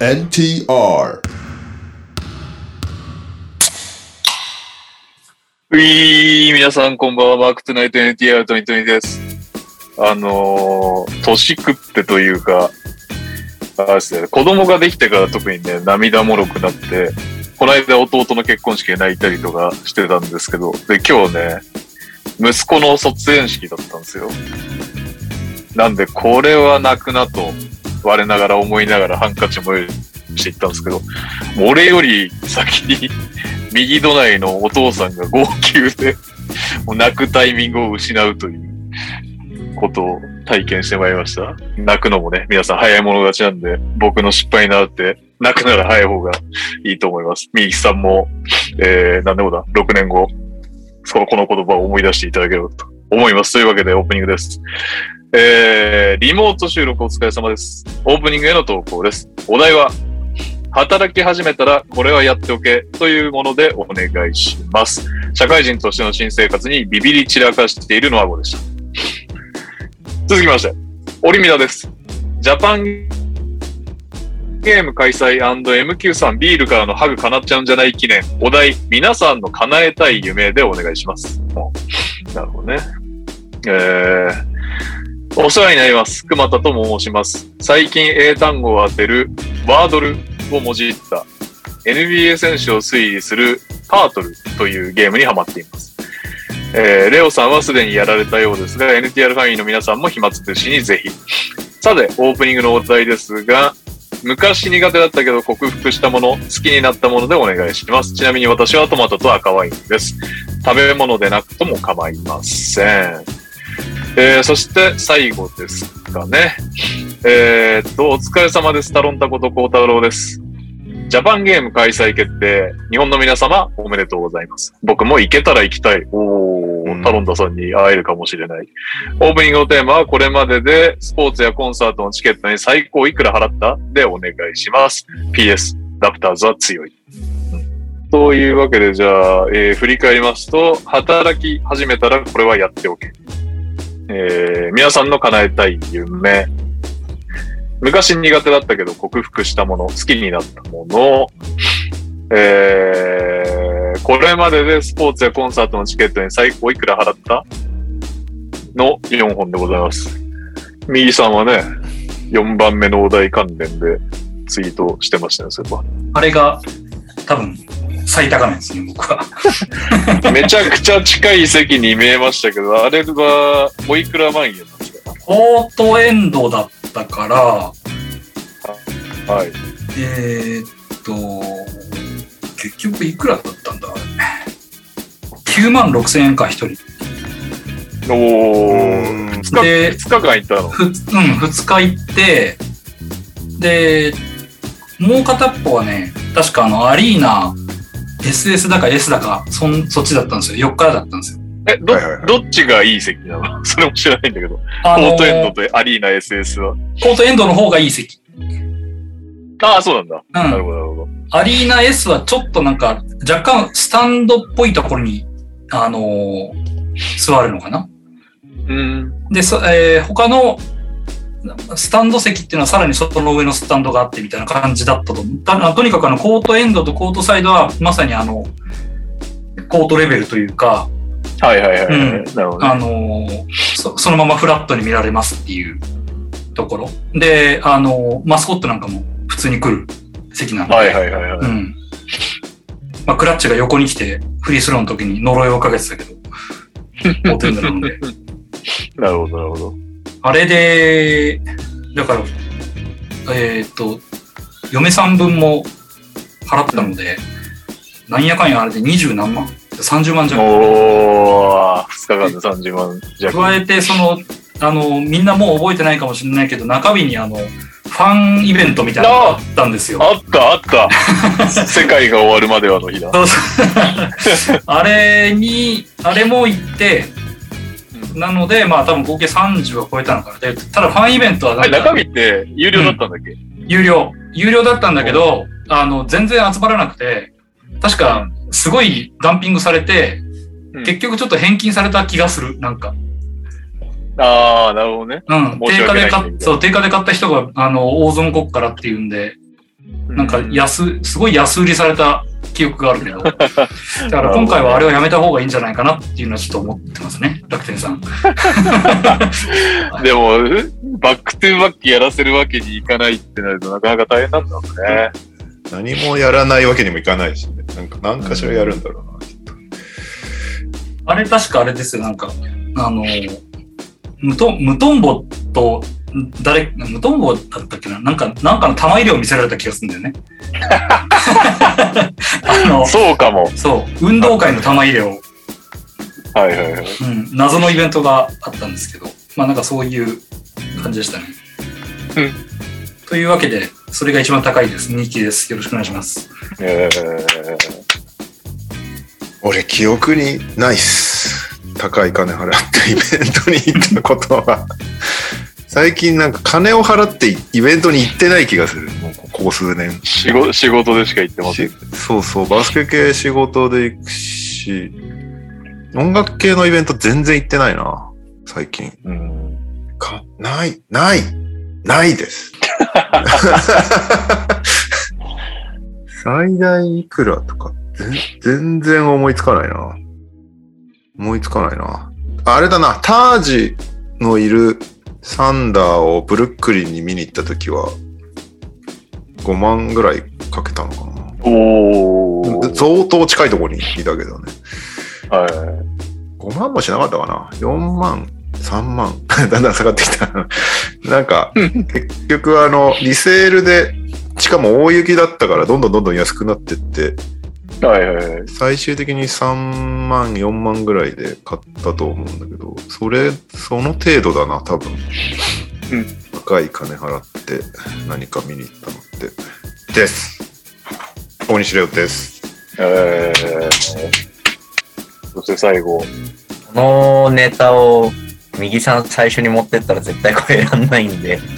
NTR。 皆さんこんばんは。マークトゥナイト NTR2020 です。年食ってというか、ですね、子供ができてから特にね、涙もろくなって、この間弟の結婚式で泣いたりとかしてたんですけど、で、今日ね、息子の卒園式だったんですよ。なんで、これは泣くなと、我ながら思いながらハンカチも用意していったんですけど、俺より先に右隣のお父さんが号泣で、もう泣くタイミングを失うということを体験してまいりました。泣くのもね、皆さん早い者勝ちなんで、僕の失敗になって泣くなら早い方がいいと思います。みゆきさんも、何年後だ ?6 年後、この言葉を思い出していただければと思います。というわけでオープニングです。リモート収録お疲れ様です。オープニングへの投稿です。お題は、働き始めたらこれはやっておけというものでお願いします。社会人としての新生活にビビり散らかしているのはごでした。続きまして、オリミラです。ジャパンゲーム開催 &MQ3 ビールからのハグ叶っちゃうんじゃない記念。お題、皆さんの叶えたい夢でお願いします。なるほどね。お世話になります。熊田と申します。最近英単語を当てるワードルをもじった NBA 選手を推理するタートルというゲームにハマっています。レオさんはすでにやられたようですが、NTR ファンの皆さんも暇つぶしにぜひ。さて、オープニングのお題ですが、昔苦手だったけど克服したもの、好きになったものでお願いします。ちなみに私はトマトと赤ワインです。食べ物でなくとも構いません。そして最後ですかね。お疲れ様です。タロンタことコウタロウです。ジャパンゲーム開催決定。日本の皆様おめでとうございます。僕も行けたら行きたい。タロンタさんに会えるかもしれない。オープニングのテーマはこれまででスポーツやコンサートのチケットに最高いくら払ったでお願いします。PS、ラプターズは強い。というわけでじゃあ、振り返りますと、働き始めたらこれはやっておけ。皆さんの叶えたい夢。昔苦手だったけど克服したもの、好きになったもの。これまででスポーツやコンサートのチケットに最高いくら払ったの4本でございます。右さんはね、4番目のお題関連でツイートしてましたね、そういえば。 あれが多分最高値ですね、僕は。 めちゃくちゃ近い席に見えましたけど、あれはおいくら万円なんですか？ オートエンドだったから、 はい。 結局いくらだったんだ96,000円か、一人。 2日間行ったの 2日行って、で、もう片っぽはね、確かアリーナ、SS だか S だか、そっちだったんですよ。4日だったんですよ。 どっちがいい席なの？それも知らないんだけど。コートエンドとアリーナ SS は。 コートエンドの方がいい席。 ああ、そうなんだ。なるほど、なるほど。 アリーナ S はちょっとなんか、若干スタンドっぽいところに、座るのかな。で、他のスタンド席っていうのはさらにその上のスタンドがあってみたいな感じだったと思う。とにかくコートエンドとコートサイドはまさにコートレベルというか、 はいはいはい。なるほど、 ね。そのままフラットに見られますっていうところ。で、マスコットなんかも普通に来る席なので。 はいはいはいはい。 まあ、クラッチが横に来てフリースローの時に呪いをかけてたけど、コートエンドなので。 なるほどなるほど。 あれで、だから、嫁さん分も払ったので、なんやかんやあれで20何万。30万弱。 2日間で30万弱。 加えて、みんなもう覚えてないかもしれないけど、中日にファンイベントみたいなのがあったんですよ。 あった。世界が終わるまではの日だ。 あれも行って、なので、まあ多分合計30は超えたのかな。で、ただファンイベントは中日って有料だったんだっけ？ 有料だったんだけど、全然集まらなくて、確かすごいダンピングされて、結局ちょっと返金された気がする、なんか。 ああ、なるほどね。 定価で買った人が、大損国からっていうんで、 なんかすごい安売りされた記憶があるけど、だから今回はあれをやめた方がいいんじゃないかなっていうのはちょっと思ってますね、楽天さん。 でも、バックトゥーバックやらせるわけにいかないってなるとなかなか大変なんだろうね。 何もやらないわけにもいかないしね。何かしらやるんだろうな、きっと。 あれ確かあれですよ、なんか、無トンボと、無トンボだったっけな、なんかの玉入れを見せられた気がするんだよね。 そうかも。 そう、運動会の玉入れを。 はいはいはい。 謎のイベントがあったんですけど、まあなんかそういう感じでしたね。というわけで、それが一番高いです。2期です。よろしくお願いします。 俺、記憶にないっす。高い金払ってイベントに行ったことは。最近なんか金を払ってイベントに行ってない気がする。もうここ数年。 仕事でしか行ってません。 そうそう、バスケ系仕事で行くし、音楽系のイベント全然行ってないな、最近。ないです。最大いくらとか全然思いつかないな。あれだな、タージのいるサンダーをブルックリンに見に行ったときは5万ぐらいかけたのかな。相当近いところにいたけどね。5万もしなかったかな。4万、3万。だんだん下がってきた。なんか、結局リセールで、しかも大雪だったからどんどん安くなってって、最終的に3万、4万ぐらいで買ったと思うんだけど、その程度だな、多分。高い金払って何か見に行ったのって。です。大西レオです。 そして最後。 このネタを右さん最初に持ってったら絶対これ選んないんで。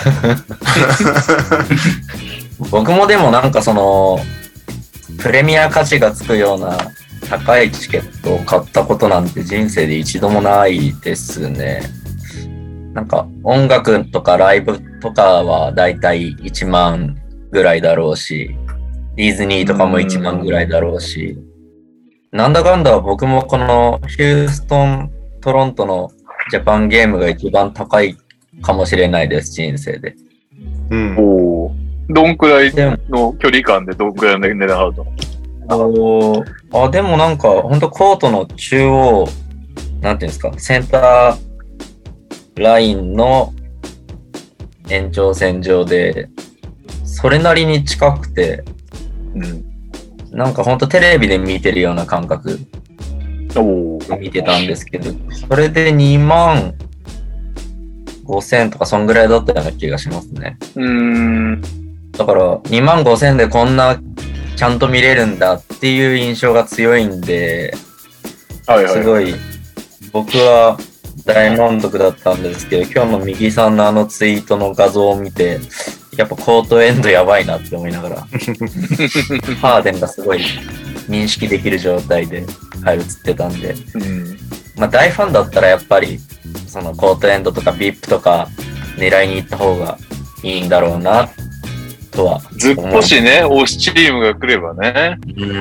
僕もでもなんかプレミア価値がつくような高いチケットを買ったことなんて人生で一度もないですね。なんか音楽とかライブとかはだいたい1万ぐらいだろうし、ディズニーとかも1万ぐらいだろうし、なんだかんだ僕もこのヒューストン、トロントのジャパンゲームが一番高いかもしれないです、人生で。 どんくらいの距離感でどんくらいの値段払うと？でもなんか本当コートの中央、なんていうんですか、センターラインの延長線上で、それなりに近くて、なんか本当テレビで見てるような感覚で見てたんですけど、それで2万5,000とかそんぐらいだったような気がしますね。だから2万5,000でこんなちゃんと見れるんだっていう印象が強いんで、すごい僕は大満足だったんですけど、今日の右さんのツイートの画像を見て、やっぱコートエンドやばいなって思いながらハーデンがすごい認識できる状態で映ってたんで、まあ大ファンだったらやっぱりそのコートエンドとかビップとか狙いに行った方がいいんだろうなとは。 ずっとしね、推しチームが来ればね、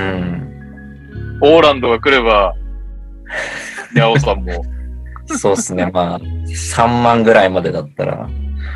オーランドが来ればニャオさんもそうっすね、まあ3万ぐらいまでだったら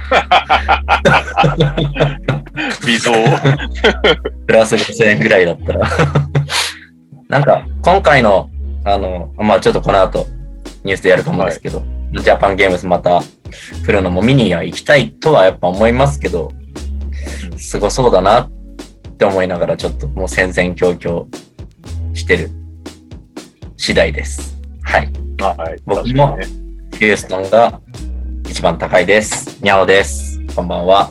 微増プラス5,000円ぐらいだったらなんか今回のまあちょっとこの後ニュースでやると思うんですけど、ジャパンゲームズまた来るのも見には行きたいとはやっぱ思いますけど、すごそうだなって思いながらちょっともう戦々恐々してる次第です。はい。僕もヒューストンが一番高いです。にゃおです。こんばんは。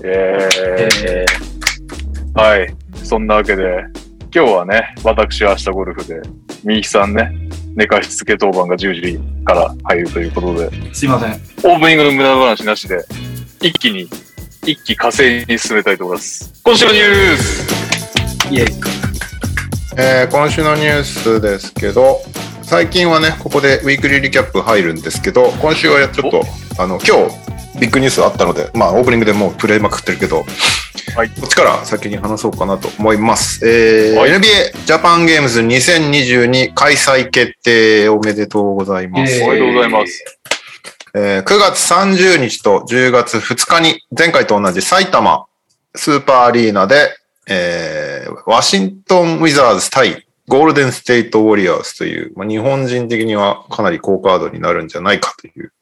はい。そんなわけで、今日はね、私は明日ゴルフで、みきさんね、寝かしつけ当番が10時から入るということで。 すいません。 オープニングの無駄話なしで、一気火星に進めたいと思います。今週のニュース今週のニュースですけど、最近はね、ここでウィークリーリキャップ入るんですけど、今週はちょっと、今日ビッグニュースあったので、まあオープニングでもうプレイまくってるけど、 はい、こっちから先に話そうかなと思います。NBA ジャパンゲームズ2022開催決定おめでとうございます。 おめでとうございます。 9月30日と10月2日に前回と同じ埼玉スーパーアリーナで、ワシントンウィザーズ対ゴールデンステイトウォリアーズという、日本人的にはかなり好カードになるんじゃないかという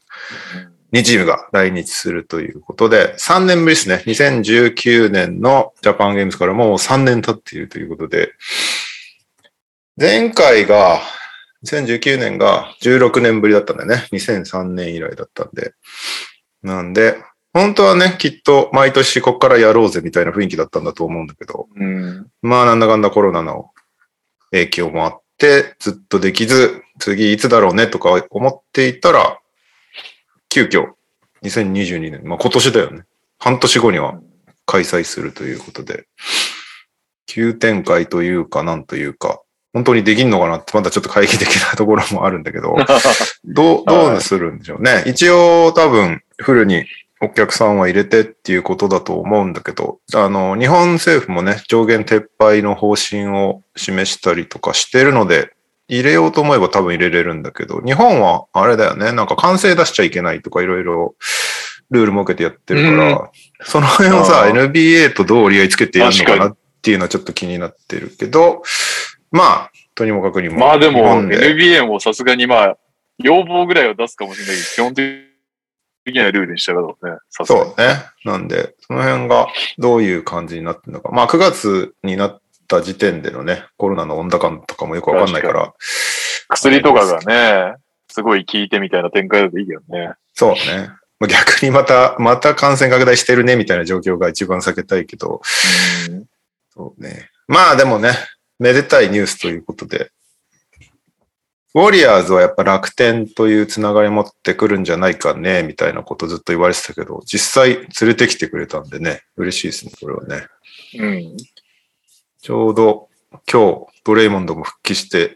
2チームが来日するということで、3年ぶりですね。2019年のジャパンゲームズからもう3年経っているということで、前回が、2019年が16年ぶりだったんだよね。2003年以来だったんで。なんで、本当はね、きっと毎年こっからやろうぜみたいな雰囲気だったんだと思うんだけど、なんだかんだコロナの影響もあって、ずっとできず、次いつだろうねとか思っていたら、急遽、2022年、今年だよね。半年後には開催するということで、急展開というか、なんというか、本当にできんのかなって、まだちょっと懐疑的なところもあるんだけど、どうするんでしょうね。一応多分、フルにお客さんは入れてっていうことだと思うんだけど、日本政府もね、上限撤廃の方針を示したりとかしてるので、入れようと思えば多分入れれるんだけど、日本はあれだよね、なんか歓声出しちゃいけないとかいろいろルール設けてやってるから、その辺をさ、NBA とどう折り合いつけてやるのかなっていうのはちょっと気になってるけど、とにもかくにも。 でも NBA もさすがに要望ぐらいは出すかもしれないけど、基本的にはルールに従うね。 そうね。なんで、その辺がどういう感じになってるのか。9月になった時点でのね、コロナの温度感とかもよくわかんないから。 薬とかがね、すごい効いてみたいな展開だといいよね。 そうね。逆にまた感染拡大してるねみたいな状況が一番避けたいけど。そうね。でもね、めでたいニュースということで。ウォリアーズはやっぱ楽天というつながり持ってくるんじゃないかね、みたいなことずっと言われてたけど、実際連れてきてくれたんでね、嬉しいですね、これはね。ちょうど今日ドレイモンドも復帰して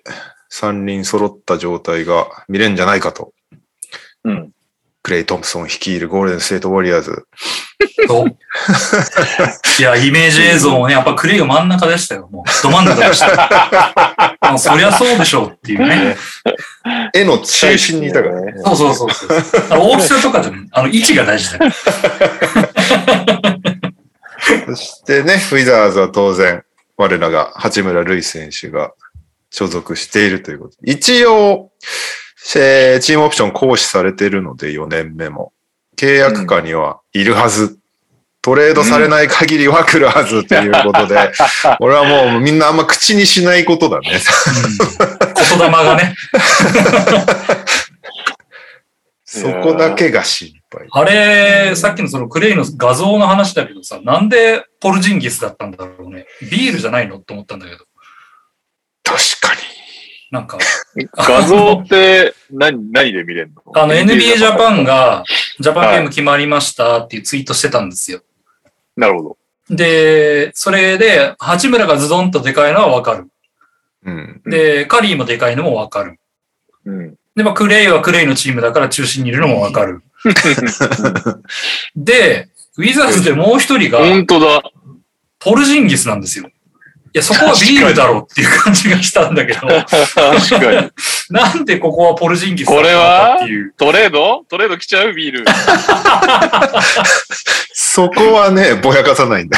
3人揃った状態が見れるんじゃないかと。クレイ・トンプソン率いるゴールデンステートウォリアーズ。 いや、イメージ映像もね、やっぱクレイが真ん中でしたよ。もう、ど真ん中でした。そりゃそうでしょうっていうね。 絵の中心にいたからね。 そう。大きさとかじゃね、位置が大事だよ。 そしてね、ウィザーズは当然、我らが八村塁選手が所属しているということで。一応、チームオプション行使されているので、4年目も。契約下にはいるはず。トレードされない限りは来るはずということで、俺はもうみんなあんま口にしないことだね。 言霊がね。 そこだけが心配。 あれ、さっきのそのクレイの画像の話だけどさ、なんでポルジンギスだったんだろうね。ビールじゃないのって思ったんだけど。 確かに。 なんか。画像って何で見れるの ？NBA ジャパンが、ジャパンゲーム決まりましたっていうツイートしてたんですよ。 なるほど。 で、それで、八村がズドンとでかいのはわかる。で、カリーもでかいのもわかる。で、クレイはクレイのチームだから中心にいるのもわかる。で、ウィザーズでもう一人が、 本当だ。 ポルジンギスなんですよ。いや、そこはビールだろうっていう感じがしたんだけど。確かに。 なんでここはポルジンギスだったのかっていう。これはトレード来ちゃうビール。 そこはね、ぼやかさないんだ。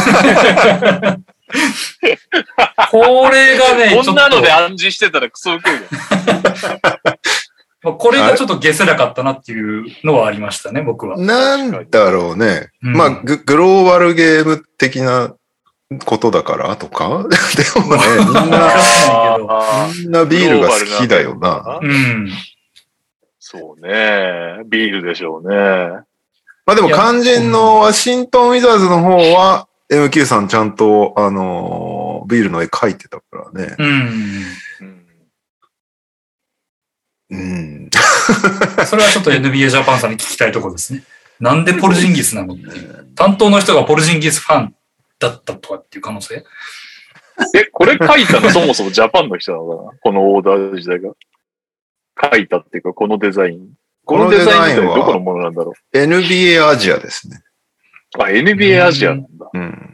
これがね、 こんなので暗示してたらクソウケるよ。これがちょっとゲスなかったなっていうのはありましたね、僕は。 なんだろうね。グローバルゲーム的なことだからとかでもね、みんなビールが好きだよな。 そうね。ビールでしょうね。 でも肝心のワシントンウィザーズの方は、MQ さんちゃんと、ビールの絵描いてたからね。 それはちょっと NBA ジャパンさんに聞きたいところですね。なんでポルジンギスなのっていう。担当の人がポルジンギスファンだったとかっていう可能性？ これ書いたのそもそもジャパンの人なのかな？このオーダー自体が。書いたっていうか、このデザイン。このデザインはどこのものなんだろう？ NBA アジアですね。 あ、NBA アジアなんだ。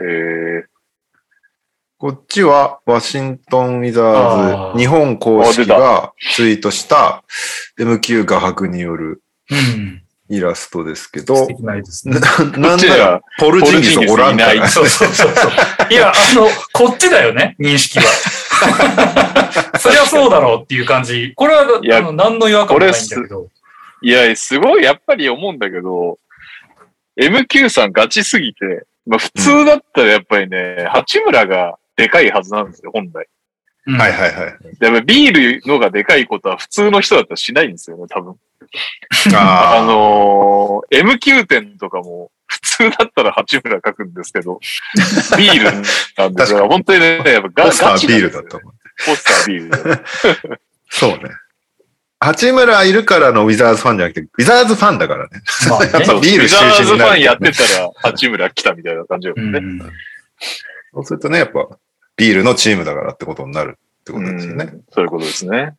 こっちはワシントン・ウィザーズ日本公式がツイートした MQ 画伯によるイラストですけど、 素敵な絵ですね。 なんならポルジンギスおらんから。 そう。いや、こっちだよね、認識は。そりゃそうだろうっていう感じ。これは、何の違和感もないんだけど。 いや、すごいやっぱり思うんだけど、MQ さんガチすぎて、まあ普通だったらやっぱりね、八村がでかいはずなんですよ、本来。 はい。 でもビールのがでかいことは普通の人だったらしないんですよね、多分。MQ 店とかも普通だったら八村書くんですけど、ビールなんですよ。本当にね、やっぱポスタービールだったもん。 ポスタービール。 そうね。八村いるからのウィザーズファンじゃなくて、ウィザーズファンだからね。 まあ、やっぱビール中心になる、ね。ウィザーズファンやってたら八村来たみたいな感じだもんね。 そうするとね、やっぱビールのチームだからってことになるってことですよね。 そういうことですね。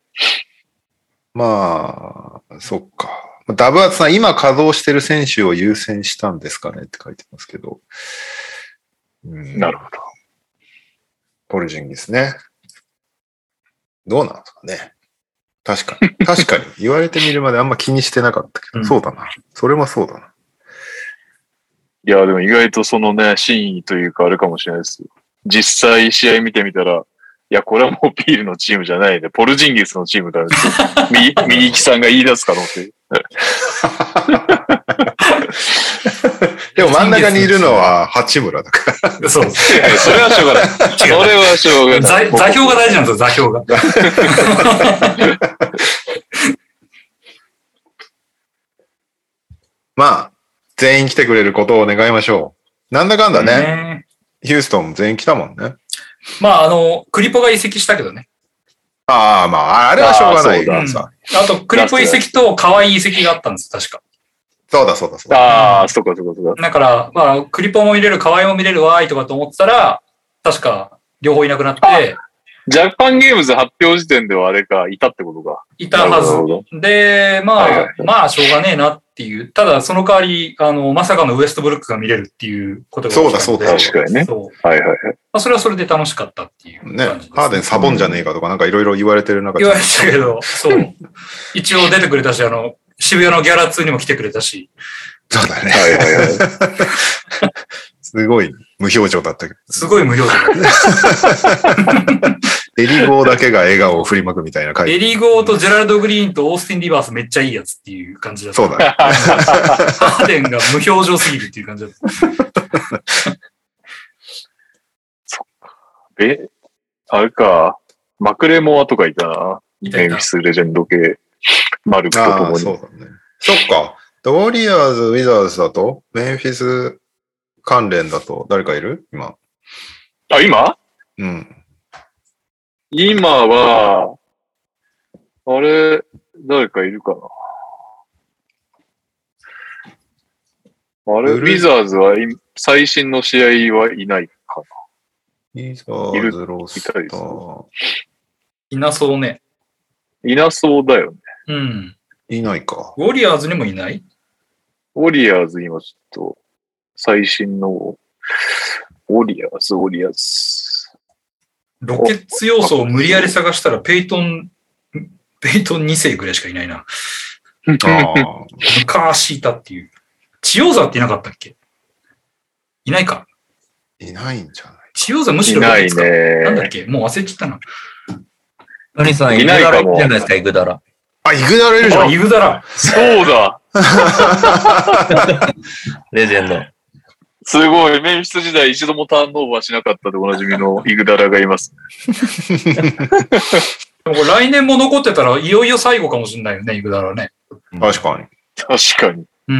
まあ、そっか。ダブアツさん、今稼働してる選手を優先したんですかねって書いてますけど。 なるほど。 ポルジンギスね。どうなんですかね。確かに。言われてみるまであんま気にしてなかったけど、そうだな。それもそうだな。 いや、でも意外とそのね、真意というかあるかもしれないですよ。実際試合見てみたら、いや、これはもうビールのチームじゃないね。ポルジンギスのチームだね。右木さんが言い出す可能性。 でも真ん中にいるのは八村だから。 そう。 それはしょうがない。それはしょうがない。 座標が大事なんですよ、座標が。 まあ、全員来てくれることを願いましょう。なんだかんだね。ヒューストンも全員来たもんね。 まあ、クリポが移籍したけどね。 ああ、まあ、あれはしょうがないからさ。 あと、クリポ移籍と可愛い移籍があったんです、確か。 そうだ。 ああ、そうか。 だから、まあ、クリポも入れる、可愛いも見れるわーいとかと思ってたら、確か、両方いなくなって、 ジャパンゲームズ発表時点ではあれか、いたってことか。 いたはず。で、まあ、しょうがねえなっていう。ただ、その代わり、まさかのウエストブルックが見れるっていうことがそうだ。 確かにね。 はい。まあ、それはそれで楽しかったっていう感じです。 ね。ハーデンサボンじゃねえかとかなんかいろいろ言われてる中で。言われてたけど、そう。一応出てくれたし、渋谷のギャラ2にも来てくれたし。 そうだね。すごい無表情だったけど。 すごい無表情だった。 エリゴーだけが笑顔を振りまくみたいな回。 エリゴーとジェラルド・グリーンとオースティン・リバースめっちゃいいやつっていう感じだった。 そうだね。 ハーデンが無表情すぎるっていう感じだった。 そっか。あれか。マクレモアとかいたな。メンフィスレジェンド系。マルクとともに。 そうだね。そっか。ウォリアーズ、ウィザーズだとメンフィス関連だと誰かいる今。 あ、今？ うん。 今は、あれ、誰かいるかな。あれ、ウィザーズは最新の試合はいないかな。 ウィザーズロスター。 いなそうね。 いなそうだよね。 うん。 いないか。 ウォリアーズにもいない？ ウォリアーズ今ちょっと、最新の、ウォリアーズ。 ロケッツ要素を無理やり探したらペイトン2世ぐらいしかいないな。昔いたっていう。チオーザっていなかったっけ？いないか。 いないんじゃない？ チオーザむしろいないね。 なんだっけ？もう忘れちゃったな。 何さん、イグダラいるじゃないですか、イグダラ。 あ、イグダラいるじゃん。 イグダラ。 そうだ。 レジェンド。 すごい。メンフィス時代一度もターンオーバーしなかったでおなじみのイグダラがいます。 でもこれ来年も残ってたらいよいよ最後かもしれないよね、イグダラね。 確かに。 確かに。 うん。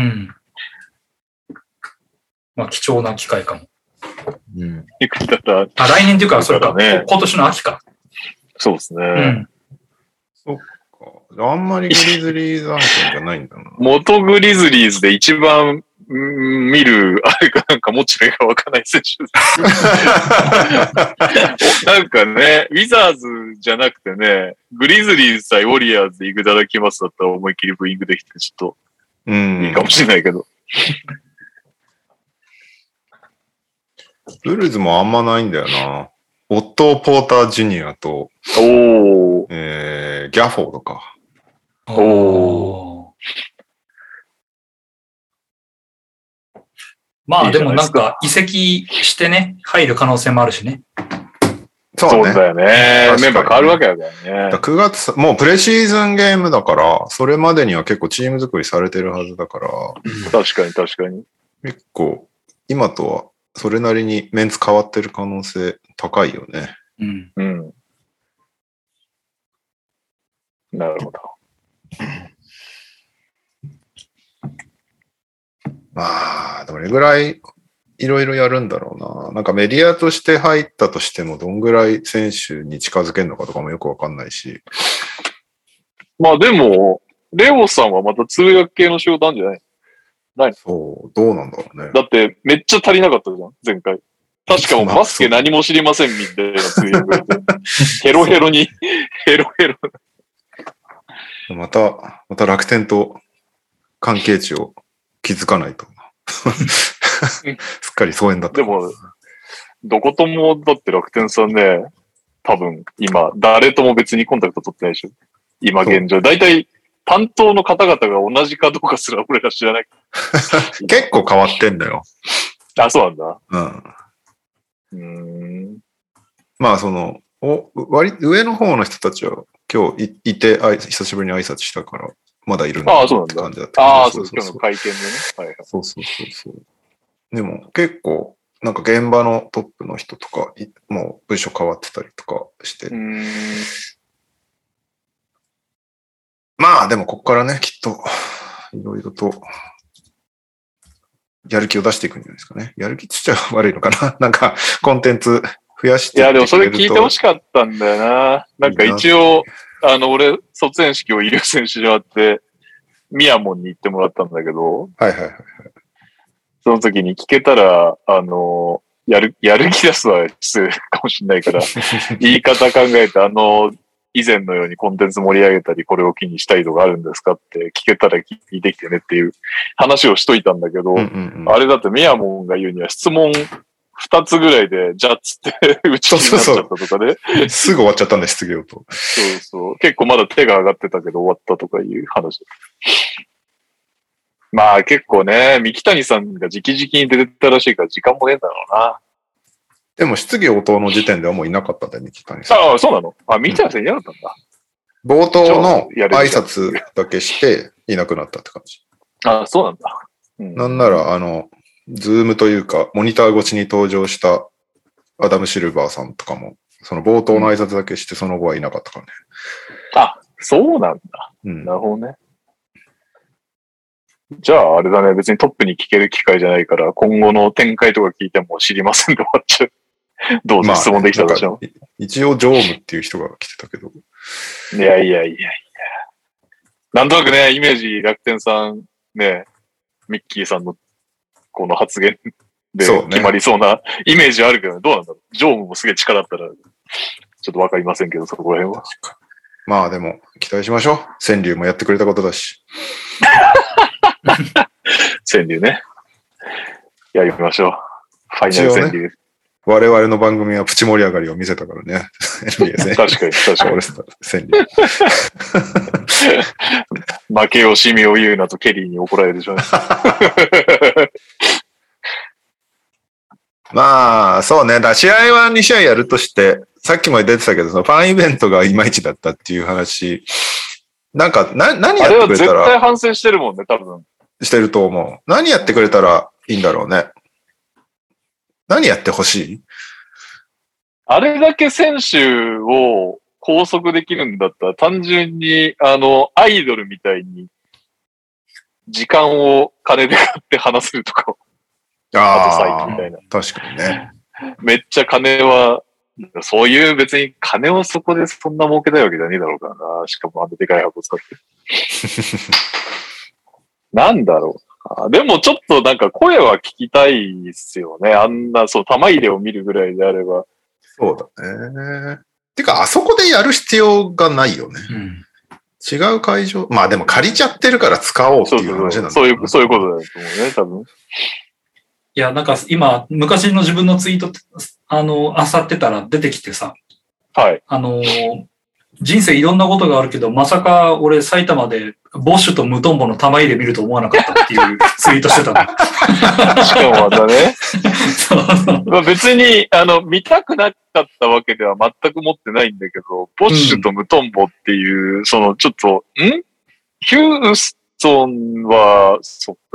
まあ貴重な機会かも。 うん。 イグダラ。 あ、来年っていうか、それか、 ね、 今年の秋か。 そうですね。 うん。 そっか。あんまりグリズリーズ案件じゃないんだな。 元グリズリーズで一番見る、あれかなんかもちろんかわかんない選手なんかね、ウィザーズじゃなくてね、グリズリーズ対ウォリアーズでイグダラ来ますだったら思いっきりブーイングできてちょっといいかもしれないけど。 ブルーズもあんまないんだよな。オットー・ポーター・ジュニアと、ギャフォードか。 まあでもなんか移籍してね、入る可能性もあるしね。 そうだよね。メンバー変わるわけだからね。 9月、もうプレシーズンゲームだから、それまでには結構チーム作りされてるはずだから。 確かに確かに。 結構、今とはそれなりにメンツ変わってる可能性高いよね。 うん。なるほど。 まあ、どれぐらいいろいろやるんだろうな。なんかメディアとして入ったとしても、どんぐらい選手に近づけるのかとかもよくわかんないし。 まあでも、レオさんはまた通訳系の仕事あるんじゃないないそう、どうなんだろうね。 だってめっちゃ足りなかったじゃん、前回。確かもうバスケ何も知りませんみたいな通訳で。ヘロヘロに、ヘロヘロ。 また楽天と関係値を築かないと。すっかり疎遠だった。 でも、どこともだって楽天さんね、多分今、誰とも別にコンタクト取ってないでしょ。今現状。だいたい担当の方々が同じかどうかすら俺ら知らない。 結構変わってんだよ。 あ、そうなんだ。 まあ上の方の人たちは今日いて久しぶりに挨拶したから、まだいるんだって感じだった。 ああ、そう、今日の会見でね。はいはい。 そう。でも結構、なんか現場のトップの人とか、もう部署変わってたりとかして。まあでもここからね、きっと、いろいろと、やる気を出していくんじゃないですかね。やる気って言っちゃ悪いのかな。なんか、コンテンツ増やしていってくれると。 いや、でもそれ聞いてほしかったんだよな。なんか一応、俺、卒園式を医療選手場って、ミヤモンに行ってもらったんだけど、 はい。 その時に聞けたら、やる気出すは失礼かもしれないから、言い方考えて、以前のようにコンテンツ盛り上げたり、これを機にしたいとかあるんですかって聞けたら聞いてきてねっていう話をしといたんだけど、あれだってミヤモンが言うには質問2つぐらいで、じゃあっつって打ち切りになっちゃったとかで。 すぐ終わっちゃったんで、質疑応答。 そう。結構まだ手が上がってたけど終わったとかいう話。まあ結構ね、三木谷さんが直々に出てたらしいから時間もねえんだろうな。 でも質疑応答の時点ではもういなかったんだよ、三木谷さん。 ああ、そうなの？あ、三木谷さんいなかったんだ。 冒頭の挨拶だけしていなくなったって感じ。 ああ、そうなんだ。 なんなら、ズームというか、モニター越しに登場したアダム・シルバーさんとかも、その冒頭の挨拶だけして、その後はいなかったからね。 あ、そうなんだ。なるほどね。じゃあ、あれだね。別にトップに聞ける機会じゃないから、今後の展開とか聞いても知りませんで終わっちゃう。どうぞ質問できたとしても。 一応、常務っていう人が来てたけど。 いや。なんとなくね、イメージ、楽天さん、ね、ミッキーさんのこの発言で決まりそうなイメージあるけどね。どうなんだろう。常務もすげえ力あったら、ちょっとわかりませんけど、そこら辺は。 まあでも、期待しましょう。川柳もやってくれたことだし。 川柳ね。やりましょう。ファイナル川柳。ね、 我々の番組はプチ盛り上がりを見せたからね。 確かに。 川柳。 負け惜しみを言うなとケリーに怒られるでしょうね。 まあ、そうね。試合は2試合やるとして、さっきも出てたけど、そのファンイベントがいまいちだったっていう話。なんか、何やってくれたら。あれは絶対反省してるもんね、多分。 してると思う。何やってくれたらいいんだろうね。何やってほしい？ あれだけ選手を拘束できるんだったら、単純に、アイドルみたいに、時間を金で買って話せるとか。あとサイトみたいな。 確かにね。 めっちゃ金は、そういう別に金をそこでそんな儲けたいわけじゃねえだろうからな。しかもでかい箱使って。なんだろう。でもちょっとなんか声は聞きたいですよね。あんな、玉入れを見るぐらいであれば。 そうだね。てか、あそこでやる必要がないよね。違う会場。まあでも借りちゃってるから使おうっていう話なんだ、 そういうことだと思うね、多分。 いや、なんか今、昔の自分のツイート、漁ってたら出てきてさ、 はい。 人生いろんなことがあるけど、まさか俺埼玉でボッシュとムトンボの玉入れ見ると思わなかったっていうツイートしてたの。 しかもまたね。 そうそう。 まあ、別に、見たくなかったわけでは全く持ってないんだけど、ボッシュとムトンボっていう、ちょっと、ヒューストンは、そっか、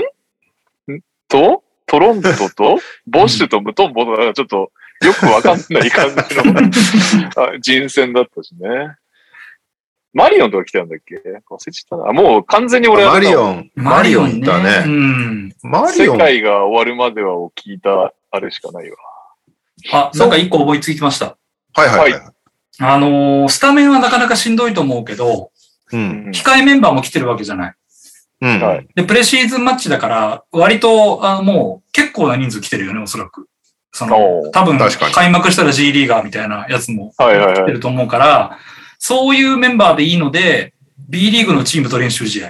トロントと、ボッシュとムトンボとか、ちょっと、よくわかんない感じの人選だったしね。マリオンとか来たんだっけ忘れちゃったな。もう完全に俺は。 マリオンだね。 うん。 世界が終わるまではを聞いた、あれしかないわ。 あ、なんか一個思いつきました。 はいはいはい。 スタメンはなかなかしんどいと思うけど、控えメンバーも来てるわけじゃない。で、プレシーズンマッチだから、割と、もう結構な人数来てるよね、おそらく。多分、開幕したら G リーガーみたいなやつも来てると思うから、そういうメンバーでいいので、B リーグのチームと練習試合。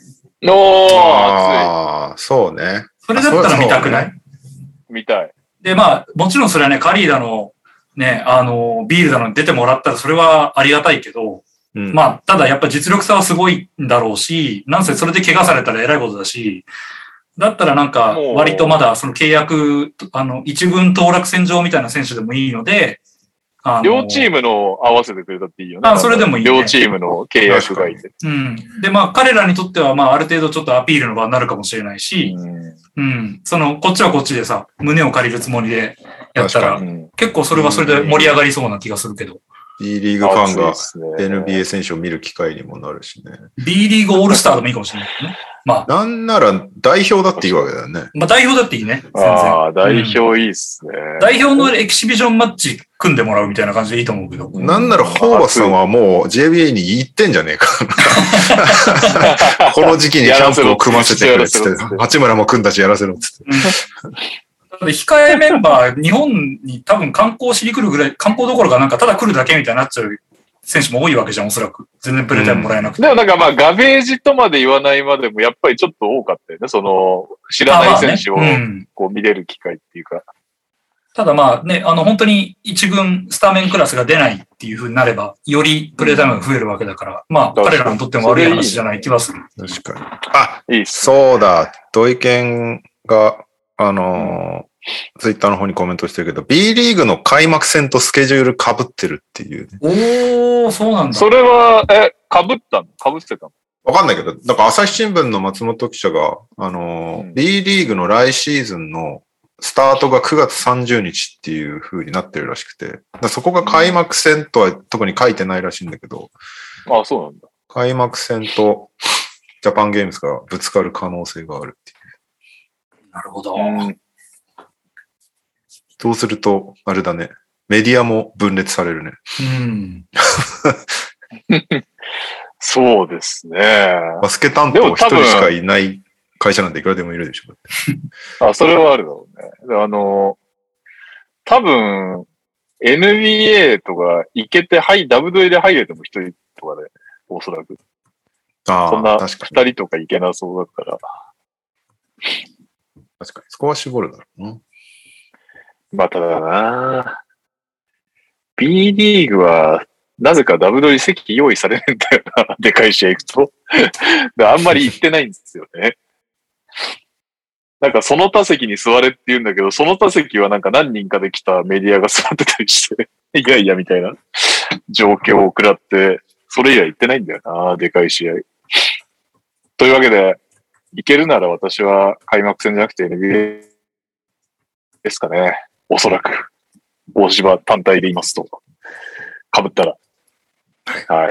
ああ、そうね。 それだったら見たくない？ 見たい。 で、まあ、もちろんそれはね、カリーだの、ね、ビールだのに出てもらったらそれはありがたいけど、まあ、ただやっぱ実力差はすごいんだろうし、なんせそれで怪我されたら偉いことだし、だったらなんか、割とまだその契約、一軍登録戦場みたいな選手でもいいので、 両チームの合わせてくれたっていいよね。 それでもいい、 ね。両チームの契約がいて。 で、まあ、彼らにとっては、まあ、ある程度ちょっとアピールの場になるかもしれないし、こっちはこっちでさ、胸を借りるつもりでやったら、結構それはそれで盛り上がりそうな気がするけど。 B リーグファンが NBA 選手を見る機会にもなるしね。 B リーグオールスターでもいいかもしれないけどね。まあ。 なんなら代表だっていいわけだよね。 まあ代表だっていいね。全然。 ああ、代表いいっすね、 代表のエキシビジョンマッチ組んでもらうみたいな感じでいいと思うけど。 なんならホーバスさんはもう JBA に言ってんじゃねえか。この時期にキャンプを組ませてくれっつって。八村も組んだしやらせろっつって。 控えメンバー、日本に多分観光しに来るぐらい、観光どころかなんかただ来るだけみたいになっちゃう選手も多いわけじゃん、おそらく。全然プレータイムもらえなくて。 でもなんかまあ、ガベージとまで言わないまでも、やっぱりちょっと多かったよね。知らない選手をこう見れる機会っていうか。 ただまあね、本当に一軍スタメンクラスが出ないっていう風になれば、よりプレータイムが増えるわけだから、まあ、彼らにとっても悪い話じゃない気はする。 確かに。そうだ、土井健が、ツイッターの方にコメントしてるけど、B リーグの開幕戦とスケジュール被ってるっていう、ね。 おー、そうなんだ。 それは、被ってたのわかんないけど、だから朝日新聞の松本記者が、B リーグの来シーズンのスタートが9月30日っていう風になってるらしくて、そこが開幕戦とは特に書いてないらしいんだけど、 あ、そうなんだ。 開幕戦とジャパンゲームズがぶつかる可能性があるっていう。 なるほど。 そうすると、あれだね。メディアも分裂されるね。 そうですね。 バスケ担当一人しかいない会社なんていくらでもいるでしょ。 それはあるだろうね。多分、NBA とか行けて、ダブドリで入れても一人とかで、おそらく。そんな二人とか行けなそうだから。 確かに、そこは絞るだろうな。 まあ、ただな B リーグは、なぜかダブドリ席用意されねえんだよな。でかい試合行くと。あんまり行ってないんですよね。なんかその他席に座れって言うんだけど、その他席はなんか何人かで来たメディアが座ってたりして、いやいやみたいな状況を食らって、それ以来行ってないんだよな。でかい試合。というわけで、行けるなら私は開幕戦じゃなくて NBA ですかね。おそらく。大芝単体で言いますと。被ったら。はい。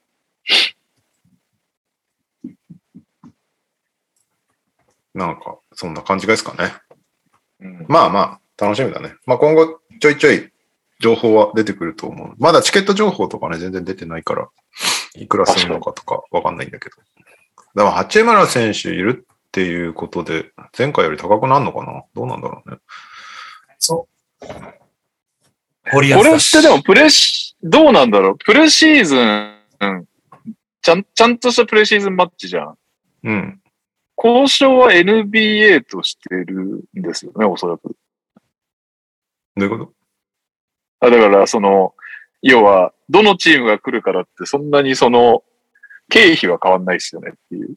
なんか、そんな感じですかね。まあまあ、楽しみだね。まあ今後、ちょいちょい情報は出てくると思う。まだチケット情報とかね、全然出てないから、いくらするのかとかわかんないんだけど。だから八村選手いるっていうことで、前回より高くなるのかな？どうなんだろうね。 そう。 これってでもどうなんだろう？プレシーズン、ちゃんとしたプレシーズンマッチじゃん。 うん。 交渉は NBA としてるんですよね、おそらく。 どういうこと？ だから要は、どのチームが来るからって、そんなに経費は変わんないですよねっていう。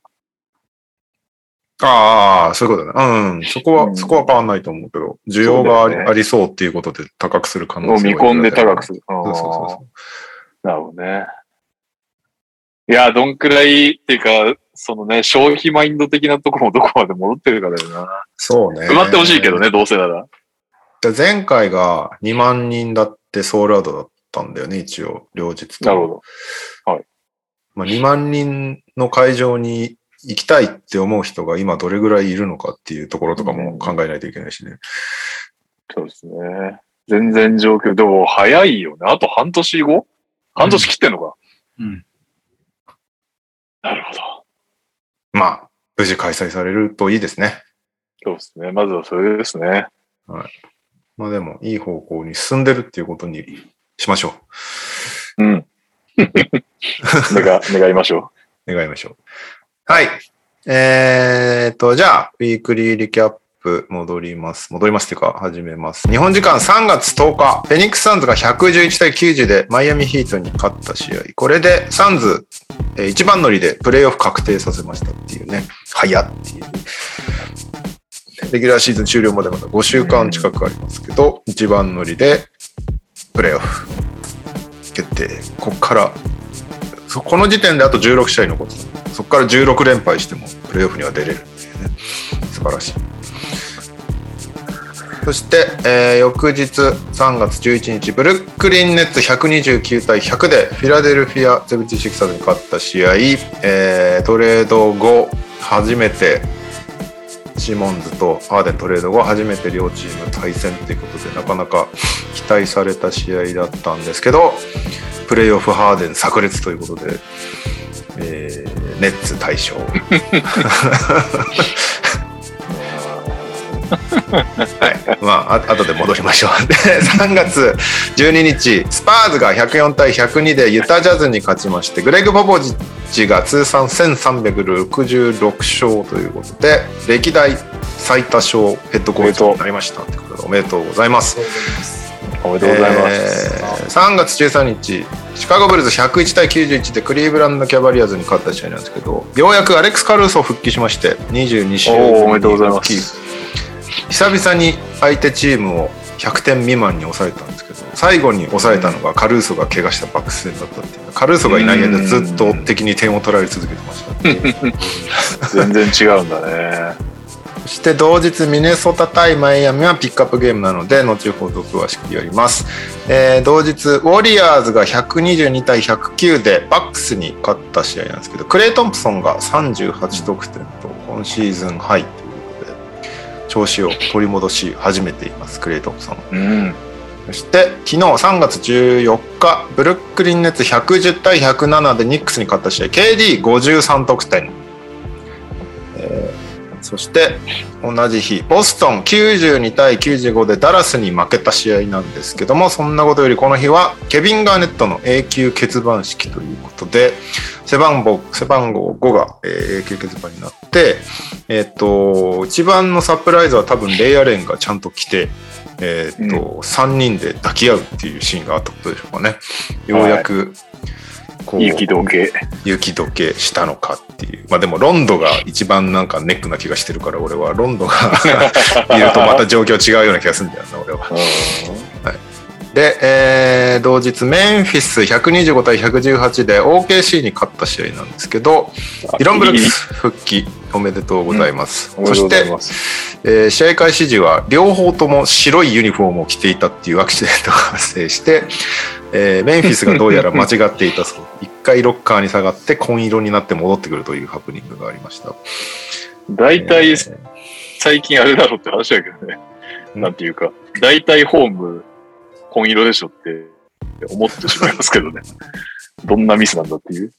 ああ、そういうことだね。うん。そこは変わんないと思うけど、需要がありそうっていうことで高くする可能性を見込んで高くする。 そう。 なるほどね。いや、どんくらい、っていうか、消費マインド的なところもどこまで戻ってるかだよな。 そうね。 埋まってほしいけどね、どうせなら。 前回が2万人だってソールアウトだったんだよね、一応、両日と。 なるほど。はい。 2万人の会場に行きたいって思う人が今どれぐらいいるのかっていうところとかも考えないといけないしね。 そうですね。全然状況、でも早いよね。あと半年後？半年切ってんのか。 うん。 なるほど。 まあ、無事開催されるといいですね。 そうですね。まずはそれですね。 はい。まあでも、いい方向に進んでるっていうことにしましょう。うん。願いましょう。願いましょう。はい。じゃあ、ウィークリーリキャップ戻りますというか、始めます。日本時間3月10日、フェニックスサンズが111対90でマイアミヒートに勝った試合。これでサンズ、一番乗りでプレイオフ確定させましたっていうね。早っていう。レギュラーシーズン終了までまだ5週間近くありますけど、一番乗りでプレイオフ決定。こっから、この時点であと16試合残ってた。そこから16連敗してもプレイオフには出れるっていうね。素晴らしい。そして、翌日3月11日、ブルックリンネッツ129対100でフィラデルフィア76ersに勝った試合、トレード後初めてシモンズとハーデントレード後初めて両チーム対戦ということでなかなか期待された試合だったんですけど、プレイオフハーデン炸裂ということで、ネッツ大勝。はい、まあ後で戻りましょう。で、3月12日、スパーズが104対102でユタジャズに勝ちまして、グレグ・ポポジッチが通算1366勝ということで、歴代最多勝ヘッドコーチになりましたということで、おめでとうございます。 おめでとうございます。 3月13日、シカゴブルズ101対91でクリーブランドキャバリアーズに勝った試合なんですけど、ようやくアレックス・カルーソ復帰しまして、22試合おめでとうございます。 久々に相手チームを100点未満に抑えたんですけど、最後に抑えたのがカルーソが怪我したバックス戦だったっていう。カルーソがいない間ずっと敵に点を取られ続けてました全然違うんだね。 そして同日ミネソタ対マイアミはピックアップゲームなので後ほど詳しくやります。同日ウォリアーズが122対109でバックスに勝った試合なんですけど、クレイ・トンプソンが38得点と今シーズンハイということで調子を取り戻し始めています、クレイ・トンプソン。そして昨日3月14日ブルックリンネッツ110対107でニックスに勝った試合、 KD53 得点。そして同じ日ボストン92対95でダラスに負けた試合なんですけども、そんなことよりこの日はケビン・ガーネットの永久欠番式ということで、背番号5が永久欠番になって、一番のサプライズは多分レイアレンがちゃんと来て、3人で抱き合うっていうシーンがあったことでしょうかね。ようやくこう雪解けしたのかっていう。まあでもロンドが一番なんかネックな気がしてるから、俺はロンドがいるとまた状況違うような気がするんだよな、俺は。はい、で、同日メンフィス125対118で OKC に勝った試合なんですけど、ディロン・ブルックス復帰おめでとうございます。そして、試合開始時は両方とも白いユニフォームを着ていたっていうアクシデントが発生して、メンフィスがどうやら間違っていたそう。一回ロッカーに下がって紺色になって戻ってくるというハプニングがありました。 大体、最近あれだろうって話だけどね。なんていうか、大体ホーム紺色でしょって思ってしまいますけどね。どんなミスなんだっていう。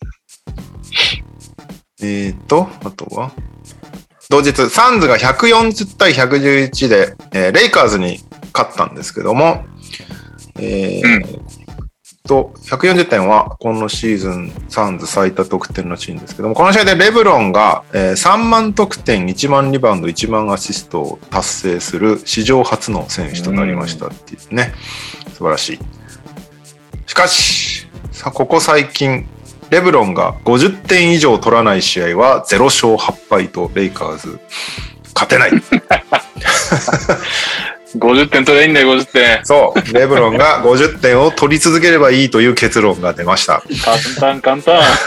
あとは同日サンズが140対111で、レイカーズに勝ったんですけども、 140点はこのシーズンサンズ最多得点らしいんですけども、この試合でレブロンが3万得点、1万リバウンド、1万アシストを達成する史上初の選手となりましたっていうね。素晴らしい。しかし、ここ最近、レブロンが50点以上取らない試合は0勝8敗とレイカーズ勝てない。 50点取れいいんだよ、50点。 そう。レブロンが50点を取り続ければいいという結論が出ました。 簡単。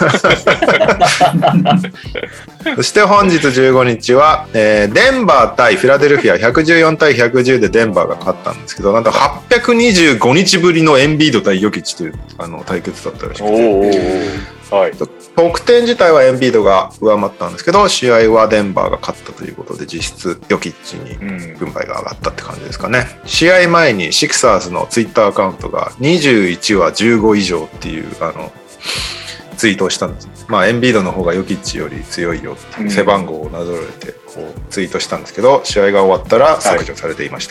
そして本日15日は、デンバー対フィラデルフィア114対110でデンバーが勝ったんですけど、なんと825日ぶりのエンビード対ヨキッチという対決だったらしくて。 はい、 得点自体はエンビードが上回ったんですけど、試合はデンバーが勝ったということで、実質ヨキッチに軍配が上がったって感じですかね。試合前にシクサーズのツイッターアカウントが21は15以上っていうツイートをしたんです。まあエンビードの方がヨキッチより強いよっていう背番号をなぞらえてこうツイートしたんですけど、試合が終わったら削除されていました。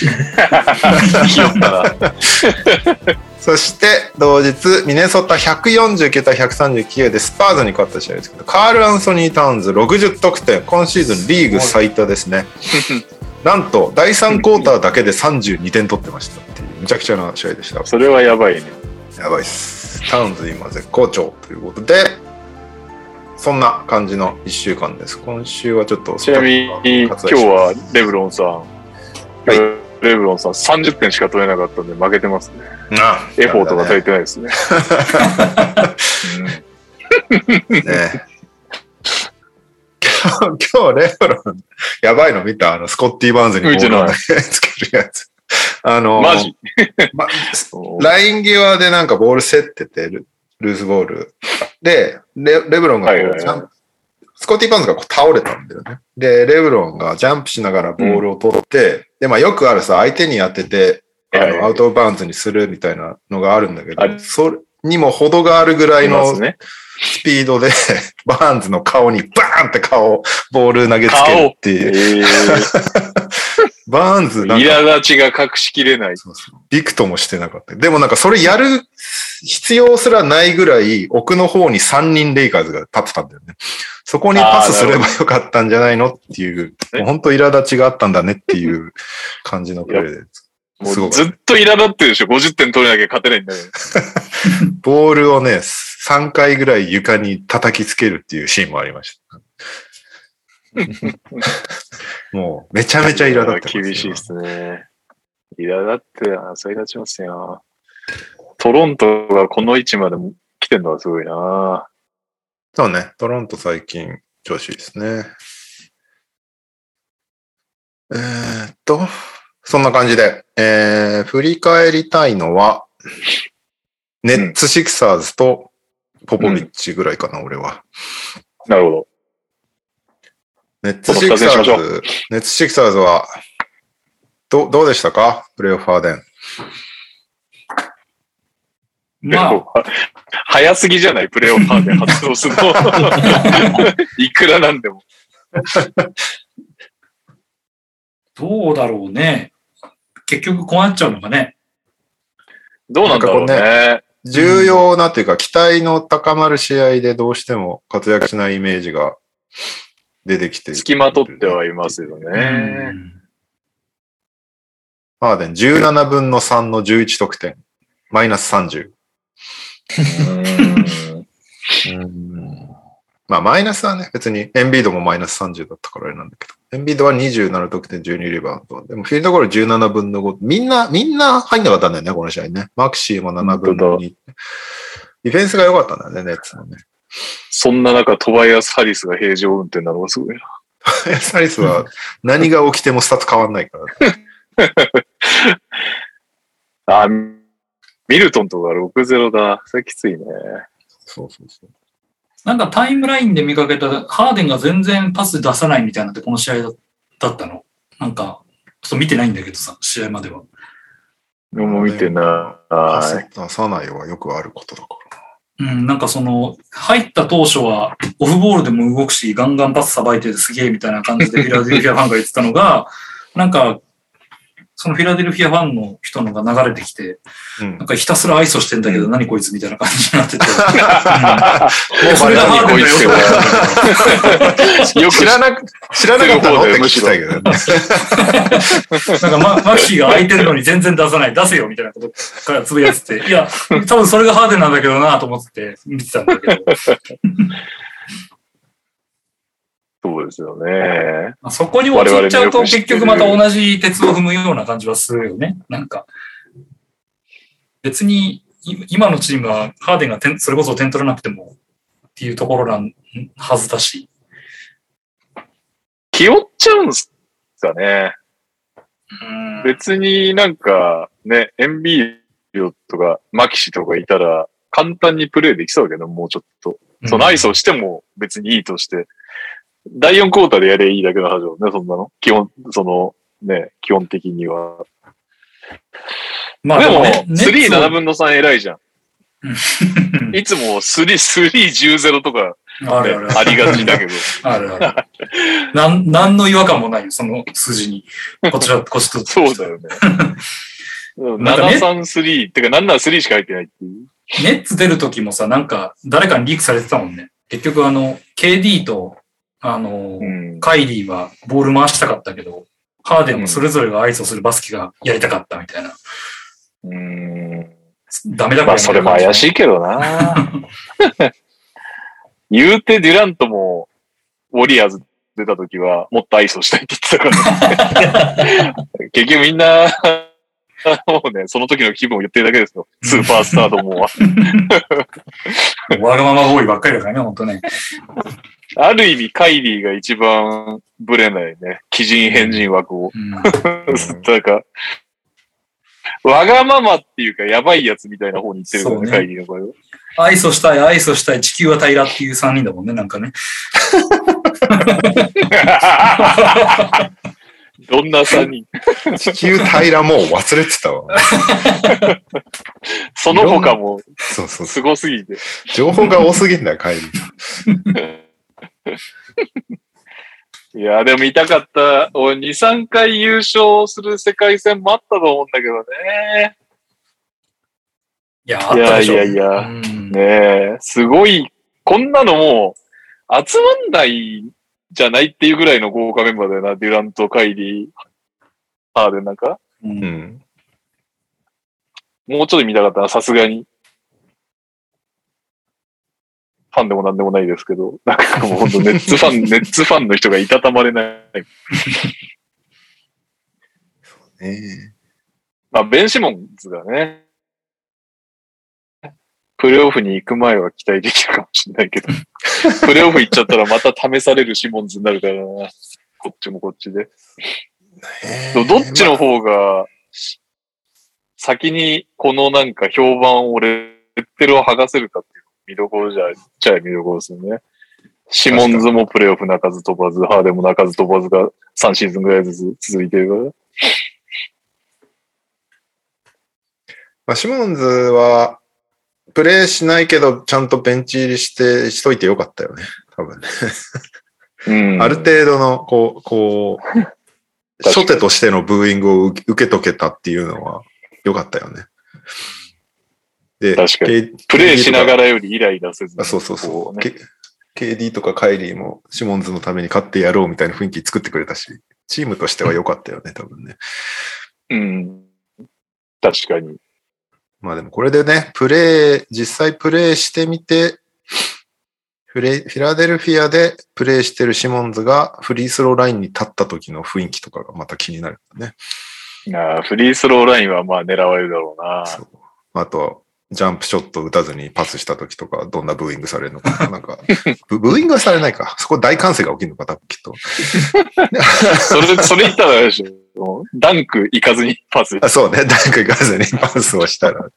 そして同日ミネソタ149対139でスパーズに勝った試合ですけど、カール・アンソニー・タウンズ60得点、今シーズンリーグ最多ですね。なんと第3クォーターだけで32点取ってましたっていうむちゃくちゃな試合でした。 それはやばいね。 やばいっす。タウンズ今絶好調ということで、そんな感じの1週間です。今週はちょっとちなみに今日はレブロンさん、はい、レブロンさん30点しか取れなかったんで負けてますね。エフォートが足りてないですね。 ね今日レブロンやばいの見た？スコッティ・バーンズにボールをつけるやつ。 マジライン際でなんかボール競ってて、ルーズボール。で、レブロンがスコッティ・バーンズがこう倒れたんだよね。で、レブロンがジャンプしながらボールを取って、で、まあよくあるさ、相手に当てて、アウトオブバウンズにするみたいなのがあるんだけど、それにも程があるぐらいのスピードで、バーンズの顔にバーンってボール投げつけるっていう。バーンズなんか苛立ちが隠しきれない。 びくともしてなかった。でもなんかそれやる必要すらないぐらい奥の方に3人レイカーズが立ってたんだよね。そこにパスすればよかったんじゃないのっていう、本当苛立ちがあったんだねっていう感じのプレーで。 もうずっと苛立ってるでしょ。50点取れなきゃ勝てないんだけど。 ボールをね、3回ぐらい床に叩きつけるっていうシーンもありました。もうめちゃめちゃ苛立ってます。 厳しいですね。苛立って苛立ちますよ。トロントがこの位置まで来てるのはすごいな。 そうね、トロント最近調子いいですね。そんな感じで、振り返りたいのは、ネッツシクサーズとポポビッチぐらいかな、俺は。 なるほど。 ネッツシクサーズは、どうでしたか？プレーオフハーデン。 まあ、早すぎじゃない？プレーオフハーデン発動するの。いくらなんでも。 どうだろうね。結局こうなっちゃうのかね。 どうなんだろうね。 重要なというか、期待の高まる試合でどうしても活躍しないイメージが出てきてる。 付きまとってはいますよね。 ハーデン17分の3の11得点。マイナス30。まあマイナスはね、別にエンビードもマイナス30だったからあれなんだけど。エンビードは27得点12リバウンド。でもフィールドゴール17分の5。みんな入んなかったんだよね、この試合ね。マクシーも7分の2。ディフェンスが良かったんだよね、ネッツのね。 そんな中、トバイアス・ハリスが平常運転なのがすごいな。 トバイアス・ハリスは何が起きてもスタッツ変わんないから。 ミルトンとか 6-0 だ。それきついね。 そう。 なんかタイムラインで見かけたハーデンが全然パス出さないみたいなってこの試合だったの。なんか、ちょっと見てないんだけどさ、試合までは。 もう見てない。 出さないはよくあることだから。 なんか入った当初はオフボールでも動くし、ガンガンパスさばいてすげえみたいな感じでフィラデルフィアファンが言ってたのが、なんか、 そのフィラデルフィアファンの人のが流れてきて、なんかひたすら愛想してんだけど、何こいつみたいな感じになってて。もうそれがハーデンだよ。 知らなかったのって聞きたいけどね。 なんかマキシーが空いてるのに全然出さない、出せよみたいなことからつぶやいてて、いや、多分それがハーデンなんだけどなと思って見てたんだけど。 そうですよね。 そこに陥っちゃうと結局また同じ鉄を踏むような感じはするよね。なんか、別に今のチームはハーデンがそれこそ点取らなくてもっていうところなんはずだし。 気負っちゃうんですかね。別になんかね、エンビーリとかマキシとかいたら簡単にプレイできそうだけど、もうちょっと。そのアイスをしても別にいいとして。第4クォーターでやればいいだけの話をね、そんなの。基本的には。まあでも、3、7分の3偉いじゃん。いつも3-10とか、ありがちだけど。 あるある。何の違和感もないよ、その数字に。こっちと。 そうだよね。7-3-3ってか、なんなら3しか入ってないっていう。 ネッツ出るときもさ、なんか、誰かにリークされてたもんね。結局KD と、カイリーはボール回したかったけど、ハーデンもそれぞれがアイスをするバスケがやりたかったみたいな。ダメだから。 まあ、それも怪しいけどな。言うてデュラントも、ウォリアーズ出た時は、もっとアイスをしたいって言ってたから、ね。結局みんな、もうね、その時の気分を言ってるだけですよ。スーパースターどもは。 わがままボーイばっかりだからね、ほんとね。 ある意味、カイリーが一番ブレないね。奇人変人枠を。だから、わがままっていうか、やばいやつみたいな方に行ってるからね、カイリーの場合は。 愛想したい、地球は平らっていう3人だもんね、なんかね。 どんな3人地球平らもう忘れてたわ。 その他も、すごすぎて。 情報が多すぎんだよ、カイリー。 いや、でも見たかった。2、3回優勝する世界戦もあったと思うんだけどね。 いや、あったでしょ。 ねえ、すごい、こんなのもう、集まんないじゃないっていうぐらいの豪華メンバーだよな。デュラント、カイリー、ハーデンなんか。もうちょっと見たかったな、さすがに。ファンでもなんでもないですけど、なんかもう本当ネッツファンの人がいたたまれない。まあ、ベン・シモンズがね、プレイオフに行く前は期待できるかもしれないけど、プレイオフ行っちゃったらまた試されるシモンズになるからな。こっちもこっちで。どっちの方が、先にこのなんか評判をレッテルを剥がせるかっていう見どころじゃ見どころですよね。シモンズもプレイオフ泣かず飛ばず、ハーデンも泣かず飛ばずが3シーズンぐらいずつ続いてるから。 まあ、シモンズは、プレイしないけど、ちゃんとベンチ入りしといてよかったよね。多分ね。ある程度の、初手としてのブーイングを受けとけたっていうのはよかったよね。で、 確かに。プレイしながらよりイライラせず。 そう。KD とかカイリーもシモンズのために勝ってやろうみたいな雰囲気作ってくれたし、チームとしては良かったよね、多分ね。 確かに。 まあでもこれでね、実際プレイしてみて、フィラデルフィアでプレイしてるシモンズがフリースローラインに立った時の雰囲気とかがまた気になるね。 フリースローラインはまあ狙われるだろうな。 あと、ジャンプショット打たずにパスした時とか、どんなブーイングされるのか。なんか、ブーイングはされないか。そこ大歓声が起きるのか、多分きっと。 それ言ったらあれでしょ。ダンク行かずにパス。 そうね、ダンク行かずにパスをしたら。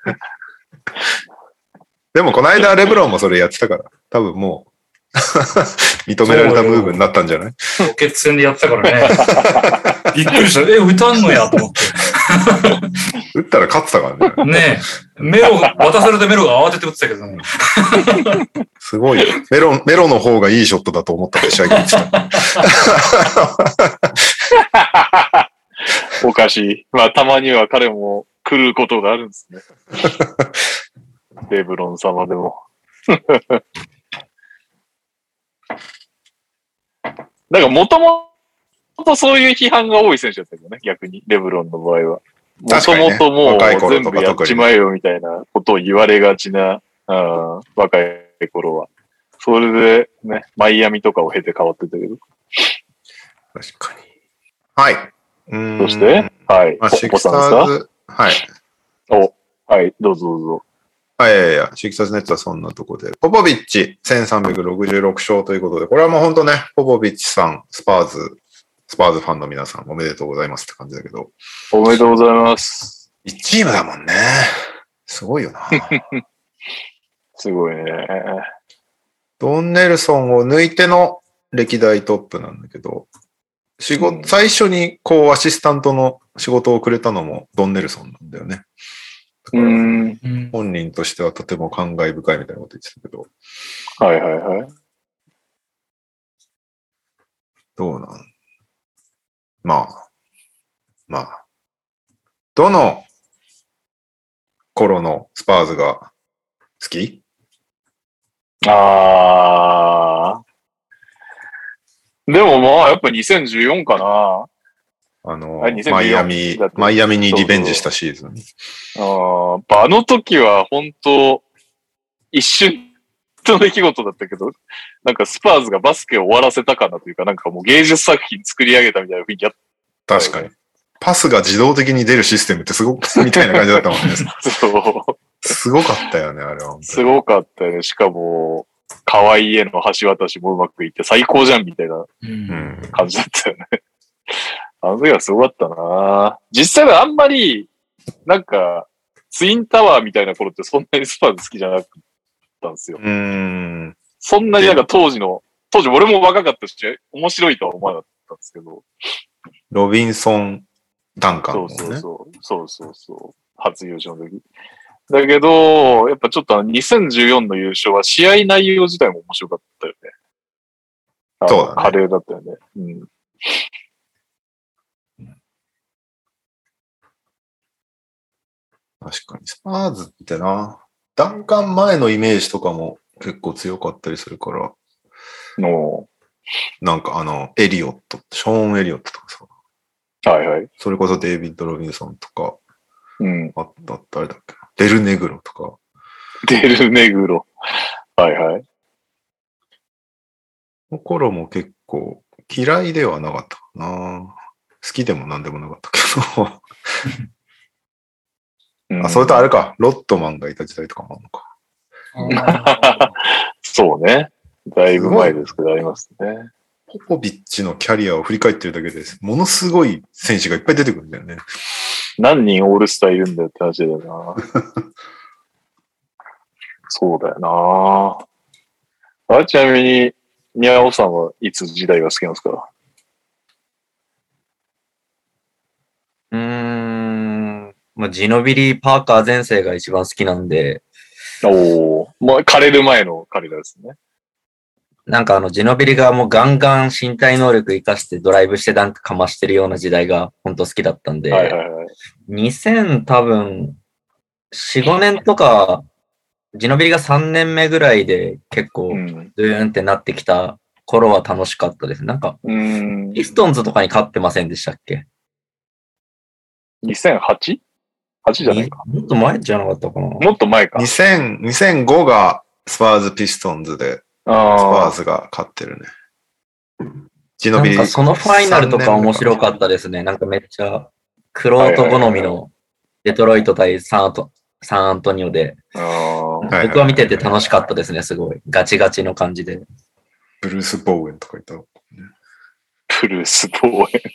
でも、この間レブロンもそれやってたから、多分もう、認められたムーブになったんじゃない？ ロケッツ戦でやったからね。びっくりした。打たんのやと思って。 打ったら勝ってたからね。 ねえ。渡されてメロが慌てて打ってたけどね。 すごいよ。メロの方がいいショットだと思ったで試合が言ってた。 おかしい。まあ、たまには彼も来ることがあるんですね。レブロン様でも。だから、もともとそういう批判が多い選手だったけどね、逆に、レブロンの場合は。もともともう全部やっちまえよみたいなことを言われがちな、若い頃は。それでね、マイアミとかを経て変わってたけど。 確かに。はい。 そして、はい。 シクサーズ、はい。 はい、どうぞどうぞ。 いや、シクサーズネットはそんなとこで。ポポビッチ、1366勝ということで、これはもう本当ね、ポポビッチさん、スパーズファンの皆さんおめでとうございますって感じだけど。 おめでとうございます。 1チームだもんね。すごいよな。 すごいね。 ドンネルソンを抜いての歴代トップなんだけど、最初にこうアシスタントの仕事をくれたのもドンネルソンなんだよね。本人としてはとても感慨深いみたいなこと言ってたけど。 はいはいはい。 どうなんまあ。どの頃のスパーズが好き？ でもまあ、やっぱ2014かな。 マイアミにリベンジしたシーズン。 あの時は本当、一瞬の出来事だったけど、なんかスパーズがバスケを終わらせたかなというか、なんかもう芸術作品作り上げたみたいな雰囲気あった。 確かに。パスが自動的に出るシステムってすごく、みたいな感じだったもんね。 そう。 すごかったよね、あれは。 すごかったよね。しかも、河合への橋渡しもうまくいって最高じゃんみたいな感じだったよね。あの時はすごかったな。実際はあんまり、なんか、ツインタワーみたいな頃ってそんなにスパーズ好きじゃなかったんですよ。そんなになんか当時俺も若かったし、面白いとは思わなかったんですけど。 ロビンソン・ダンカン、ね。 そう。初優勝の時。だけど、やっぱちょっと2014の優勝は試合内容自体も面白かったよね。 そうだね。 華麗だったよね。 確かに。スパーズってな、ダンカン前のイメージとかも結構強かったりするから。なんかエリオット、ショーン・エリオットとかさ。はいはい。 それこそデイビッド・ロビンソンとか。あったあれだっけ。デルネグロとか。 デルネグロ。はいはい。 この頃も結構嫌いではなかったかな。好きでもなんでもなかったけど。それとあれか、ロットマンがいた時代とかもあるのか。そうね。だいぶ前ですけどありますね。 ポポビッチのキャリアを振り返ってるだけで、ものすごい選手がいっぱい出てくるんだよね。 何人オールスターいるんだよって話だよな。そうだよな。ちなみに、宮尾さんはいつ時代が好きなんですか？ ジノビリ・パーカー前世が一番好きなんで。 もう枯れる前の彼らですね。 なんかジノビリがもうガンガン身体能力活かしてドライブしてダンクかましてるような時代が本当好きだったんで、2000多分4、5年とか、ジノビリが3年目ぐらいで結構ドゥーンってなってきた頃は楽しかったです。なんか、ピストンズとかに勝ってませんでしたっけ？ 2008？ 8じゃないか。 もっと前じゃなかったかな。 もっと前か。 2005がスパーズ・ピストンズで、スパーズが勝ってるね。ジノビリ。 なんかそのファイナルとか面白かったですね。なんかめっちゃ、クロート好みのデトロイト対サンアントニオで、僕は見てて楽しかったですね、すごい。ガチガチの感じで。 ブルース・ボーエンとかいた。 ブルース・ボーエン。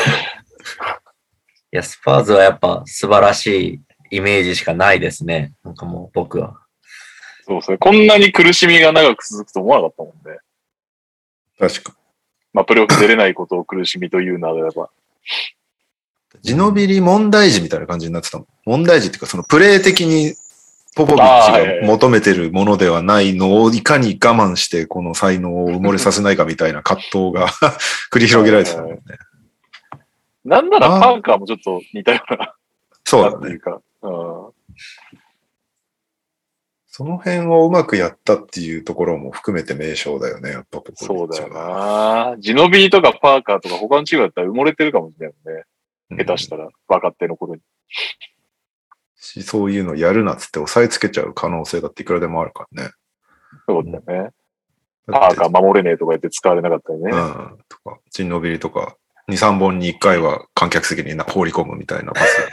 いや、スパーズはやっぱ素晴らしいイメージしかないですね。なんかもう僕は。 そうですね。こんなに苦しみが長く続くと思わなかったもんね。 確かに。 まあ、プレーオフ出れないことを苦しみというならば。 ジノビリ問題児みたいな感じになってたもん。問題児っていうか、そのプレー的にポポビッチが求めてるものではないのをいかに我慢してこの才能を埋もれさせないかみたいな葛藤が繰り広げられてたもんね。 なんならパーカーもちょっと似たような。 そうだね。その辺をうまくやったっていうところも含めて名称だよね、やっぱ。 そうだよな。ジノビーとかパーカーとか他のチームだったら埋もれてるかもしれないよね。下手したら、若手の頃に。 そういうのやるなっつって押さえつけちゃう可能性だっていくらでもあるからね。 そうだよね。パーカー守れねえとか言って使われなかったりね。 とか、ジンノビリとか、2、3本に1回は観客席に放り込むみたいなパス。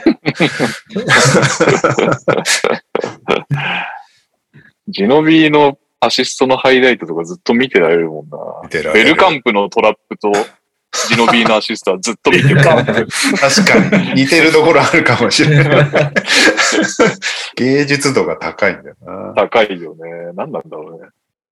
ジノビーのアシストのハイライトとかずっと見てられるもんな。ベルカンプのトラップとジノビーのアシストはずっと見てる。 確かに似てるところあるかもしれない。芸術度が高いんだよな。 高いよね。何なんだろうね。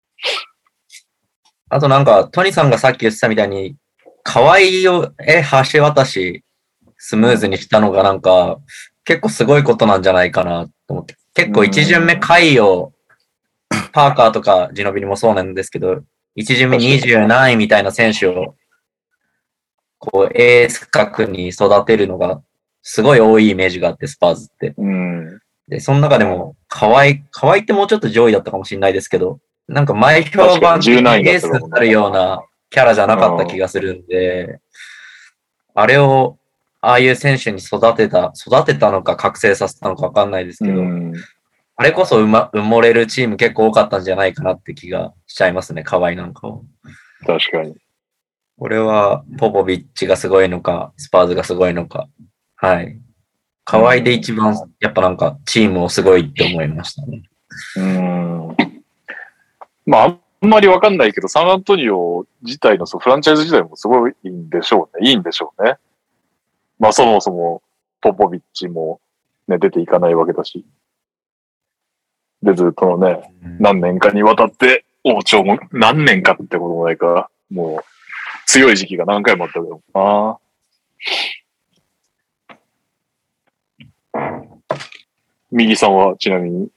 あとなんか、トニさんがさっき言ってたみたいに、可愛いを橋渡しスムーズにしたのがなんか、結構すごいことなんじゃないかなと思って。結構一巡目回を、パーカーとかジノビリもそうなんですけど、一巡目20何位みたいな選手を、こう、エース格に育てるのが、すごい多いイメージがあって、スパーズって。で、その中でも、河合ってもうちょっと上位だったかもしれないですけど、なんか前評判でエースになるようなキャラじゃなかった気がするんで、あれを、ああいう選手に育てたのか覚醒させたのかわかんないですけど、あれこそ埋もれるチーム結構多かったんじゃないかなって気がしちゃいますね、河合なんかを。 確かに。 これは、ポポビッチがすごいのか、スパーズがすごいのか。はい。河合で一番、やっぱなんか、チームをすごいって思いましたね。 まあ、あんまりわかんないけど、サンアントニオ自体のフランチャイズ自体もすごいんでしょうね。いいんでしょうね。まあ、そもそも、ポポビッチも、ね、出ていかないわけだし。で、ずっとね、何年かにわたって、王朝も何年かってこともないから、もう、強い時期が何回もあったけど。右さんはちなみに、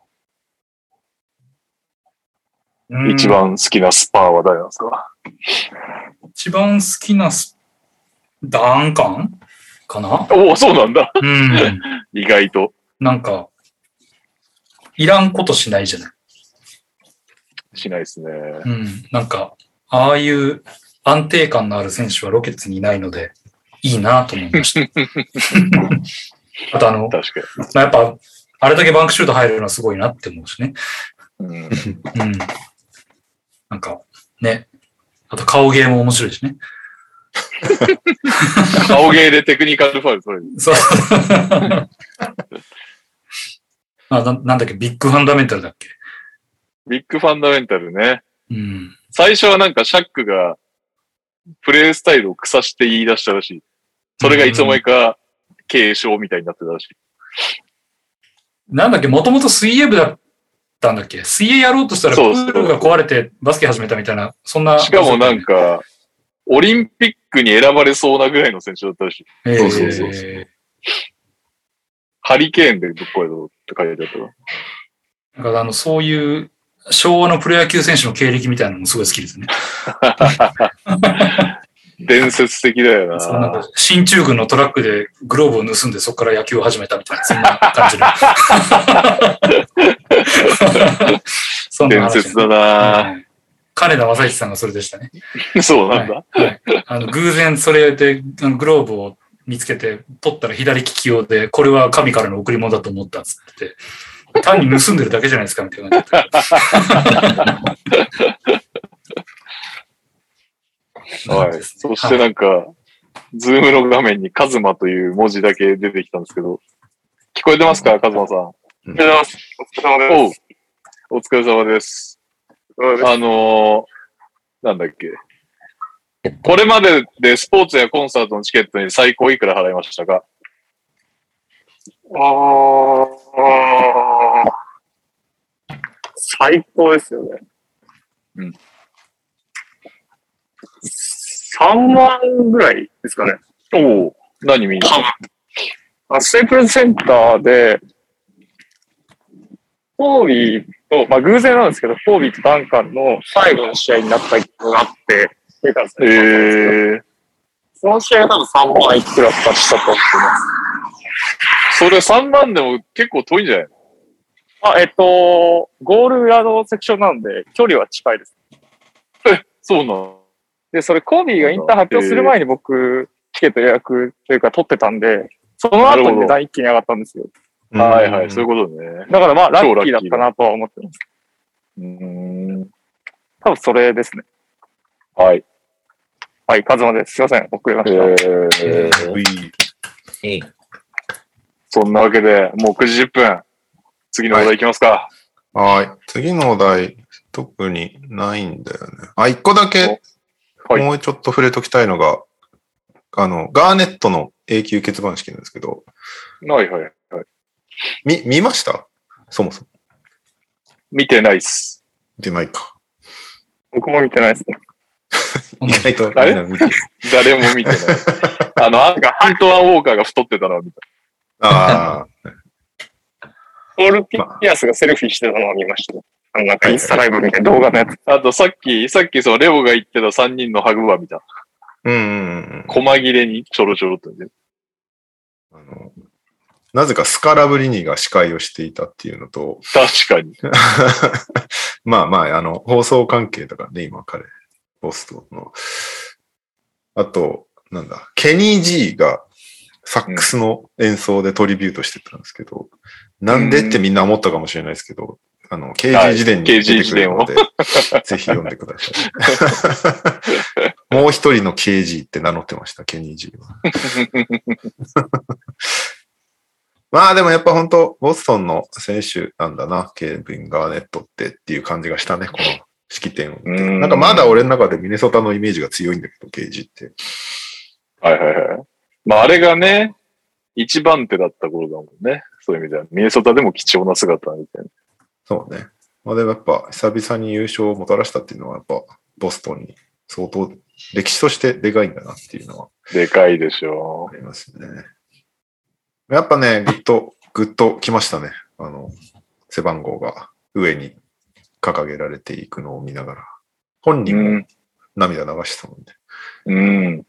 一番好きなスパーは誰なんですか？ 一番好きなダンカンかな？ おお、そうなんだ。意外と。 なんか、いらんことしないじゃない。 しないですね。 なんか、ああいう安定感のある選手はロケッツにいないので、いいなと思いました。あと確かに。 やっぱ、あれだけバンクシュート入るのはすごいなって思うしね。なんか、ね。あと顔芸も面白いしね。 顔芸でテクニカルファウル取れる。 そう。なんだっけ、ビッグファンダメンタルだっけ？ ビッグファンダメンタルね。最初はなんかシャックがプレイスタイルを腐して言い出したらしい。それがいつの間にか継承みたいになってたらしい。 なんだっけ、もともと水泳部だったんだっけ？水泳やろうとしたらプールが壊れてバスケ始めたみたいな、そんな。 しかもなんか、オリンピックに選ばれそうなぐらいの選手だったらしい。そう。ハリケーンでどこへどうって書いてあったわ。 なんかそういう昭和のプロ野球選手の経歴みたいなのもすごい好きですね。 伝説的だよな。 なんか進駐軍のトラックでグローブを盗んでそこから野球を始めたみたいな、そんな感じの。 伝説だな。 金田正一さんがそれでしたね。 そうなんだ。 偶然それでグローブを見つけて取ったら左利き用で、これは神からの贈り物だと思ったっつって。単に盗んでるだけじゃないですかみたいな。 はい。そしてなんか、ズームの画面にカズマという文字だけ出てきたんですけど、聞こえてますか、カズマさん。 お疲れ様です。 お疲れ様です。なんだっけ。これまででスポーツやコンサートのチケットに最高いくら払いましたか？ 最高ですよね。3万ぐらいですかね。 おお、何見に行ったステープルズセンターで、フォービーと、まあ偶然なんですけど、フォービーとダンカンの最後の試合になったのがあって、 その試合が多分3万いくらかしたと思ってます。 それ3万でも結構遠いんじゃないの？ ゴール裏のセクションなんで、距離は近いです。 そうなの？ で、それコービーがインター発表する前に僕、チケット予約というか取ってたんで、その後に値段一気に上がったんですよ。 はいはい、そういうことね。 だからまあ、ラッキーだったなとは思ってます。多分それですね。 はい。 はい、カズマです。すいません、遅れました。 そんなわけで、もう9時10分。次のお題いきますか。 はい。次のお題、特にないんだよね。一個だけ、もうちょっと触れときたいのが、ガーネットの永久欠番式なんですけど。 はいはいはい。 見ました？そもそも。 見てないっす。 見てないか。 僕も見てないですね。 意外と誰も見てない。ハントワンウォーカーが太ってたのを見た。 ああ。 ポール・ピアスがセルフィーしてたのを見ました。なんかインスタライブみたいな動画のやつ。 あとさっきそのレオが言ってた3人のハグは見た。細切れにちょろちょろとね。 なぜかスカラブリニが司会をしていたっていうのと。 確かに。 まあ、放送関係だからね、今彼、ボストンの。あと、ケニー・ジーがサックスの演奏でトリビュートしてたんですけど、なんでってみんな思ったかもしれないですけど、KG 辞典に出てくるので、ぜひ読んでください。もう一人の KG って名乗ってました、ケニー・ジーは。まあでもやっぱ本当ボストンの選手なんだな、ケビン・ガーネットっていう感じがしたね、この式典を見て。なんかまだ俺の中でミネソタのイメージが強いんだけど、KG って。 はいはいはい。まああれがね、一番手だった頃だもんね。そういう意味では。ミネソタでも貴重な姿みたいな。 そうね。まあでもやっぱ久々に優勝をもたらしたっていうのはやっぱボストンに相当歴史としてでかいんだなっていうのは。 でかいでしょう。 ありますね。やっぱね、ぐっと来ましたね。背番号が上に掲げられていくのを見ながら。本人も涙流してたもんで。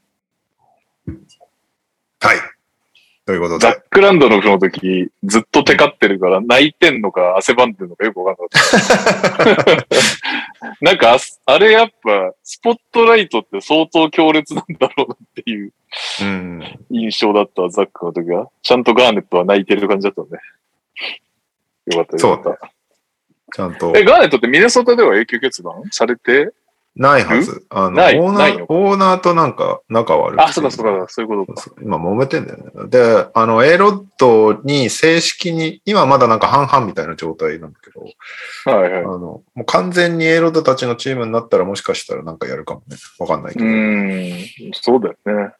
はい。ということで。 ザックランドの時、ずっとテカってるから、泣いてんのか汗ばんでんのかよくわかんなかった。なんか、あれやっぱ、スポットライトって相当強烈なんだろうなっていう印象だったザックの時は。ちゃんとガーネットは泣いてる感じだったね。よかったよかった。 ちゃんと。 ガーネットってミネソタでは永久欠番されてないはず。オーナーとなんか仲悪い。 そういうことか。 今揉めてんだよね。で、A ロッドに正式に、今まだなんか半々みたいな状態なんだけど、 はいはい。 もう完全に A ロッドたちのチームになったらもしかしたらなんかやるかもね。わかんないけど。 そうだよね。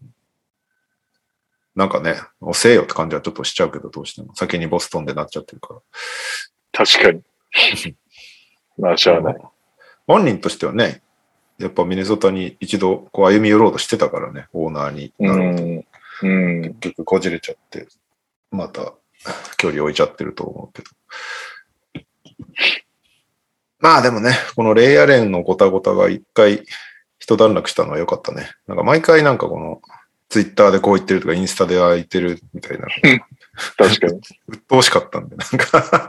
なんかね、押せよって感じはちょっとしちゃうけど、どうしても。先にボストンでなっちゃってるから。 確かに。まあ、しゃあない。 本人としてはね、やっぱミネソタに一度こう歩み寄ろうとしてたからね、オーナーになろうと。結局こじれちゃって、また距離置いちゃってると思うけど。まあでもね、このレイアレンのゴタゴタが一回一段落したのは良かったね。なんか毎回なんかこのツイッターでこう言ってるとかインスタで空いてるみたいな。 確かに。 鬱陶しかったんで、なんか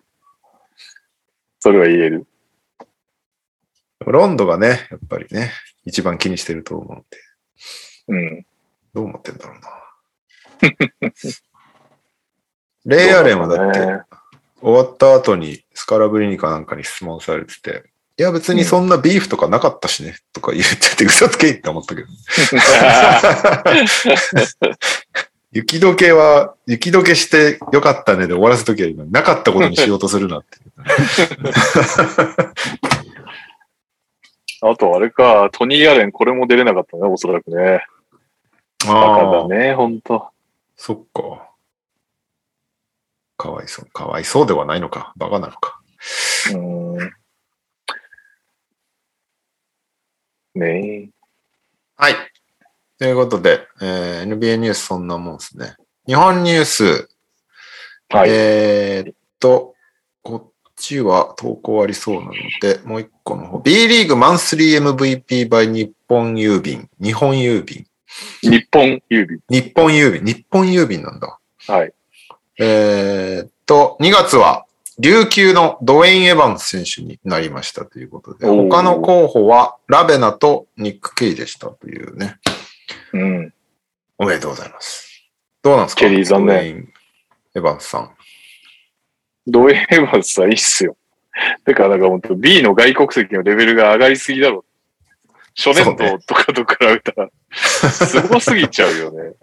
それは言える。 ロンドがね、やっぱりね、一番気にしてると思うんで。どう思ってんだろうな。レイアレンはだって、終わった後にスカラブリニカなんかに質問されてて、いや別にそんなビーフとかなかったしね、とか言ってて嘘つけって思ったけど。雪解けしてよかったねで終わらせときゃいいのになかったことにしようとするなって。 あとあれか、トニー・アレンこれも出れなかったね、おそらくね。バカだね、ほんと。 そっか。かわいそうではないのか。バカなのか。 ねえ。 はい。ということで、NBA ニュースそんなもんですね。日本ニュース。 はい。 こっちは投稿ありそうなので、もう一個の方。B リーグマンスリー MVP by 日本郵便。 日本郵便。 日本郵便なんだ。 はい。 2月は、琉球のドウェイン・エヴァンス選手になりましたということで、他の候補はラベナとニック・ケイでしたというね。 うん。 おめでとうございます。どうなんですか？ ケリー残念。 ドウェイン・エヴァンスさん。 ドウェイン・エヴァンスさんいいっすよ。てか、なんか本当 B の外国籍のレベルが上がりすぎだろ。初年度とかと比べたら、すごすぎちゃうよね。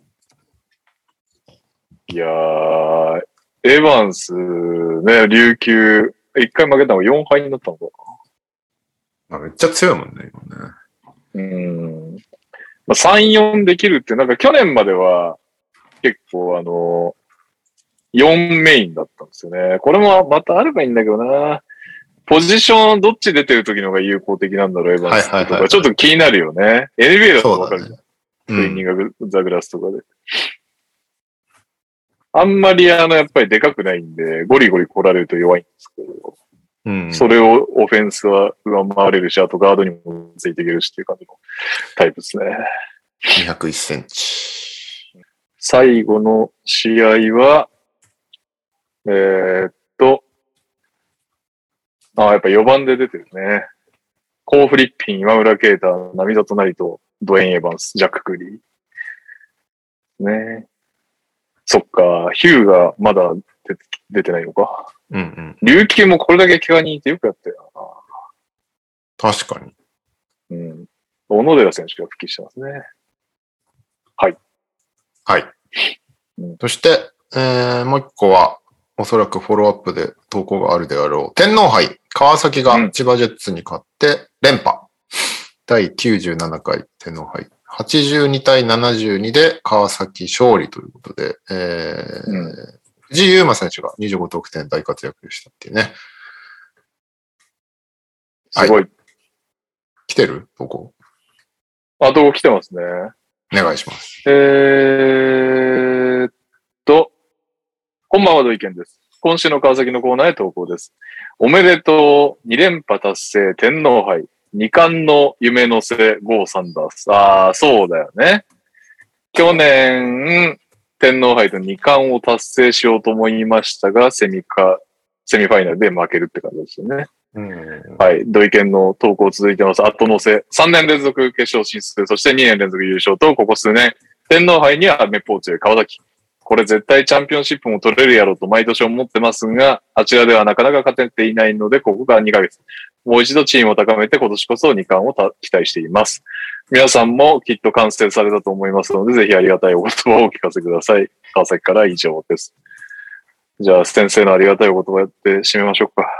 いやー、エヴァンスね、琉球、一回負けたのが4敗になったのかな。めっちゃ強いもんね、今ね。まあ、3、4できるって、なんか去年までは結構4メインだったんですよね。これもまたあればいいんだけどな。ポジションどっち出てる時の方が有効的なんだろう、エヴァンスとか。ちょっと気になるよね。NBA だとわかるじゃん。クイーニングザグラスとかで。あんまりやっぱりでかくないんで、ゴリゴリ来られると弱いんですけど、それをオフェンスは上回れるし、あとガードにもついていけるしっていう感じのタイプですね。 201センチ。 最後の試合は、やっぱ4番で出てるね。コー・フリッピン、今村啓太、並里成と、ドウェイン・エヴァンス、ジャック・クリー。ね。そっか、ヒューがまだ出てないのか。琉球もこれだけ怪我人いてよくやったよな。確かに。小野寺選手が復帰してますね。はい。 はい。そして、もう一個は、おそらくフォローアップで投稿があるであろう。天皇杯、川崎が千葉ジェッツに勝って連覇。第97回天皇杯。82対72で川崎勝利ということで、藤井祐馬選手が25得点大活躍したっていうね。 すごい。 来てる？どこ？ どこ来てますね。 お願いします。 こんばんは、土井健です。今週の川崎のコーナーへ投稿です。おめでとう、2連覇達成、天皇杯。2冠の夢のせ、ゴーサンダース。そうだよね。去年、天皇杯と2冠を達成しようと思いましたが、セミファイナルで負けるって感じですよね。はい。土井健の投稿続いてます。後乗せ。3年連続決勝進出、そして2年連続優勝と、ここ数年、天皇杯にはめっぽう強い川崎。これ絶対チャンピオンシップも取れるやろうと毎年思ってますが、あちらではなかなか勝てていないので、ここが2ヶ月。もう一度チームを高めて今年こそ2冠を期待しています。皆さんもきっと完成されたと思いますので、ぜひありがたいお言葉をお聞かせください。川崎から以上です。じゃあ、先生のありがたいお言葉やって締めましょうか。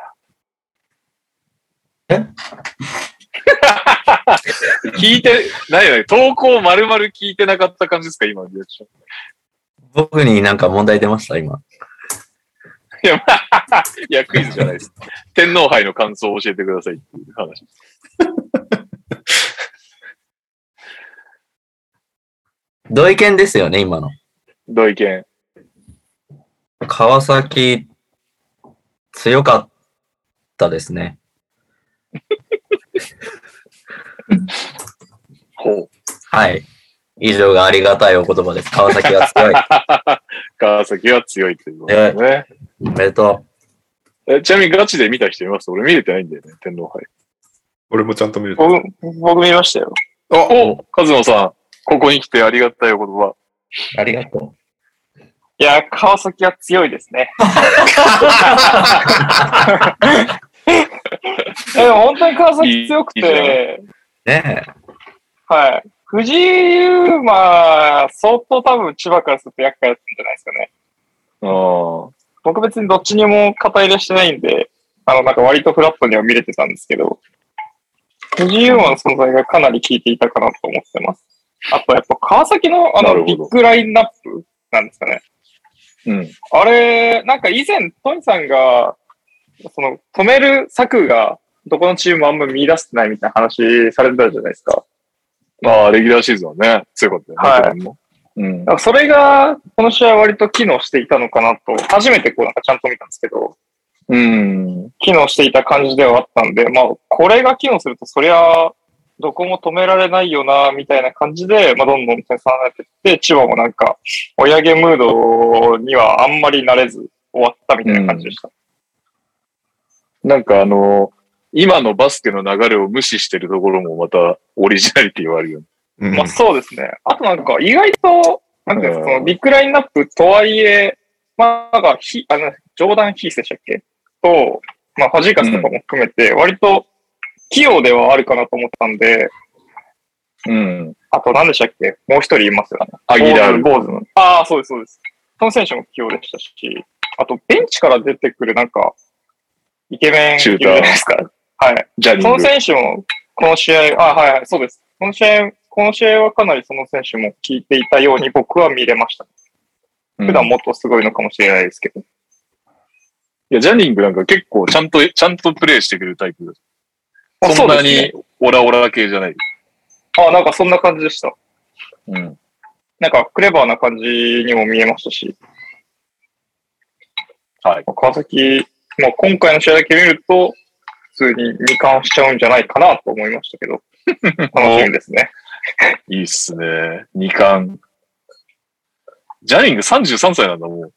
聞いて、ない投稿丸々聞いてなかった感じですか、今のリアクション。 僕になんか問題出ました、今。 いや、クイズじゃないです。天皇杯の感想を教えてくださいっていう話です。 土井健ですよね、今の。 土井健。 川崎、強かったですね。 ほう。 はい。以上がありがたいお言葉です。川崎は強い。 川崎は強いということですね。 おめでとう。ちなみにガチで見た人います？俺見れてないんだよね、天皇杯。 俺もちゃんと見れてる。僕見ましたよ。 カズノさん、ここに来てありがたいお言葉。 ありがとう。いや、川崎は強いですね。でも本当に川崎強くて。 ねえ。 はい。藤井祐馬、相当多分千葉からすると厄介だったんじゃないですかね。僕別にどっちにも肩入れしてないんで、なんか割とフラットには見れてたんですけど、藤井祐馬の存在がかなり効いていたかなと思ってます。あとやっぱ川崎のビッグラインナップなんですかね。あれ、なんか以前トニさんが、止める策がどこのチームもあんまり見出してないみたいな話されてたじゃないですか。 レギュラーシーズンはね、強かったよね。 はい。それが、この試合は割と機能していたのかなと、初めてなんかちゃんと見たんですけど、機能していた感じではあったんで、これが機能すると、そりゃ、 どこも止められないよな、みたいな感じで、まあ、どんどん点差離れていって、千葉もなんか、追い上げムードにはあんまり慣れず終わったみたいな感じでした。 なんか今のバスケの流れを無視してるところもまたオリジナリティはあるよね。 まあそうですね。あとなんか意外と、なんていうかそのビッグラインナップとはいえ、まあなんかジョーダン・ヒースでしたっけと、まあファジーカスとかも含めて、割と器用ではあるかなと思ったんで、あと何でしたっけもう一人いますよね。 アギラール。 坊主の。ああ、そうです、そうです。その選手も器用でしたし、あとベンチから出てくるなんか、イケメンいるじゃないですか。はい。その選手も、この試合、はい、そうです。この試合はかなりその選手も効いていたように僕は見れました。普段もっとすごいのかもしれないですけど。 いや、ジャニングなんか結構ちゃんとプレイしてくれるタイプです。そんなにオラオラ系じゃない。 なんかそんな感じでした。なんかクレバーな感じにも見えましたし。はい。川崎、まあ、今回の試合だけ見ると、普通に2冠しちゃうんじゃないかなと思いましたけど、楽しみですね。 いいっすね。2冠。ジャニング33歳なんだもん。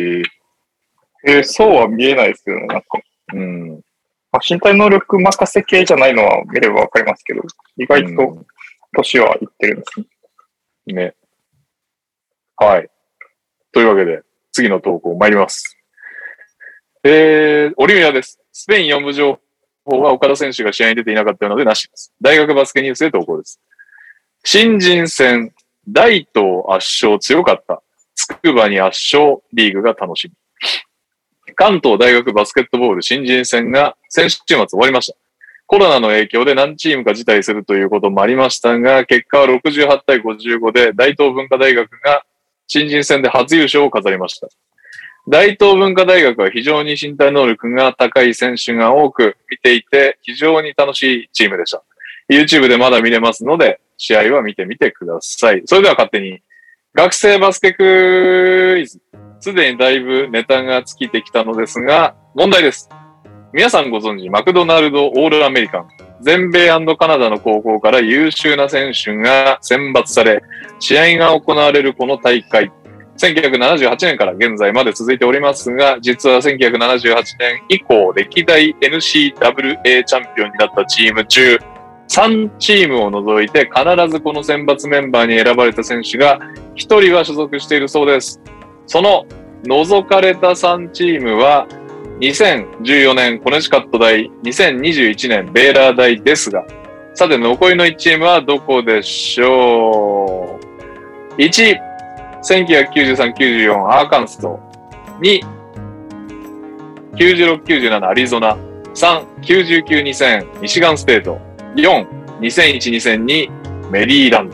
そうは見えないですけどね、なんか。まあ、身体能力任せ系じゃないのは見ればわかりますけど、意外と年はいってるんですね。ね。はい。というわけで、次の投稿参ります。オリミアです。スペイン4部情報は岡田選手が試合に出ていなかったのでなしです。大学バスケニュースで投稿です。新人戦、大東圧勝強かった。筑波に圧勝、リーグが楽しみ。関東大学バスケットボール新人戦が先週末終わりました。コロナの影響で何チームか辞退するということもありましたが、結果は68対55で大東文化大学が新人戦で初優勝を飾りました。大東文化大学は非常に身体能力が高い選手が多く見ていて非常に楽しいチームでした。YouTube でまだ見れますので試合は見てみてください。それでは勝手に学生バスケクイズ。すでにだいぶネタが尽きてきたのですが問題です。皆さんご存知マクドナルドオールアメリカン。全米&カナダの高校から優秀な選手が選抜され試合が行われるこの大会。1978年から現在まで続いておりますが、実は1978年以降、歴代 NCAA チャンピオンになったチーム中、3チームを除いて必ずこの選抜メンバーに選ばれた選手が1人は所属しているそうです。その除かれた3チームは、2014年コネチカット大、2021年ベーラー大ですが、さて残りの1チームはどこでしょう ?1、1993-94アーカンソー。2、96-97アリゾナ。3、99-2000ミシガンステート。4、2001-2002メリーラン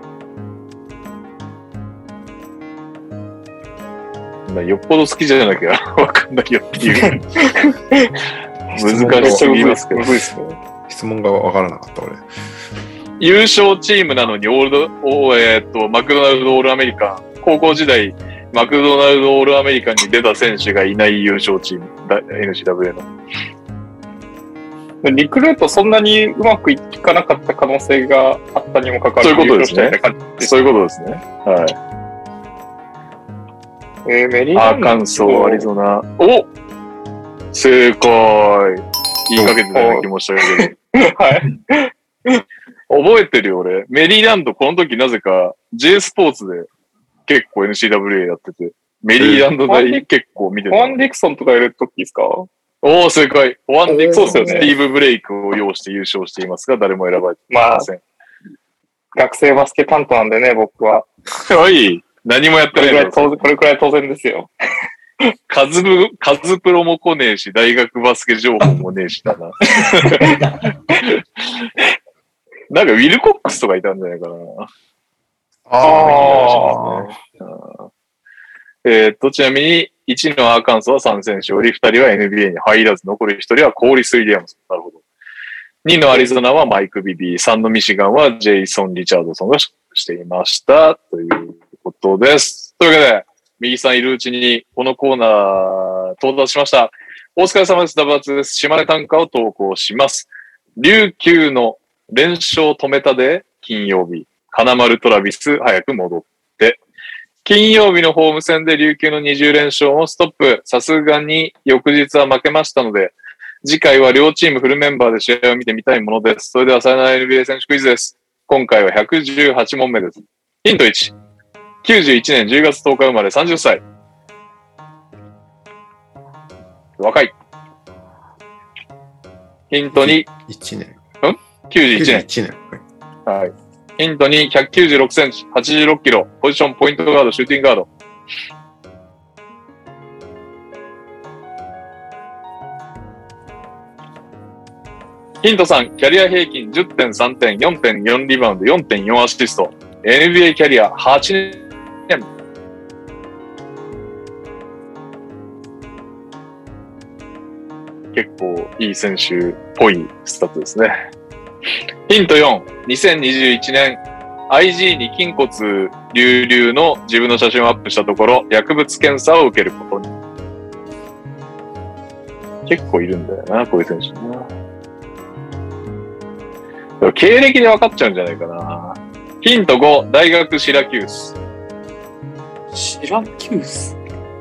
ド。よっぽど好きじゃなきゃわかんないよっていう難しすぎますけど。 質問がわからなかった俺。 優勝チームなのにマクドナルドオールアメリカン。高校時代、マクドナルドオールアメリカンに出た選手がいない優勝チーム。NCAA の。 リクルートそんなにうまくいかなかった可能性があったにもかかわらず、 そういうことですね。そういうことですね。はい。 メリーランド。 アーカンソー、アリゾナ。お正解。言いかけてたような気もしたけど。 はい。 覚えてるよ、俺。メリーランド、この時なぜか J スポーツで結構 NCAA やってて、メリーランド大結構見てた。 ホワン・ディクソンとかいる時ですか？ おー、正解。ホワン・ディクソン、スティーブ・ブレイクを擁して優勝していますが、誰も選ばれていません。 学生バスケ担当なんでね、僕は。 はい。何もやってない。 これくらい当然ですよ。 カズプロも来ねえし、大学バスケ情報もねえしだな。なんかウィル・コックスとかいたんじゃないかな。ちなみに、1のアーカンソーは3選手より2人は NBA に入らず、残り1人はコーリス・ウィリアムズ。なるほど。2のアリゾナはマイク・ビビー。3のミシガンはジェイソン・リチャードソンが所属していました。ということです。というわけで、右さんいるうちにこのコーナー到達しました。お疲れ様です。ダブアツです。島根短歌を投稿します。琉球の連勝止めたで、金曜日。金丸トラビス、早く戻って。金曜日のホーム戦で琉球の20連勝をストップ。さすがに翌日は負けましたので、次回は両チームフルメンバーで試合を見てみたいものです。それではさよなら NBA 選手クイズです。今回は118問目です。ヒント1。91年10月10日生まれ30歳。若い。ヒント2。 1年。 91年。 91年。 はい。ヒント2、196センチ、86キロ、ポジション、ポイントガード、シューティングガード。ヒント3、キャリア平均 10.3 点、4.4 リバウンド、4.4アシスト。NBA キャリア8年。結構いい選手っぽいスタッツですね。ヒント4、2021年、IG に筋骨隆々の自分の写真をアップしたところ、薬物検査を受けることに。結構いるんだよな、こういう選手な。でも経歴で分かっちゃうんじゃないかな。ヒント5、大学シラキュース。 シラキュース。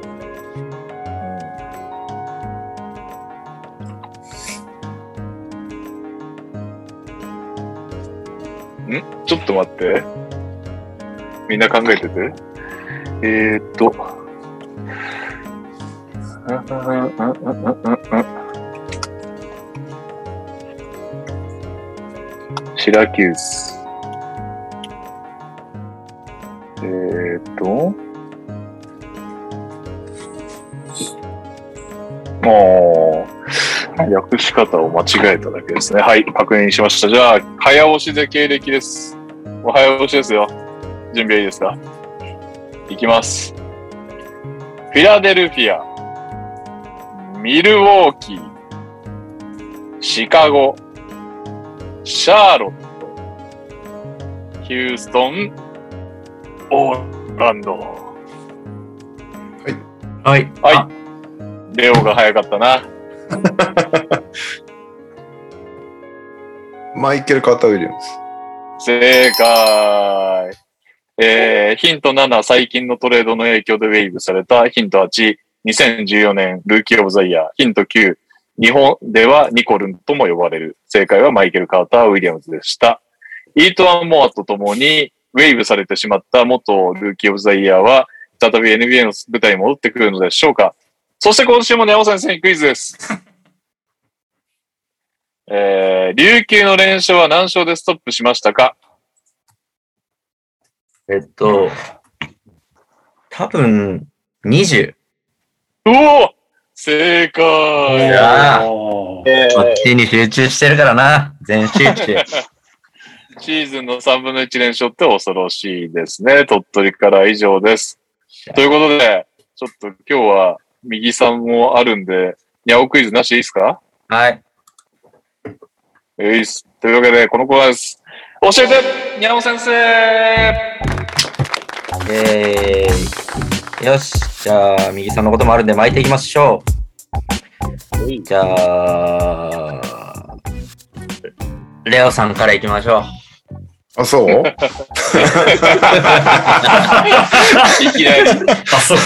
ちょっと待って。みんな考えてて。シラキュース。もう、訳し方を間違えただけですね。はい、確認しました。じゃあ、早押しで経歴です。もう早押しですよ。準備はいいですか？いきます。フィラデルフィア、ミルウォーキー、シカゴ、シャーロット、ヒューストン、オーランド。 はい。 はい。レオが早かったな。 マイケル・カーター・ウィリアムス。 正解。ヒント7、最近のトレードの影響でウェイブされた。ヒント8、2014年ルーキー・オブ・ザ・イヤー。ヒント9、日本ではニコルンとも呼ばれる。正解はマイケル・カーター・ウィリアムズでした。イートワン・モアとともにウェイブされてしまった元ルーキー・オブ・ザ・イヤーは再び NBA の舞台に戻ってくるのでしょうか。そして今週もネオ先生にクイズです。琉球の連勝は何勝でストップしましたか？ 多分、20。 うお正解。 こっちに集中してるからな。全集中。 シーズンの3分の1連勝って恐ろしいですね。鳥取から以上です。ということで、ちょっと今日は右さんもあるんで、ニャオクイズなしでいいですか？ はい。 というわけで、このコーナーです。教えてニャオ先生。 よし。じゃあ、右さんのこともあるんで巻いていきましょう。じゃあ、レオさんからいきましょう。 あ、そういきなり。 あ、そう。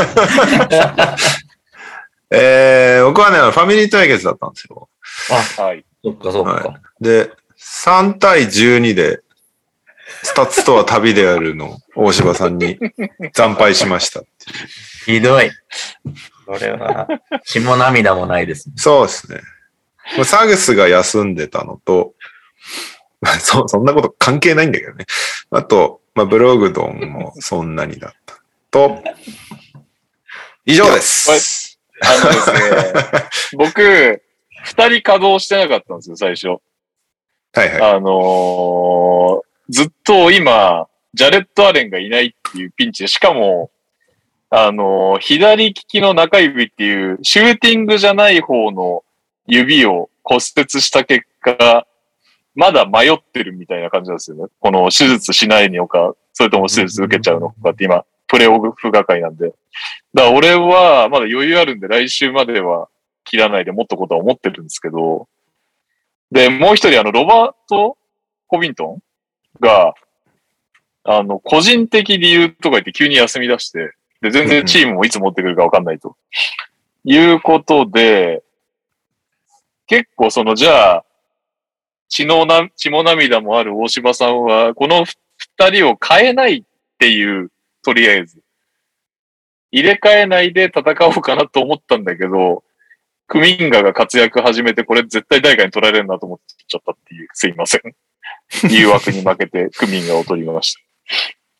僕はね、ファミリー対決だったんですよ。 あ、はい。そっかそっか。はい、 で、3対12で、スタッツとは旅であるの大柴さんに惨敗しましたっていう。 ひどい。これは、血も涙もないですね。 そうですね。サグスが休んでたのと、そんなこと関係ないんだけどね。あと、ブログドンもそんなにだったと、以上です。 ですね、僕、2人稼働してなかったんですよ、最初。 はいはい。ずっと今、ジャレット・アレンがいないっていうピンチで、しかも、左利きの中指っていう、シューティングじゃない方の指を骨折した結果、まだ迷ってるみたいな感じなんですよね。この手術しないのか、それとも手術受けちゃうのかって今、プレオフ係なんで。だから俺はまだ余裕あるんで来週までは切らないで持っとこうとは思ってるんですけど。で、もう一人ロバート・コビントンが、個人的理由とか言って急に休み出して、で、全然チームもいつ持ってくるか分かんないと。いうことで、結構じゃあ、血も涙もある大柴さんは、この二人を変えないっていう、とりあえず。入れ替えないで戦おうかなと思ったんだけど、クミンガが活躍始めて、これ絶対誰かに取られるなと思っちゃったっていう、すいません。誘惑に負けてクミンガを取りました。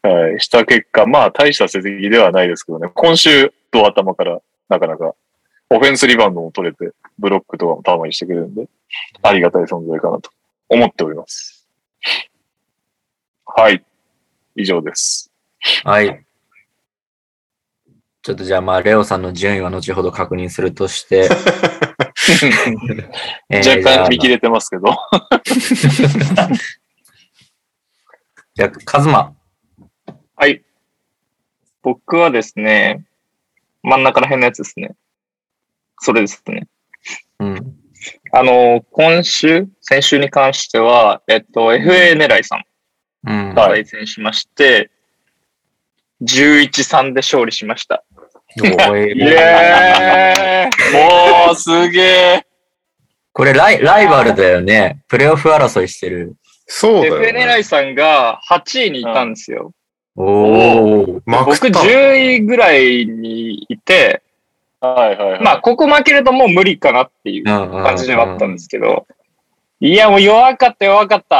はい。した結果、まあ大した成績ではないですけどね。今週、ド頭からなかなか、オフェンスリバウンドも取れて、ブロックとかもたまにしてくれるんで、ありがたい存在かなと思っております。はい。以上です。 はい。ちょっとじゃあまあ、レオさんの順位は後ほど確認するとして。 若干見切れてますけど。 じゃあ、カズマ。 はい。僕はですね、真ん中ら辺のやつですね。それですね。 うん。 先週に関しては、FA 狙いさん。 うん。 対戦しまして、11-3で勝利しました。 イエーイもう、すげえ。 これライバルだよね。プレイオフ争いしてる。 そうだよね。 FA 狙いさんが8位にいたんですよ。 おー。 僕10位ぐらいにいて、 はいはいはい。 まあ、ここ負けるともう無理かなっていう感じではあったんですけど、いや、もう弱かった。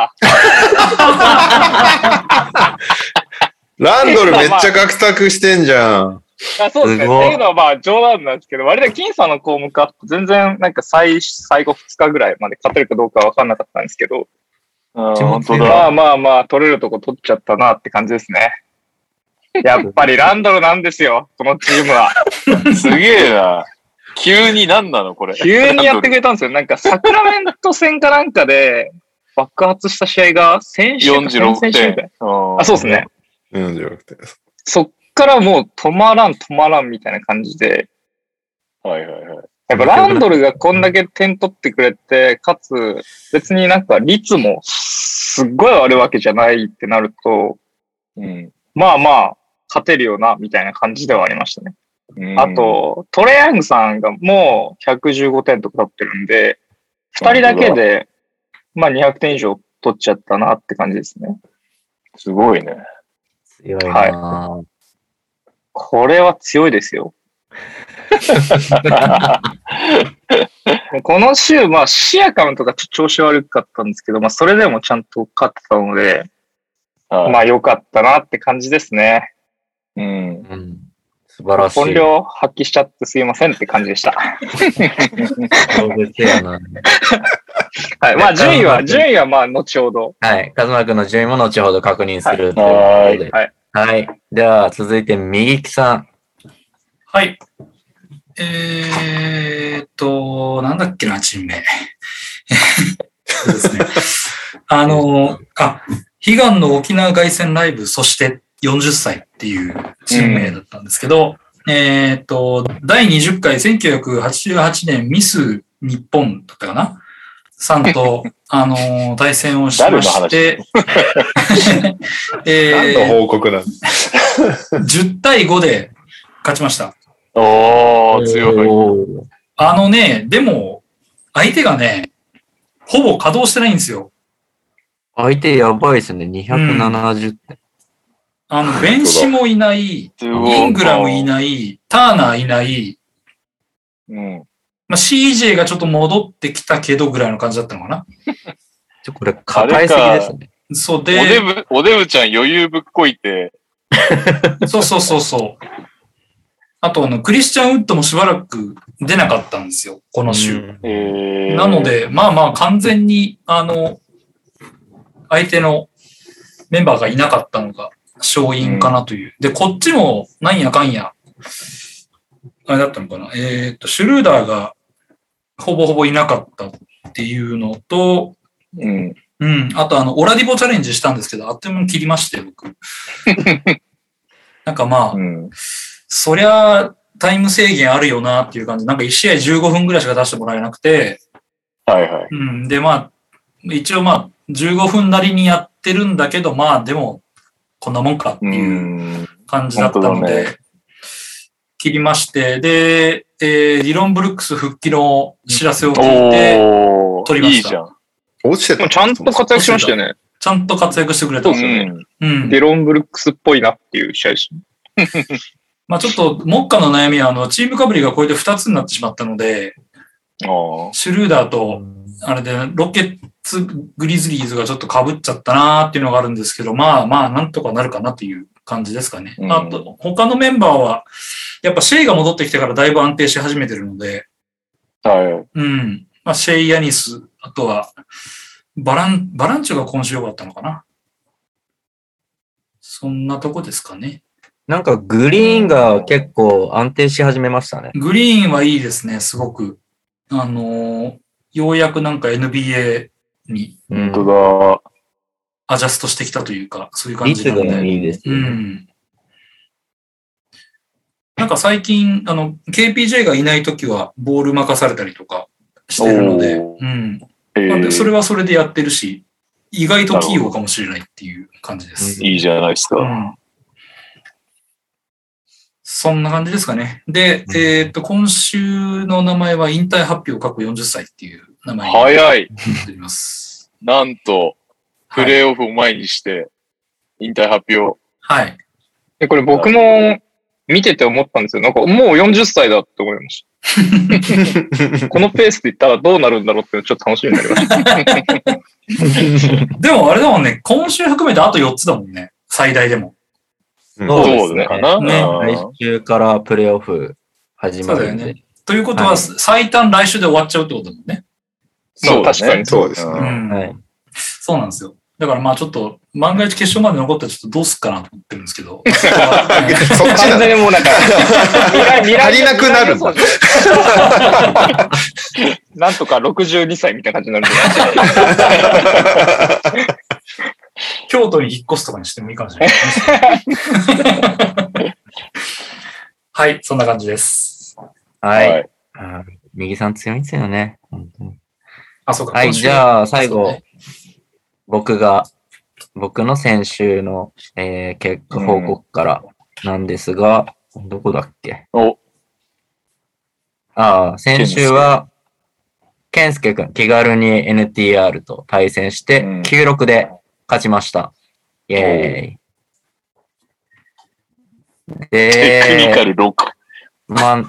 ランドルめっちゃ獲得してんじゃん。 そうですね。っていうのはまあ冗談なんですけど、割と僅差の項目あって全然なんか最後2日ぐらいまで勝てるかどうかは分かんなかったんですけど、 本当だ。 まあ、取れるとこ取っちゃったなって感じですね。やっぱりランドルなんですよ、このチームは。 すげえな。急に何なのこれ。 急にやってくれたんですよ。なんかサクラメント戦かなんかで爆発した試合が先週 46点。 そうですね。 46点。 そっからもう止まらんみたいな感じで。 はいはいはい。 やっぱランドルがこんだけ点取ってくれて、かつ別になんか率もすっごい悪いわけじゃないってなると、まあまあ勝てるよなみたいな感じではありましたね。あと、トレヤングさんがもう115点とか取ってるんで、2人だけで、まあ200点以上取っちゃったなって感じですね。 すごいね。 強いな、 はい。これは強いですよ。この週、まあシアカムとか調子悪かったんですけど、まあそれでもちゃんと勝ってたので、まあ良かったなって感じですね。 素晴らしい。 本領発揮しちゃってすいませんって感じでした。 そうですよな。 はい。まあ順位はまあ後ほど。 はい。カズマ君の順位も後ほど確認するということで。はい。では続いて右木さん。 はい。なんだっけな、チーム名。そうですね。悲願の沖縄凱旋ライブ、そして40歳っていうチーム名だったんですけど、第20回1988年ミス日本だったかなさんと、対戦をしまして、 何の報告なん 10対5で勝ちました。 おー、強い。 でも、相手がね、ほぼ稼働してないんですよ。 相手やばいですね、270点。 ベンシもいない、イングラムいない、ターナーいない、まあ、CJ がちょっと戻ってきたけどぐらいの感じだったのかな。 これ、抱えすぎですね。 そうで。 おデブちゃん余裕ぶっこいて。 そう。あと、クリスチャン・ウッドもしばらく出なかったんですよ、この週。なので、まあまあ完全に、相手のメンバーがいなかったのが勝因かなという。で、こっちも、なんやかんや、あれだったのかな。シュルーダーがほぼほぼいなかったっていうのと、あとオラディボチャレンジしたんですけど、あっという間に切りまして、僕。なんかまあ、そりゃタイム制限あるよなっていう感じ。なんか1試合15分ぐらいしか出してもらえなくて、でまあ、一応まあ、 15分なりにやってるんだけど、まあでも、こんなもんかっていう感じだったので、切りまして、で、ディロン・ブルックス復帰の知らせを聞いて、取りました。 いいじゃん。 落ちてた。 ちゃんと活躍しましたよね。 ちゃんと活躍してくれた。 そうですよね。ディロン・ブルックスっぽいなっていう試合です。 まあちょっと、目下の悩みは、チームかぶりがこれで2つになってしまったので、シュルーダーと、あれで、ロケッツ、グリズリーズがちょっと被っちゃったなーっていうのがあるんですけど、まあまあ、なんとかなるかなという感じですかね。あと、他のメンバーは、やっぱシェイが戻ってきてからだいぶ安定し始めてるので、 はい。 まあ、シェイ・ヤニス、あとは、バランチョが今週良かったのかな。そんなとこですかね。 なんかグリーンが結構安定し始めましたね。 グリーンはいいですね、すごく。ようやくなんか NBA に本当だ。 アジャストしてきたというか、そういう感じなので。 率がいいですよね。 なんか最近、KPJ がいないときはボール任されたりとかしてるので、まあ、それはそれでやってるし、意外と器用かもしれないっていう感じです。 いいじゃないですか。 そんな感じですかね。で、今週の名前は引退発表過去40歳っていう名前になっております。 なんと、プレイオフを前にして、引退発表。 はい。 これ僕も見てて思ったんですよ。なんかもう40歳だって思いました。このペースでいったらどうなるんだろうってちょっと楽しみになりました。 でもあれだもんね、今週含めてあと4つだもんね。最大でも。 そうですね。来週からプレイオフ始まるんで。 そうだよね。ということは、最短来週で終わっちゃうってことだもんね。 そう、確かにそうですね。 はい。 そうなんですよ。だからまあちょっと、万が一決勝まで残ったらちょっとどうすっかなと思ってるんですけど。 そっちだね。 もうなんか、 足りなくなるんだ。 なんとか62歳みたいな感じになるんじゃない。 京都に引っ越すとかにしてもいいかもしれない。はい、そんな感じです。 はい。右さん強いんですよね。本当に。 あ、そうか。 はい、じゃあ最後、僕の先週の、結果報告からなんですが、どこだっけ？先週は、健介くん、気軽に NTR と対戦して、96で勝ちました。イェーイ。で、 テクニカル6。 まあ、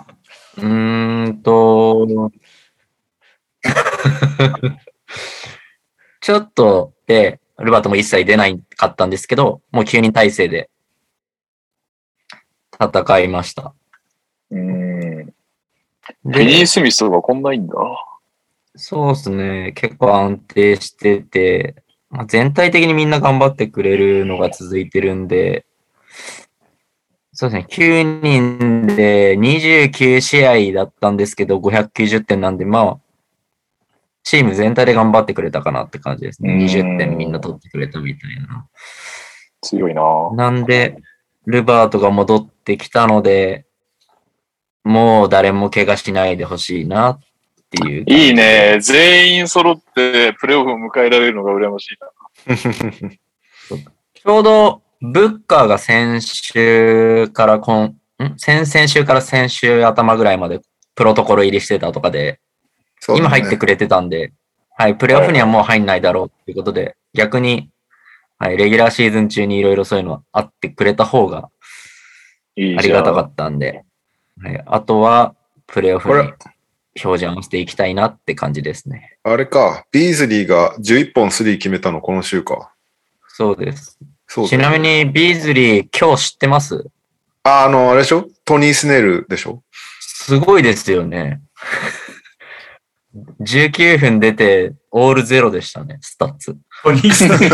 ちょっとで、ルバートも一切出ないかったんですけど、もう9人体制で戦いました。 ペニー・スミスがこんないいんだ。 そうですね。結構安定してて、まあ、全体的にみんな頑張ってくれるのが続いてるんで、そうですね。9人で29試合だったんですけど、590点なんで、まあ、チーム全体で頑張ってくれたかなって感じですね。20点みんな取ってくれたみたいな。 強いな。 なんで、ルバートが戻ってきたので、もう誰も怪我しないでほしいなっていう。 いいね。全員揃ってプレイオフを迎えられるのが羨ましいな。 ちょうど、ブッカーが先週から先々週から先週頭ぐらいまでプロトコル入りしてたとかで、今入ってくれてたんで、はい、プレイオフにはもう入んないだろうっていうことで、逆に、はい、レギュラーシーズン中にいろいろそういうのあってくれた方がありがたかったんで、はい、あとはプレイオフに標準をしていきたいなって感じですね。 あれか、ビーズリーが11本スリー決めたのこの週か。 そうです。ちなみにビーズリー今日知ってます？ あれでしょ？トニー・スネルでしょ？ すごいですよね。19分出て、オールゼロでしたね、スタッツ。 トニー・スネル。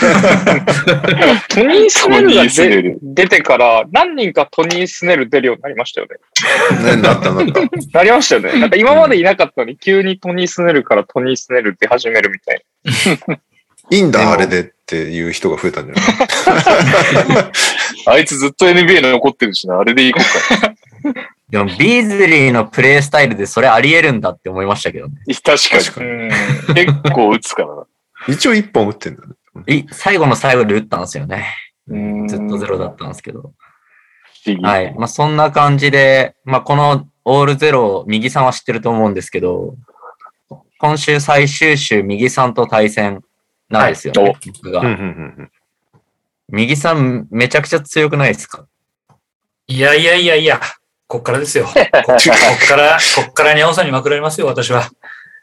トニー・スネルが出てから、何人かトニー・スネル出るようになりましたよね。 なった。 なりましたよね。なんか今までいなかったのに、急にトニー・スネルからトニー・スネル出始めるみたいな。 いいんだ、あれでっていう人が増えたんじゃないあいつずっと NBA に残ってるしな、あれでいこうか。 でも、ビーズリーのプレイスタイルでそれあり得るんだって思いましたけどね。 確かに。結構打つからな。 一応1本打ってんだね。 最後の最後で打ったんですよね。ずっと0だったんですけど。はい。まあそんな感じで、まあこのオールゼロ、右さんは知ってると思うんですけど、今週最終週、右さんと対戦なんですよね、僕が。右さんめちゃくちゃ強くないですか？ いや、こっからですよ。こっからにゃおさんにまくられますよ、私は。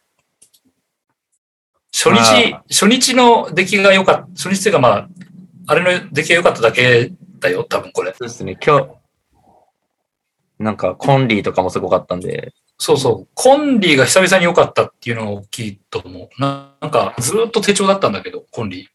初日の出来が良かった。初日というかまあ、あれの出来が良かっただけだよ、多分これ。 そうですね、今日、なんかコンリーとかもすごかったんで。 そう。コンリーが久々に良かったっていうのが大きいと思う。なんかずっと手帳だったんだけど、コンリー。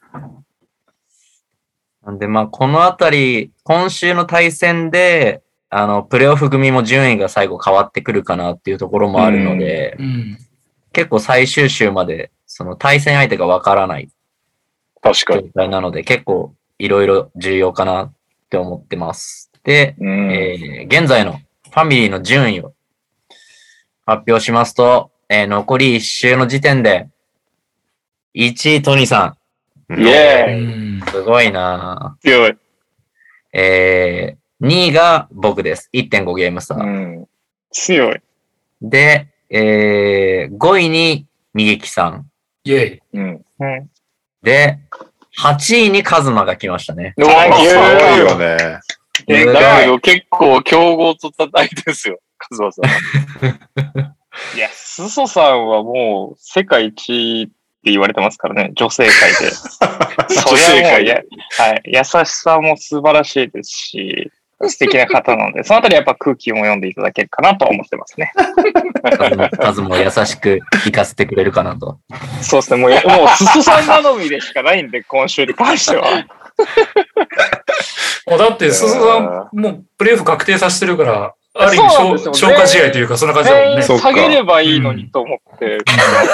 なんでまあ、このあたり、今週の対戦で、プレーオフ組も順位が最後変わってくるかなっていうところもあるので、結構最終週まで、その対戦相手がわからない状態なので、結構いろいろ重要かなって思ってます。で、現在のファミリーの順位を発表しますと、残り1週の時点で、1位トニーさん。イェーイ。 すごいなぁ。強い。 2位が僕です。1.5 ゲーム差。 強い。 で、5位に右木さん。 イェイ。 で、8位にカズマが来ましたね。 すごいよね。 だけど結構強豪と戦いですよ、カズマさん。 いや、スソさんはもう世界一って言われてますからね、女性界で。女性界で。はい。優しさも素晴らしいですし、素敵な方なので、そのあたりやっぱ空気も読んでいただけるかなと思ってますね。 カズも優しく聞かせてくれるかなと。 そうですね、もうスソさん頼みでしかないんで、今週に関しては。 もうだって、スソさん、もうプレーオフ確定させてるから、ある意味消化試合というか、そんな感じだもんね。 下げればいいのにと思って。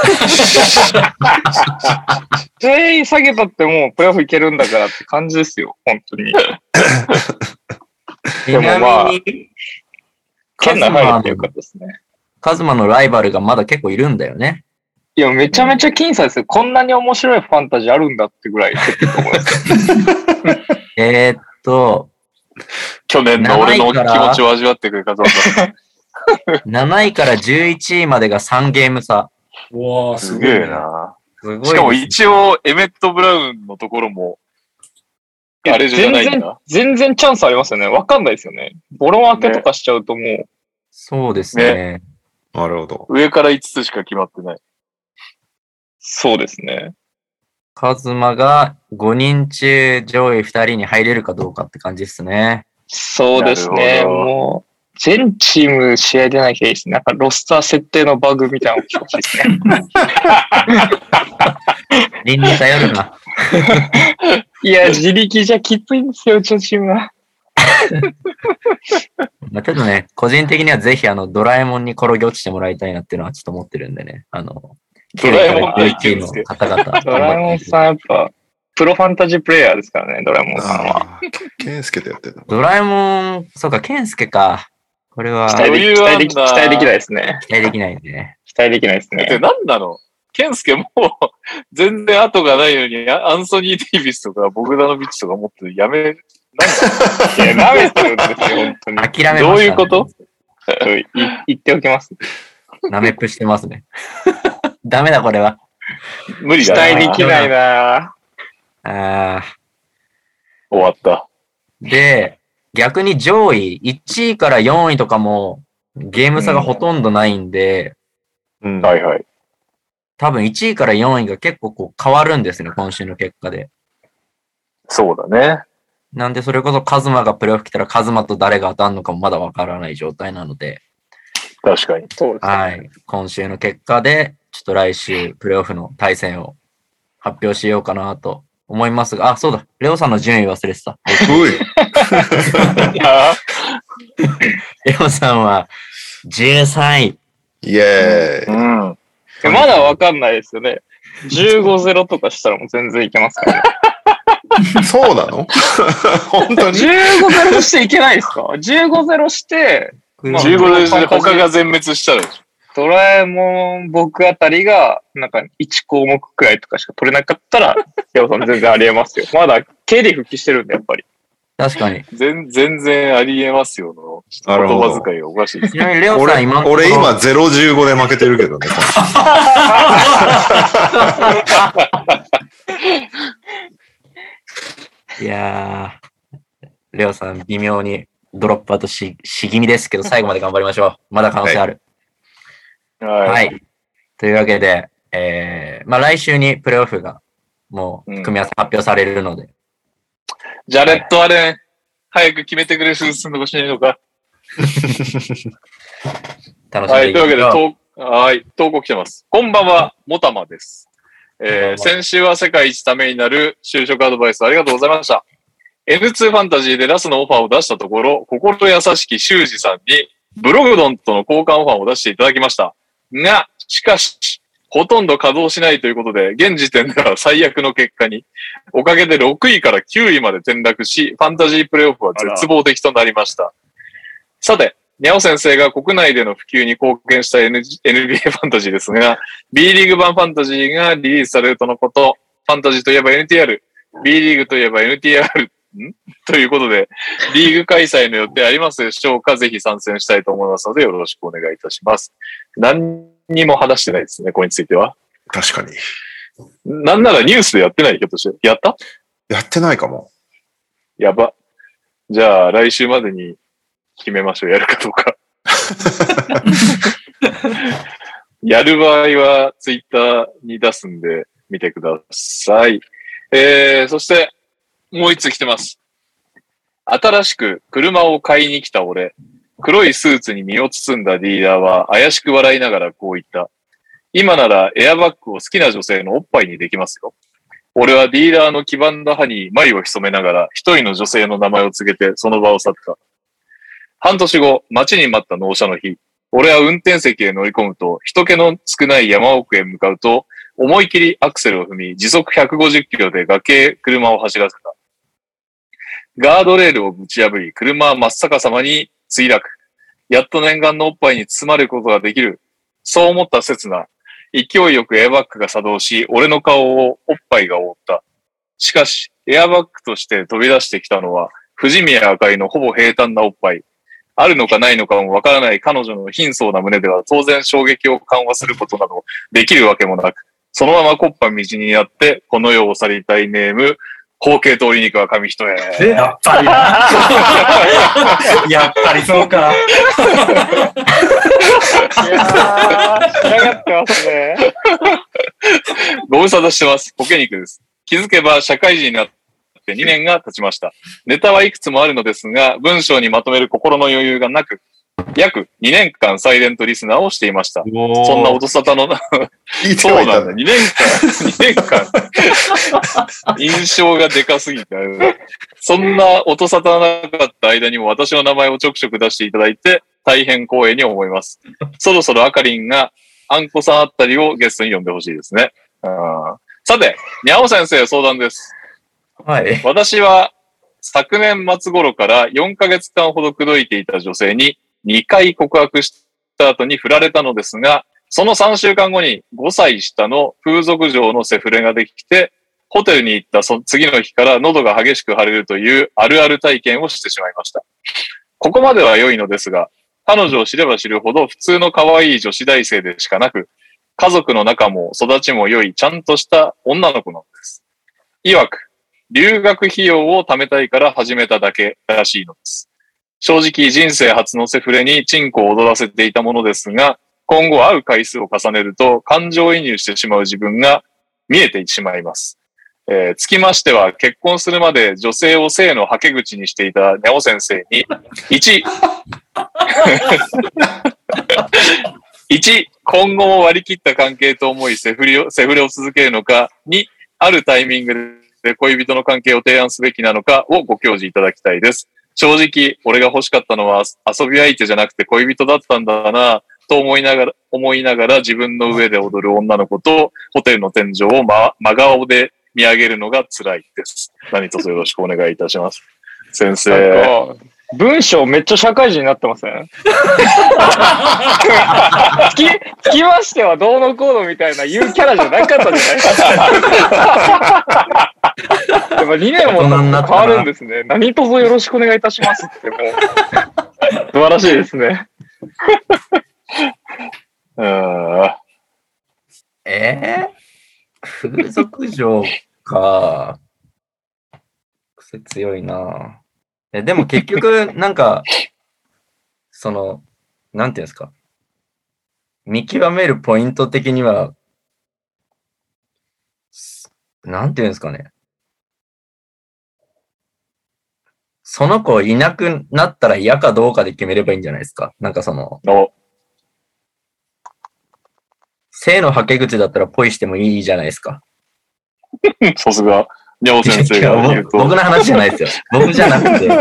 全員下げたってもうプレーオフいけるんだからって感じですよ、本当に。でもまあ、県内入ってよかったですね。 カズマのライバルがまだ結構いるんだよね。 いや、めちゃめちゃ僅差ですよ。こんなに面白いファンタジーあるんだってぐらい結構思います。 去年の俺の気持ちを味わってくれ、カズマさん。 7位から11位までが3ゲーム差。 うわー、 すげえな。しかも一応、エメット・ブラウンのところも、あれじゃないんだ。 全然チャンスありますよね。わかんないですよね。ボロ負けとかしちゃうともう。 そうですね。 なるほど。 上から5つしか決まってない。 そうですね。 カズマが5人中上位2人に入れるかどうかって感じですね。 そうですね。もう、全チーム試合出なきゃいいですね。なんかロスター設定のバグみたいなの起きてほしいですね。 倫理頼るな。 いや、自力じゃきついんですよ、うちのチームは。 まあちょっとね、個人的にはぜひドラえもんに転げ落ちてもらいたいなっていうのはちょっと思ってるんでね。 ドラえもんって言ってるんですけど。 方々。 ドラえもんさんやっぱ、プロファンタジープレイヤーですからね、ドラえもんさんは。 ケンスケとやってるの。 ドラえもん、そうか、ケンスケか。これは期待できないですね。 期待できないね。 期待できないですね。 何なの？ケンスケもう全然後がないのに、アンソニー・デイビスとかボグダノビッチとか持ってやめ、 いや、舐めてるんですよ、本当に。 諦めました、ね。 どういうこと言っておきます。 舐めっぷしてますね。ダメだ、これは。 無理だな。期待できないなぁ。 終わった。 で、逆に上位、1位から4位とかもゲーム差がほとんどないんで、 はいはい。 多分1位から4位が結構こう変わるんですね、今週の結果で。 そうだね。 なんでそれこそカズマがプレーオフ来たらカズマと誰が当たるのかもまだわからない状態なので。 確かに。 そうですね。 はい。今週の結果で、ちょっと来週プレーオフの対戦を発表しようかなと思いますが、あ、そうだ。レオさんの順位忘れてた。レオさんは13位。 イェーイ。 まだわかんないですよね。15-0とかしたらもう全然いけますからね。 そうなの本当に ?15-0 していけないですか ?15-0 して、 15-0して他が全滅したらでしょ。 ドラえもん僕あたりが、なんか1項目くらいとかしか取れなかったら、ヤオさん全然ありえますよ。まだ経理復帰してるんで、やっぱり。 確かに。 全然ありえますよの。言葉遣いがおかしいです。 ちなみにレオさん俺今0-15で負けてるけどね。 いやー、レオさん微妙にドロップアウトし気味ですけど、最後まで頑張りましょう。まだ可能性ある。はい。というわけで、まあ来週にプレイオフがもう組み合わせ発表されるので。 ジャレット・アレン、早く決めてくれるすんのかしないのか。 楽しみに。 はい、というわけで、投稿来てます。こんばんは、もたまです。先週は世界一ためになる就職アドバイスありがとうございました。N2 ファンタジーでラスのオファーを出したところ、心優しき修二さんにブログドンとの交換オファーを出していただきました。が、しかし、ほとんど稼働しないということで、現時点では最悪の結果に、おかげで6位から9位まで転落し、ファンタジープレイオフは絶望的となりました。さて、にゃお先生が国内での普及に貢献した NBA ファンタジーですが、B リーグ版ファンタジーがリリースされるとのこと、ファンタジーといえば NTR、B リーグといえば NTR、ということで、リーグ開催の予定ありますでしょうか？ぜひ参戦したいと思いますので、よろしくお願いいたします。何にも話してないですね、これについては。 確かに。 なんならニュースでやってない？ひょっとして。やった？ やってないかも。 やば。じゃあ、来週までに決めましょう。やるかどうか。やる場合は、ツイッターに出すんで、見てください。そして、もう一つ来てます。新しく車を買いに来た俺、黒いスーツに身を包んだディーラーは怪しく笑いながらこう言った。今ならエアバッグを好きな女性のおっぱいにできますよ。俺はディーラーの黄ばんだ歯に眉を潜めながら一人の女性の名前を告げてその場を去った。半年後、待ちに待った納車の日、俺は運転席へ乗り込むと人気の少ない山奥へ向かうと思い切りアクセルを踏み時速150キロで崖へ車を走らせた。ガードレールをぶち破り、車は真っ逆さまに墜落。やっと念願のおっぱいに包まれることができる。そう思った刹那、勢いよくエアバッグが作動し、俺の顔をおっぱいが覆った。しかし、エアバッグとして飛び出してきたのは、藤宮赤いのほぼ平坦なおっぱい。あるのかないのかもわからない彼女の貧相な胸では当然衝撃を緩和することなどできるわけもなく、そのままコッパ道になって、この世を去りたいネーム、包茎と鶏肉は紙一重。 やっぱりな。やっぱりそうか。 いやー、仕上がってますね。 ご無沙汰してます。ポケ肉です。気づけば社会人になって2年が経ちました。ネタはいくつもあるのですが、文章にまとめる心の余裕がなく、約2年間サイレントリスナーをしていました。そんな音沙汰の、そうなんだ、2年間、印象がでかすぎて、そんな音沙汰なかった間にも私の名前をちょくちょく出していただいて、大変光栄に思います。そろそろあかりんが、あんこさんあたりをゲストに呼んでほしいですね。さて、にゃお先生相談です。 はい。 私は、昨年末頃から4ヶ月間ほど口説いていた女性に、2回告白した後に振られたのですが、その3週間後に5歳下の風俗嬢のセフレができて、ホテルに行ったその次の日から喉が激しく腫れるというあるある体験をしてしまいました。ここまでは良いのですが、彼女を知れば知るほど普通の可愛い女子大生でしかなく、家族の仲も育ちも良いちゃんとした女の子なのです。曰く、留学費用を貯めたいから始めただけらしいのです。正直人生初のセフレにチンコを踊らせていたものですが、今後会う回数を重ねると感情移入してしまう自分が見えてしまいます。つきましては結婚するまで女性を性のはけ口にしていたネオ先生に、1、今後も割り切った関係と思いセフレを続けるのか、2、あるタイミングで恋人の関係を提案すべきなのかをご教示いただきたいです。正直、俺が欲しかったのは遊び相手じゃなくて恋人だったんだなと思いながら自分の上で踊る女の子とホテルの天井を真顔で見上げるのが辛いです。何卒よろしくお願いいたします。先生。 文章めっちゃ社会人になってません？つきましてはどうのこうのみたいな言うキャラじゃなかったじゃないですか。やっぱ2年も変わるんですね。何卒よろしくお願いいたしますってもう素晴らしいですね。 風俗嬢か。癖強いな。でも結局、なんか、なんていうんですか。見極めるポイント的には、なんていうんですかね。その子いなくなったら嫌かどうかで決めればいいんじゃないですか。なんか性のはけ口だったらポイしてもいいじゃないですか。 さすが、にゃお先生が言うと。 僕の話じゃないですよ。僕じゃなくて。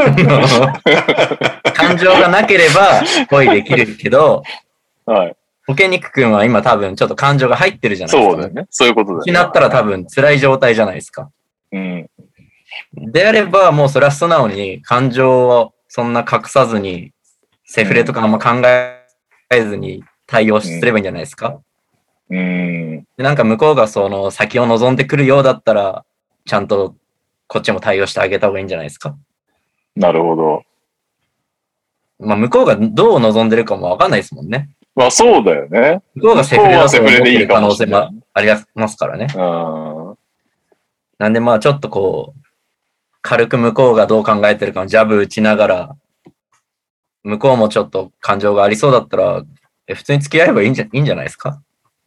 感情がなければポイできるけど、 はい。 ポケニック君は今多分ちょっと感情が入ってるじゃないですか。 そうだよね。そういうことだよね。 失ったら多分辛い状態じゃないですか。 うん。 であれば、もうそれは素直に感情をそんな隠さずに、セフレとかあんま考えずに対応すればいいんじゃないですか。でなんか向こうがその先を望んでくるようだったら、ちゃんとこっちも対応してあげた方がいいんじゃないですか。 なるほど。 まあ向こうがどう望んでるかもわかんないですもんね。 まあそうだよね。 向こうがセフレだと思ってる可能性もありますからね。なんでまあちょっとこう、軽く向こうがどう考えてるかのジャブ打ちながら、向こうもちょっと感情がありそうだったら、普通に付き合えばいいんじゃないですか。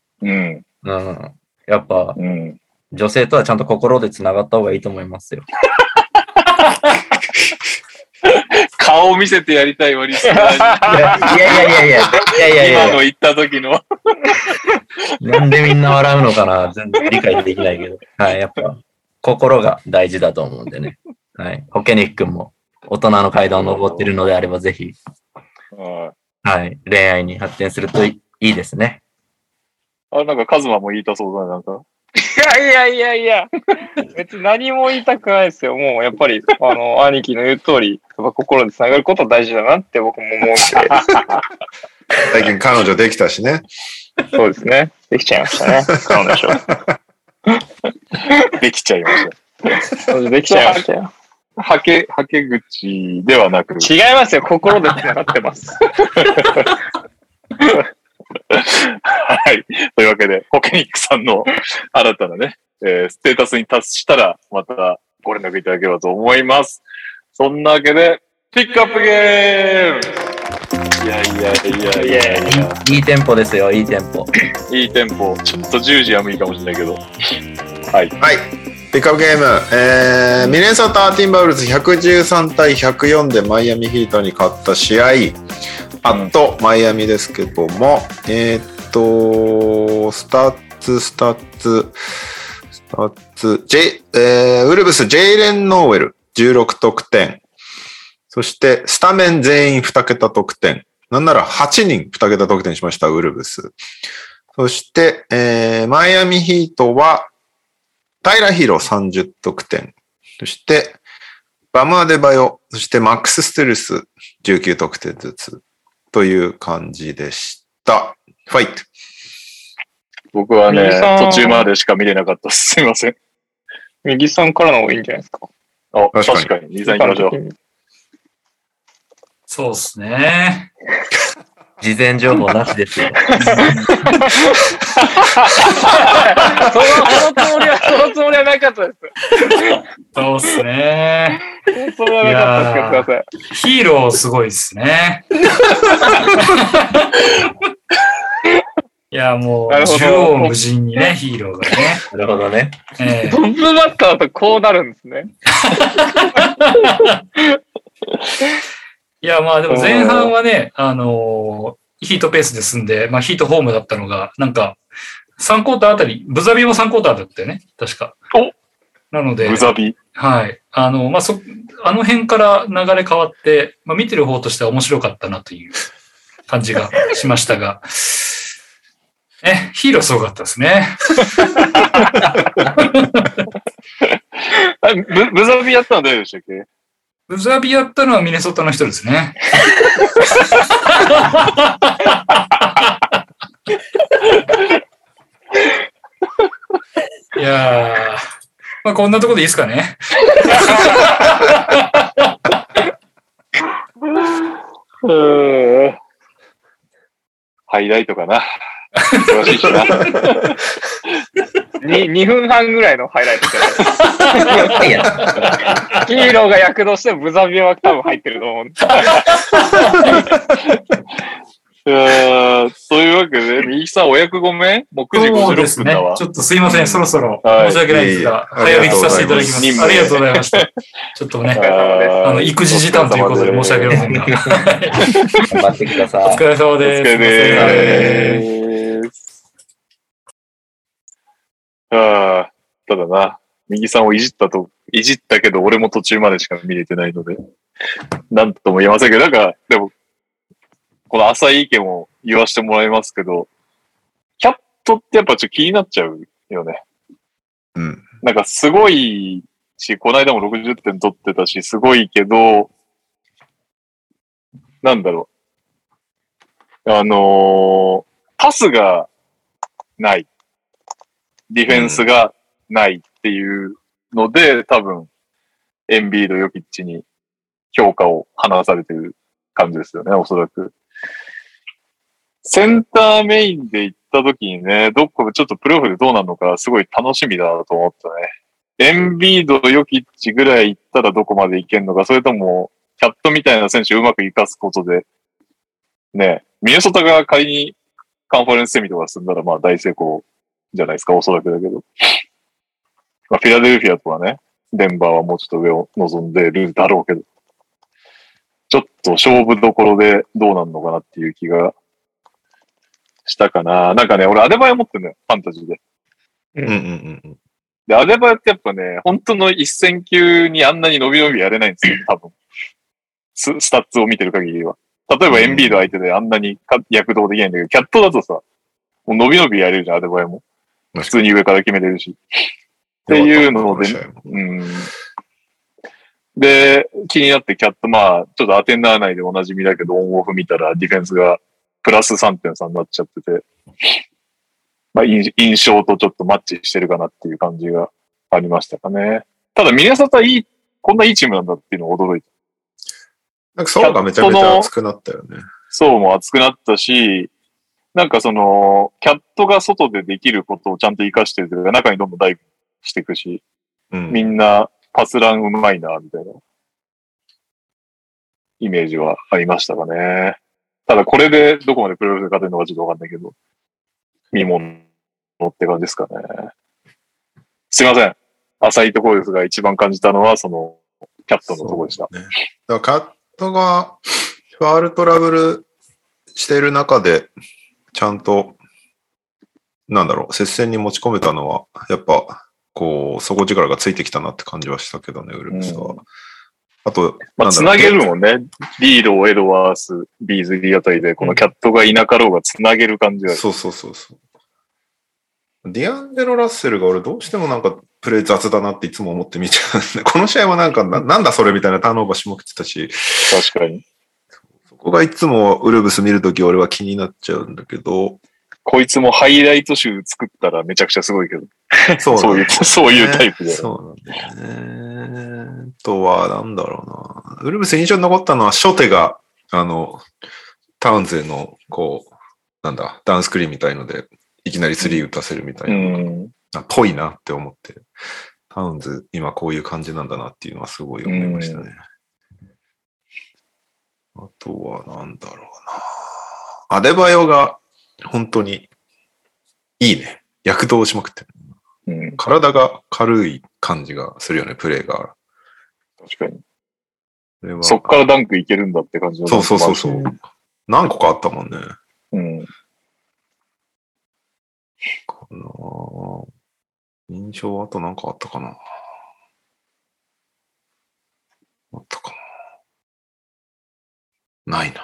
やっぱ、女性とはちゃんと心で繋がった方がいいと思いますよ。 顔を見せてやりたいわ、リスナーに。 いや今の言った時の。 なんでみんな笑うのかな全然理解できないけど。はい、やっぱ、心が大事だと思うんでね。はい。ホケニック君も大人の階段を登っているのであれば、ぜひ、はい。恋愛に発展するといいですね。 なんかカズマも言いたそうだな、なんか。 いや。別に何も言いたくないですよ。もうやっぱり、兄貴の言う通り、心で繋がること大事だなって僕も思うんで。 最近彼女できたしね。 そうですね。できちゃいましたね。彼女。 できちゃいました。 できちゃいましたよ。 はけ口ではなく。 違いますよ。心で繋がってます。 はい。というわけで、ホケニックさんの新たなね、ステータスに達したら、またご連絡いただければと思います。そんなわけで、ピックアップゲームいいテンポですよ、いいテンポ。 いいテンポ。ちょっと10時は無理かもしれないけど。はい。 はい。ピックアップゲーム。ミネソタ・ティンバーウルズ113対104でマイアミヒートに勝った試合。マイアミですけども、スタッツ、ウルブス、ジェイレン・ノーウェル、16得点。そして、スタメン全員2桁得点。なんなら8人2桁得点しました、ウルブス。そして、マイアミヒートは、タイラー・ヒーロー30得点。そして、バム・アデバヨ、そしてマックス・ステルス19得点ずつ。という感じでした。ファイト。 僕はね、途中までしか見れなかったです。すいません。 右さんからの方がいいんじゃないですか。 確かに。右さん行きましょう。 そうですね。 事前情報なしですよ。 そのつもりはなかったです。 そうっすね。 それはなかったです。ください。 ヒーローすごいですね。いや、もう、縦横無尽にね、ヒーローがね。 なるほどね。 トップバッターだとこうなるんですね。 いや、まあでも前半はね、ヒートペースで済んで、まあヒートホームだったのが、なんか、3クォーターあたり、ブザビも3クォーターだったよね、確か。なので、 ブザビ。 はい。まああの辺から流れ変わって、まあ見てる方としては面白かったなという感じがしましたが、ヒーローすごかったですね。 ブザビやったの誰でしたっけ？ ブザビやったのはミネソタの人ですね。いやー、まあこんなとこでいいですかね。 ハイライトかな。詳しいしな。 2分半ぐらいのハイライトじゃない。ヒーローが躍動してブザビアは多分入ってると思う。 そういうわけで、右さんお役ごめんもう9時56分だわ。 ちょっとすいません、そろそろ申し訳ないですが、早引きさせていただきます。ありがとうございました。ちょっとね、育児時短ということで申し訳ありませんが。 頑張ってください。 お疲れ様です。 お疲れです。ただな、右さんをいじったけど、俺も途中までしか見れてないので、なんとも言えませんけど、なんか、でも、この浅い意見を言わせてもらいますけど、キャットってやっぱちょっと気になっちゃうよね。 うん。 なんかすごいし、この間も60点取ってたし、すごいけど、なんだろう。パスがない。ディフェンスがないっていうので、多分、エンビード・ヨキッチに評価を離されてる感じですよね、おそらく。センターメインで行った時にね、どこちょっとプレーオフでどうなるのかすごい楽しみだなと思ったね。エンビード、ヨキッチぐらい行ったらどこまで行けんのか、それとも、キャットみたいな選手をうまく活かすことで、ね、ミネソタが仮にカンファレンスセミとか進んだらまあ大成功じゃないですか、おそらくだけど。まあ、フィラデルフィアとかね、デンバーはもうちょっと上を望んでるだろうけど、ちょっと勝負どころでどうなるのかなっていう気がしたかな。なんかね、俺アデバイオ持ってるのよ、ファンタジーで。で、アデバイオってやっぱね、本当の一戦級にあんなに伸び伸びやれないんですよ、多分。スタッツを見てる限りは。例えばエンビード相手であんなに躍動できないんだけど、キャットだとさ、もう伸び伸びやれるじゃん、アデバイオも。普通に上から決めれるし。っていうので、で、気になってキャット、まあ、ちょっとアテンダー内でおなじみだけど、オンオフ見たらディフェンスがプラス 3.3 になっちゃってて、まあ、印象とちょっとマッチしてるかなっていう感じがありましたかね。ただ、ミネソタこんないいチームなんだっていうのを驚いた。 なんか層がめちゃめちゃ熱くなったよね。 層も熱くなったし、なんかキャットが外でできることをちゃんと活かしてるというか、中にどんどんダイブしていくし、みんなパスランうまいな、みたいなイメージはありましたかね。ただこれでどこまでプレーオフで勝てるのかちょっとわかんないけど、見ものって感じですかね。すいません。浅いところですが、一番感じたのは、キャットのところでした。 ね、だからキャットがファールトラブルしている中で、ちゃんと、接戦に持ち込めたのは、やっぱ、底力がついてきたなって感じはしたけどね、ウルブスは。あと、 つなげるもんね。リード、エドワース、ビーズリーあたりで、このキャットがいなかろうがつなげる感じが、 そう。ディアンジェロ・ラッセルが俺どうしてもプレー雑だなっていつも思って見ちゃうんで、この試合もなんだそれみたいなターンオーバーしまくってたし。 確かに。 そこがいつもウルブス見るとき俺は気になっちゃうんだけど。 こいつもハイライト集作ったらめちゃくちゃすごいけど。そういうタイプで。 そうなんだよね。とは、な。ウルブス印象に残ったのは、初手が、タウンズへの、ダウンスクリーンみたいので、いきなりスリー打たせるみたいな。ぽいなって思って。タウンズ、今こういう感じなんだなっていうのはすごい思いましたね。あとは、アデバヨが、本当にいいね。躍動しまくってる、体が軽い感じがするよね、プレーが。 確かに。そっからダンクいけるんだって感じの。 そう。何個かあったもんね。印象あと何かあったかな。ないな。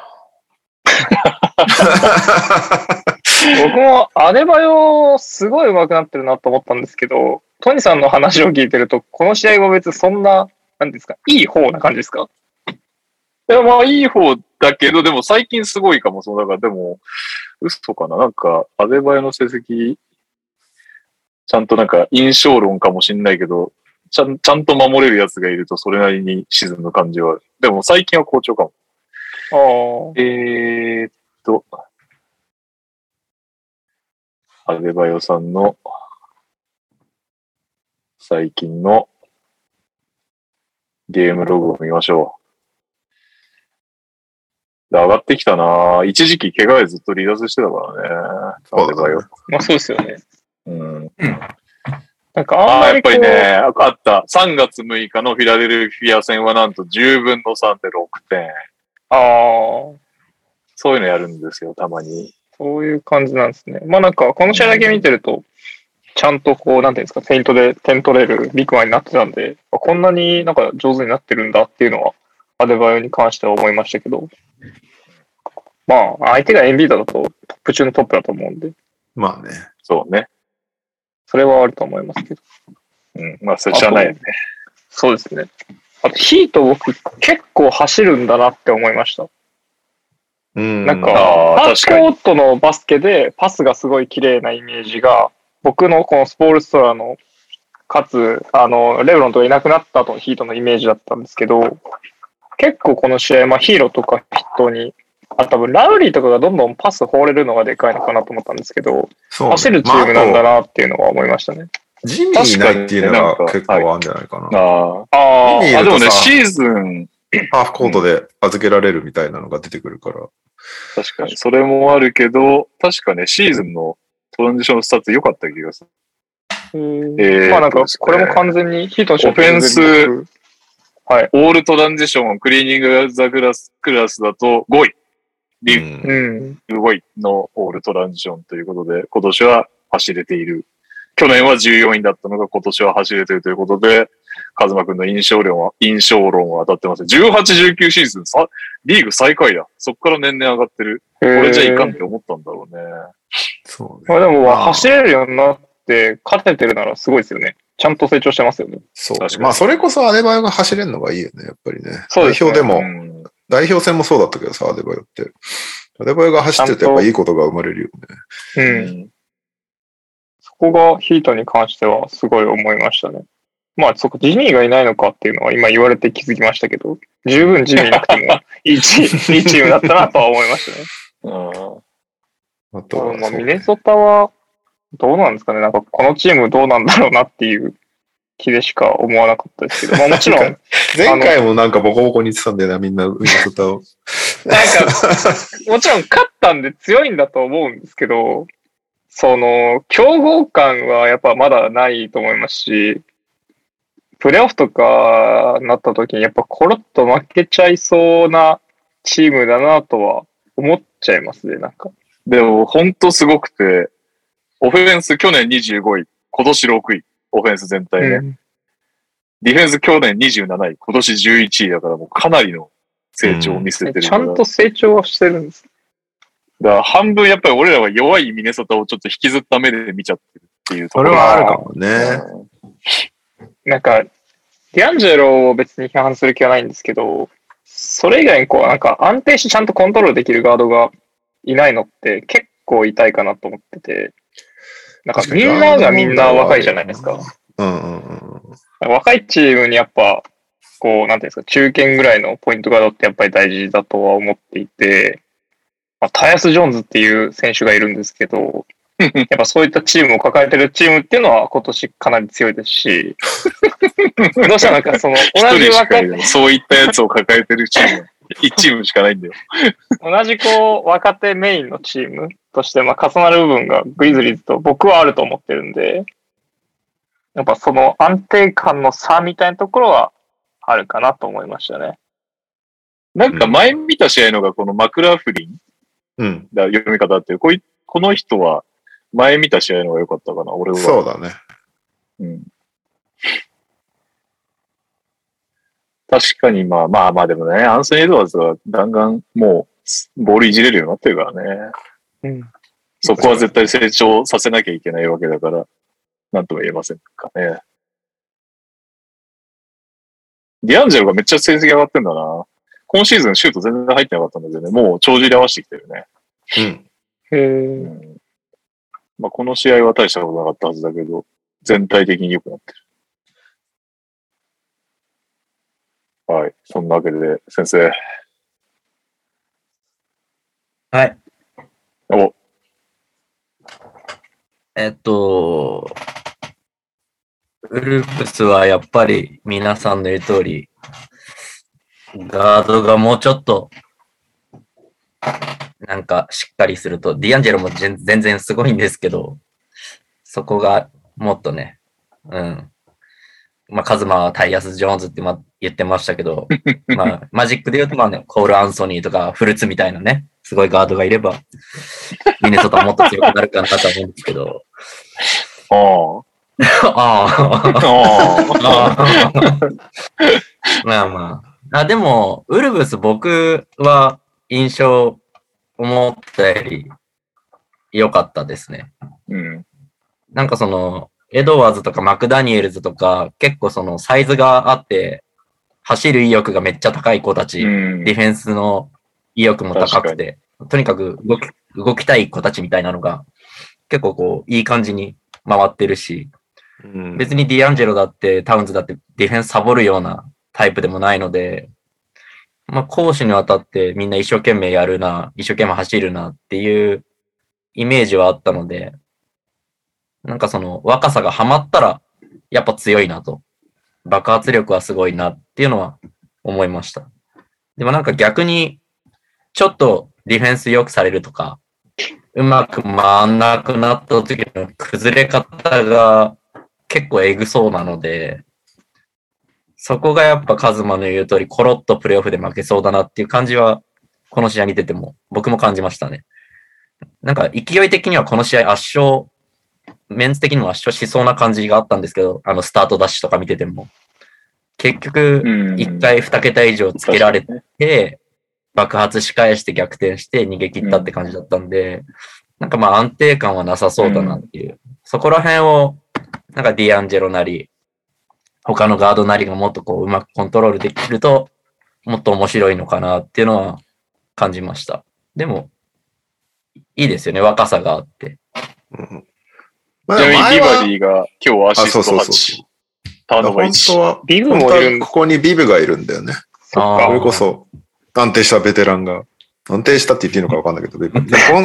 僕もアデバヨすごい上手くなってるなと思ったんですけど、トニさんの話を聞いてると、この試合は別にそんななんですか、いい方な感じですか？ いや、まあいい方だけど、でも最近すごいかも。だからでも、嘘かな。なんか、アデバヨの成績、ちゃんとなんか印象論かもしんないけど、ちゃんと守れるやつがいるとそれなりに沈む感じはある。でも最近は好調かも。アデバヨさんの最近のゲームログを見ましょう。上がってきたなぁ。一時期怪我でずっと離脱してたからね。アデバヨ。 まあそうですよね。 うん。 なんかあんまりやっぱりね、あった。3月6日のフィラデルフィア戦はなんと10分の3で6点。そういうのやるんですよ、たまに。 そういう感じなんですね。まあなんか、この試合だけ見てると、ちゃんとこう、なんていうんですか、フェイントで点取れるビッグマンになってたんで、こんなになんか上手になってるんだっていうのは、アデバヨに関しては思いましたけど、まあ、相手がエンビードだとトップ中のトップだと思うんで。 まあね。 そうね。 それはあると思いますけど。 まあ、それ知らないよね。 そうですね。あと、ヒート僕結構走るんだなって思いました。なんか、ハーフコートのバスケでパスがすごい綺麗なイメージが、僕のこのスポールストラの、かつ、レブロンとかいなくなった後のヒートのイメージだったんですけど、結構この試合、まあヒーローとか筆頭に、多分ラウリーとかがどんどんパス放れるのがでかいのかなと思ったんですけど、走るチームなんだなっていうのは思いましたね。 ジミーいないっていうのが結構あるんじゃないかな。 でもね、シーズン、 ハーフコートで預けられるみたいなのが出てくるから。 確かに、それもあるけど、確かね、シーズンのトランジションスタッツ良かった気がする。 まあなんか、これも完全にヒートのオフェンス、はい、オールトランジション、クリーニングザクラスだと5位。リーグ5位のオールトランジションということで、今年は走れている。去年は14位だったのが今年は走れているということで、カズマ君の印象論は当たってます。18、19シーズンリーグ最下位だ。そっから年々上がってる。これじゃいかんって思ったんだろうね。 そうね。 まあでも、走れるようになって勝ててるならすごいですよね。ちゃんと成長してますよね。 そう。まあそれこそアデバヨが走れるのがいいよね、やっぱりね。 そうですね。 代表でも、代表戦もそうだったけどさ、アデバヨって。アデバヨが走ってるとやっぱいいことが生まれるよね。そこがヒートに関してはすごい思いましたね。まあ、そこ、ジミーがいないのかっていうのは今言われて気づきましたけど、十分ジミーなくてもいいチームだったなとは思いましたね。あとまあ、ミネソタはどうなんですかね。なんかこのチームどうなんだろうなっていう気でしか思わなかったですけど、まあもちろん。 前回もなんかボコボコに言ってたんだよな、みんなミネソタを。 なんか、もちろん勝ったんで強いんだと思うんですけど、競合感はやっぱまだないと思いますし、プレーオフとかなった時にやっぱコロッと負けちゃいそうなチームだなとは思っちゃいますね、なんか。 でもほんとすごくて、オフェンス去年25位、今年6位、オフェンス全体ね。ディフェンス去年27位、今年11位だからもうかなりの成長を見せてる、 ちゃんと成長はしてるんです。 だから半分やっぱり俺らは弱いミネソタをちょっと引きずった目で見ちゃってるっていうところ。それはあるかもね。 なんか、ディアンジェロを別に批判する気はないんですけど、それ以外になんか安定してちゃんとコントロールできるガードがいないのって結構痛いかなと思ってて、なんかみんながみんな若いじゃないですか。若いチームにやっぱ、なんていうんですか、中堅ぐらいのポイントガードってやっぱり大事だとは思っていて、タイアス・ジョーンズっていう選手がいるんですけど、やっぱそういったチームを抱えてるチームっていうのは今年かなり強いですし、どうしたらなんか同じ若手、そういったやつを抱えてるチーム、1チームしかないんだよ。 同じ若手メインのチームとして、重なる部分がグリズリーズと僕はあると思ってるんで、やっぱその安定感の差みたいなところはあるかなと思いましたね。 なんか前見た試合のがこのマクラフリン、読み方っていう、この人は前見た試合の方が良かったかな、俺は。 そうだね。 確かにまあでもね、アンソニー・エドワーズはガンガンもうボールいじれるようになってるからね。そこは絶対成長させなきゃいけないわけだから、なんとも言えませんかね。 ディアンジェロがめっちゃ成績上がってんだな。今シーズンシュート全然入ってなかったんだけどね、もう帳尻合わせてきてるね。 へー。 まあ、この試合は大したことなかったはずだけど、全体的に良くなってる。はい。そんなわけで、先生。 はい。 お。 ウルフスはやっぱり皆さんの言う通り、ガードがもうちょっと、なんかしっかりすると、ディアンジェロも全然すごいんですけど、そこがもっとね、まあ、カズマはタイヤス・ジョーンズって言ってましたけど、まあ、マジックで言うと、まあね、コール・アンソニーとかフルツみたいなね、すごいガードがいれば、ミネソタはもっと強くなるかなと思うんですけど。まあまあ。でも、ウルブス僕は印象思ったより良かったですね。なんかその、エドワーズとかマクダニエルズとか、結構そのサイズがあって、走る意欲がめっちゃ高い子たち、ディフェンスの意欲も高くて、とにかく動きたい子たちみたいなのが、結構こう、いい感じに回ってるし、別にディアンジェロだってタウンズだってディフェンスサボるようなタイプでもないので、まあ攻守にわたってみんな一生懸命やるな、一生懸命走るなっていうイメージはあったので、なんかその若さがハマったらやっぱ強いなと。爆発力はすごいなっていうのは思いました。でもなんか逆にちょっとディフェンス良くされるとか、うまく回んなくなった時の崩れ方が結構エグそうなので、そこがやっぱカズマの言う通りコロッとプレイオフで負けそうだなっていう感じはこの試合見てても僕も感じましたね。なんか勢い的にはこの試合圧勝、メンツ的にも圧勝しそうな感じがあったんですけど、スタートダッシュとか見てても。結局、1回2桁以上つけられて、爆発し返して逆転して逃げ切ったって感じだったんで、なんかまあ安定感はなさそうだなっていう。そこら辺を、なんかディアンジェロなり、他のガードなりがもっとこううまくコントロールできると、もっと面白いのかなっていうのは感じました。でも、いいですよね、若さがあって。 ちなみにビバリーが今日アシスト8。ターンオーバー1。 本当は、 ビブもいるここにビブがいるんだよね。それこそ、安定したベテランが。安定したって言っていいのか分かんないけど、ビブ。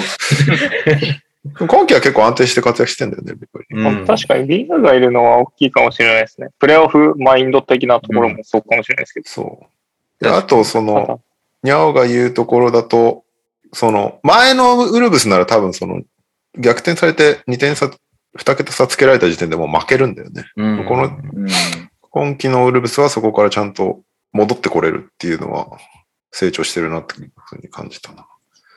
今季は結構安定して活躍してんだよね、ビブ。 確かにビブがいるのは大きいかもしれないですね。プレイオフマインド的なところもそうかもしれないですけど。 そう。で、あと、その、ニャオが言うところだと、その、前のウルブスなら多分その、逆転されて2点差、2桁差つけられた時点でもう負けるんだよね。この、今季のウルブスはそこからちゃんと戻ってこれるっていうのは成長してるなっていうふうに感じたな。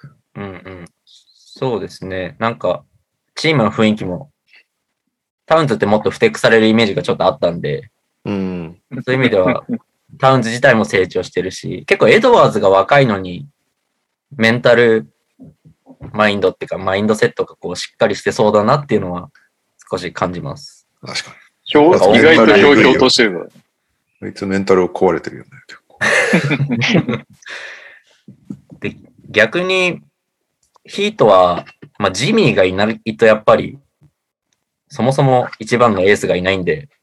そうですね。なんか、チームの雰囲気も、タウンズってもっとふてくされるイメージがちょっとあったんで、そういう意味では、タウンズ自体も成長してるし、結構エドワーズが若いのに、メンタルマインドっていうか、マインドセットがこうしっかりしてそうだなっていうのは少し感じます。 確かに。 意外とひょうひょうとしてるの。 あいつメンタル壊れてるよね、結構。 で、逆に、ヒートは、まあ、ジミーがいないとやっぱり、そもそも一番のエースがいないんで、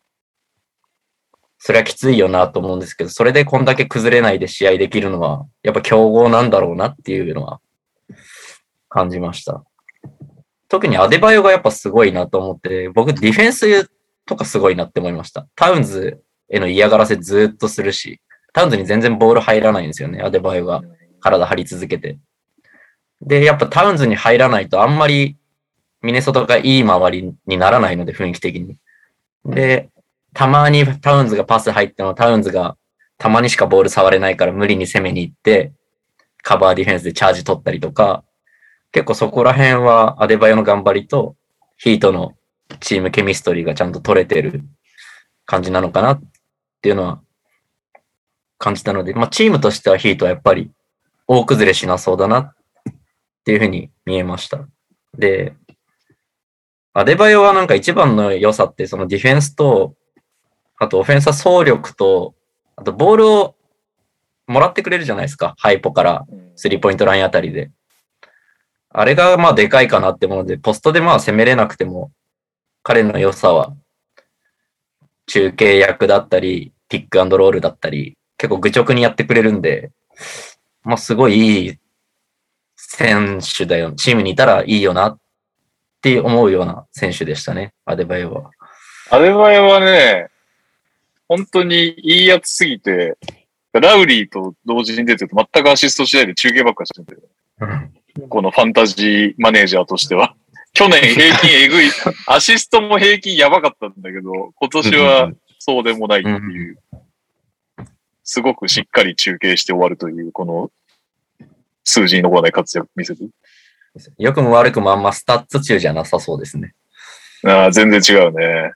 それはきついよなと思うんですけど、それでこんだけ崩れないで試合できるのは、やっぱ強豪なんだろうなっていうのは感じました。特にアデバヨがやっぱすごいなと思って、僕ディフェンスとかすごいなって思いました。タウンズへの嫌がらせずっとするし、タウンズに全然ボール入らないんですよね、アデバヨが体張り続けて。で、やっぱタウンズに入らないとあんまりミネソタがいい周りにならないので、雰囲気的に。で、たまにタウンズがパス入ってもタウンズがたまにしかボール触れないから無理に攻めに行って、カバーディフェンスでチャージ取ったりとか、結構そこら辺はアデバヨの頑張りとヒートのチームケミストリーがちゃんと取れてる感じなのかなっていうのは感じたので、まあチームとしてはヒートはやっぱり大崩れしなそうだなっていうふうに見えました。で、アデバヨはなんか一番の良さってそのディフェンスと、あとオフェンスは走力とあとボールをもらってくれるじゃないですか。ハイポからスリーポイントラインあたりで。あれがまあでかいかなってもので、ポストでまあ攻めれなくても、彼の良さは中継役だったり、ピックアンドロールだったり、結構愚直にやってくれるんで、まあすごいいい選手だよ。チームにいたらいいよなって思うような選手でしたね、アデバヨは。 アデバヨはね、本当にいいやつすぎて、ラウリーと同時に出てると全くアシストしないで中継ばっかりしてるんだよ。このファンタジーマネージャーとしては。去年平均えぐい、アシストも平均やばかったんだけど、今年はそうでもないっていう、すごくしっかり中継して終わるという、この数字に残らない活躍見せる。 良くも悪くもあんまスタッツ中じゃなさそうですね。 ああ、全然違うね。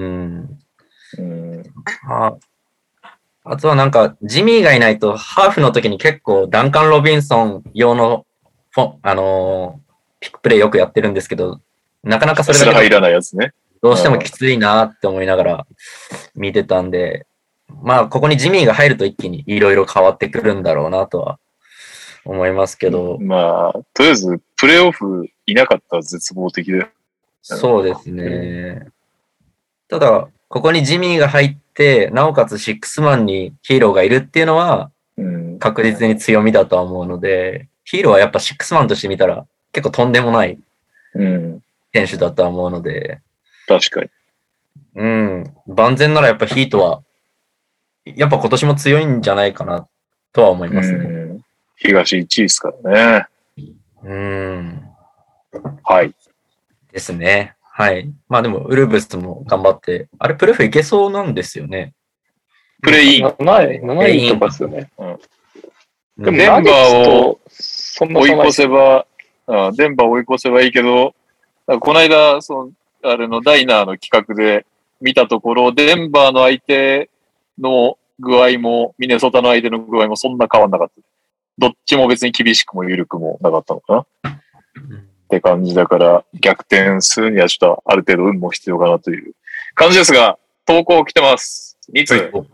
あとはなんか、ジミーがいないと、ハーフの時に結構ダンカン・ロビンソン用のピックプレイよくやってるんですけど、なかなかそれだけ入らないやつね。 どうしてもきついなって思いながら見てたんで、まあ、ここにジミーが入ると一気にいろいろ変わってくるんだろうなとは思いますけど。 まあ、とりあえず、プレイオフいなかったら絶望的で。 そうですね。ただ、ここにジミーが入って、なおかつシックスマンにヒーローがいるっていうのは、確実に強みだとは思うので、ヒーローはやっぱシックスマンとして見たら結構とんでもない選手だとは思うので。 確かに。万全ならやっぱヒートは、やっぱ今年も強いんじゃないかなとは思いますね。 東1位ですからね。 はい。 ですね。はい。まあでも、ウルブスも頑張って、あれ、プレフいけそうなんですよね。 プレイイン。 7位とかですよね。 でもデンバーを追い越せば、デンバーを追い越せばいいけど、この間、あれのダイナーの企画で見たところ、デンバーの相手の具合も、ミネソタの相手の具合もそんな変わんなかった。どっちも別に厳しくも緩くもなかったのかな。って感じだから、逆転するにはちょっとある程度運も必要かなという感じですが、投稿来てます。2通。こ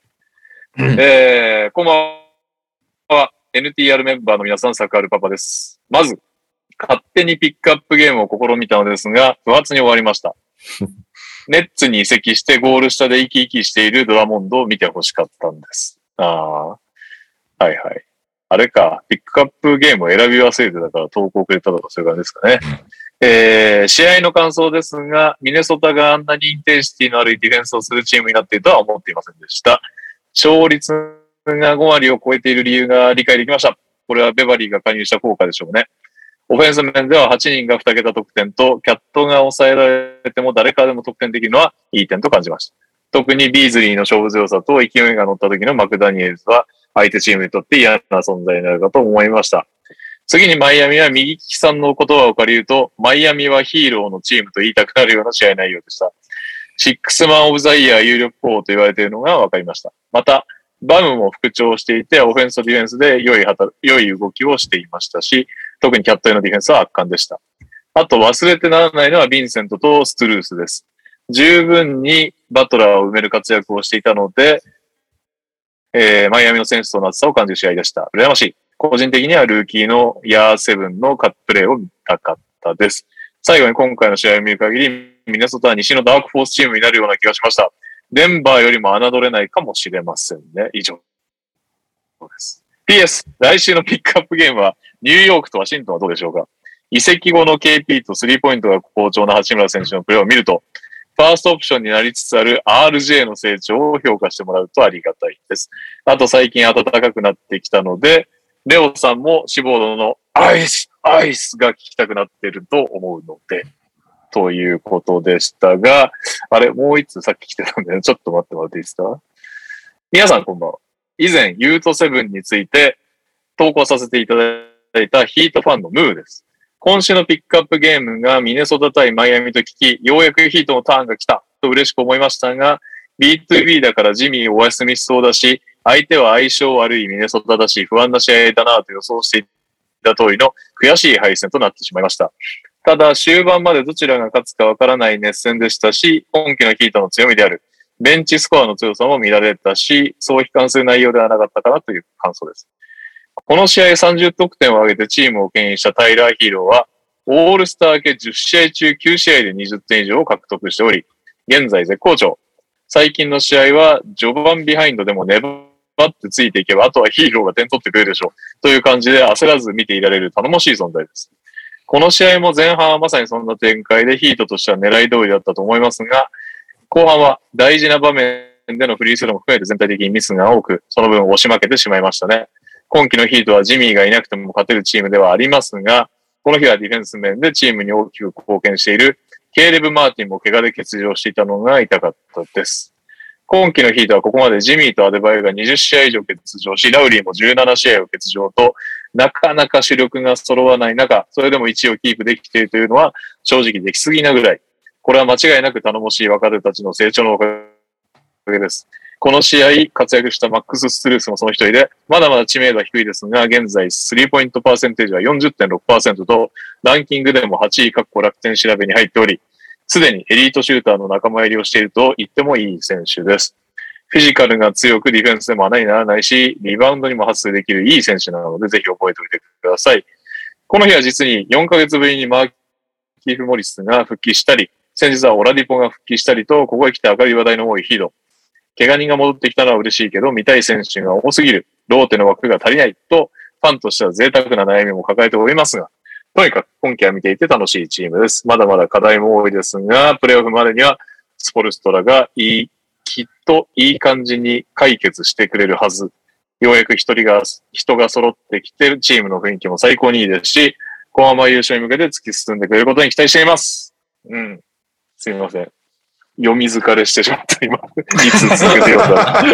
んばんは。NTR メンバーの皆さん、サクアルパパです。まず、勝手にピックアップゲームを試みたのですが、不発に終わりました。ネッツに移籍してゴール下で生き生きしているドラモンドを見てほしかったんです。はいはい。あれか、ピックアップゲームを選び忘れてたから投稿くれたとかそういう感じですかね。試合の感想ですが、ミネソタがあんなにインテンシティのあるディフェンスをするチームになっているとは思っていませんでした。勝率が5割を超えている理由が理解できました。これはベバリーが加入した効果でしょうね。オフェンス面では8人が2桁得点と、キャットが抑えられても誰かでも得点できるのはいい点と感じました。特にビーズリーの勝負強さと勢いが乗った時のマクダニエルズは相手チームにとって嫌な存在になるかと思いました。次にマイアミは右利きさんの言葉を借りると、マイアミはヒーローのチームと言いたくなるような試合内容でした。シックスマンオブザイヤー有力候補と言われているのが分かりました。また、バムも復調していて、オフェンスとディフェンスで良い動きをしていましたし、特にキャットへのディフェンスは圧巻でした。あと忘れてならないのはヴィンセントとストゥルースです。十分にバトラーを埋める活躍をしていたので、マイアミの選手との厚さを感じる試合でした。羨ましい。個人的にはルーキーのヤーセブンのカットプレーを見たかったです。最後に今回の試合を見る限り、ミネソタは西のダークフォースチームになるような気がしました。デンバーよりも侮れないかもしれませんね。以上。そうです。PS、来週のピックアップゲームはニューヨークとワシントンはどうでしょうか。移籍後の KP とスリーポイントが好調な八村選手のプレーを見ると、ファーストオプションになりつつある RJ の成長を評価してもらうとありがたいです。あと最近暖かくなってきたので、レオさんも志望度のアイスが聞きたくなっていると思うので、ということでしたが、あれ、もう一つさっき来てたんで、ちょっと待ってもらっていいですか。皆さんこんばんは。以前、ユート7について投稿させていただいたヒートファンのムーです。今週のピックアップゲームがミネソタ対マイアミと聞き、ようやくヒートのターンが来たと嬉しく思いましたが、B2B だからジミーお休みしそうだし、相手は相性悪いミネソタだし、不安な試合だなと予想していた通りの悔しい敗戦となってしまいました。ただ、終盤までどちらが勝つかわからない熱戦でしたし、今季のヒートの強みであるベンチスコアの強さも見られたし、そう悲観する内容ではなかったかなという感想です。この試合30得点を挙げてチームを牽引したタイラー・ヒーローは、オールスター系10試合中9試合で20点以上を獲得しており、現在絶好調。最近の試合は序盤ビハインドでも粘ってついていけば、あとはヒーローが点取ってくれるでしょう。という感じで焦らず見ていられる頼もしい存在です。この試合も前半はまさにそんな展開でヒートとしては狙い通りだったと思いますが、後半は大事な場面でのフリースローも含めて全体的にミスが多く、その分押し負けてしまいましたね。今季のヒートはジミーがいなくても勝てるチームではありますが、この日はディフェンス面でチームに大きく貢献しているケイレブ・マーティンも怪我で欠場していたのが痛かったです。今季のヒートはここまでジミーとアデバイオが20試合以上欠場し、ラウリーも17試合を欠場と、なかなか主力が揃わない中、それでも1位をキープできているというのは正直できすぎなぐらい。これは間違いなく頼もしい若手たちの成長のおかげです。この試合、活躍したマックス・ストゥルースもその一人で、まだまだ知名度は低いですが、現在スリーポイントパーセンテージは 40.6% と、ランキングでも8位楽天調べに入っており、すでにエリートシューターの仲間入りをしていると言ってもいい選手です。フィジカルが強くディフェンスでも穴にならないし、リバウンドにも発生できるいい選手なので、ぜひ覚えておいてください。この日は実に4ヶ月ぶりにマーキーフ・モリスが復帰したり、先日はオラディポが復帰したりと、ここへ来て明るい話題の多いヒーロー。怪我人が戻ってきたのは嬉しいけど、見たい選手が多すぎる。ローテの枠が足りないと、ファンとしては贅沢な悩みも抱えておりますが、とにかく今季は見ていて楽しいチームです。まだまだ課題も多いですが、プレーオフまでにはスポルストラがきっといい感じに解決してくれるはず。ようやく人が揃ってきてるチームの雰囲気も最高にいいですし、後半は優勝に向けて突き進んでくれることに期待しています。すみません。読み疲れしてしまった、今。いつ続けてよか。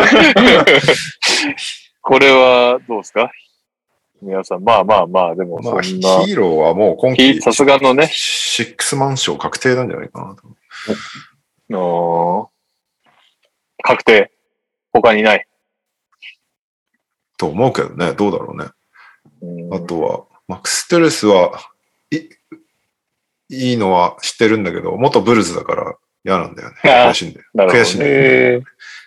これはどうですか皆さん、まあ、でもそんな。 ヒーローはもう今季、 さすがのね。 6マン賞確定なんじゃないかなと。 確定。他にない。 と思うけどね、どうだろうね。あとは、マックス・テレスいいのは知ってるんだけど、元ブルズだから嫌なんだよね。悔しいんだよ。悔しいんだよ。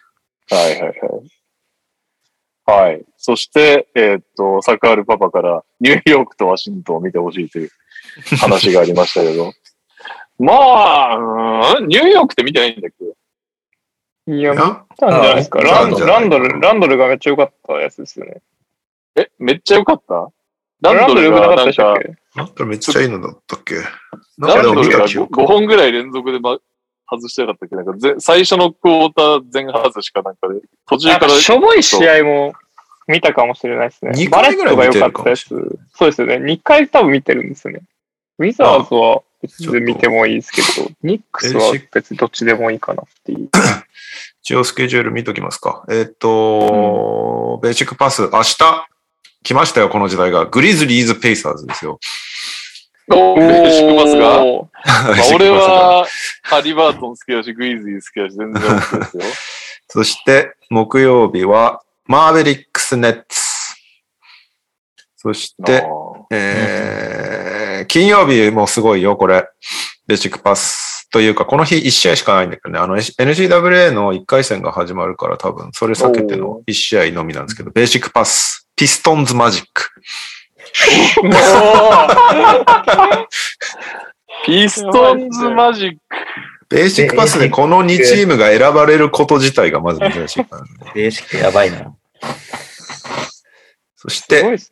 はい。そして、サカールパパからニューヨークとワシントンを見てほしいという話がありましたけど。まあ、ニューヨークって見てないんだっけ？ いや、見たんじゃないですか。ランドルがめっちゃ良かったやつですよね。 めっちゃ良かった？ ランドル良くなかったでしたっけ？ ランドルめっちゃいいのだったっけ？ ランドルが5本ぐらい連続で外してなかったっけ？なんか最初のクォーター全外しかなんかで、途中から。 しょぼい試合も見たかもしれないですね。 2回ぐらい見てるかもしれない。 そうですよね。2回多分見てるんですよね。ウィザーズは別に見てもいいですけど、ニックスは別にどっちでもいいかなっていう。 一応スケジュール見ときますか。ベーシックパス、明日来ましたよ、この時代が。グリズリーズ・ペイサーズですよ。 ベーシックパスが俺はハリバートン好きだし、グイズリー好きだし、全然 OK ですよ。 そして、木曜日は、マーベリックス・ネッツ。そして、金曜日もすごいよ、これ。ベーシックパス。というか、この日1試合しかないんだけどね、NCAA の1回戦が始まるから多分、それ避けての1試合のみなんですけど、ベーシックパス、ピストンズマジック。 ピストンズマジック。 ベーシックパスでこの2チームが選ばれること自体がまず珍しいからね。 ベーシックやばいな。 そして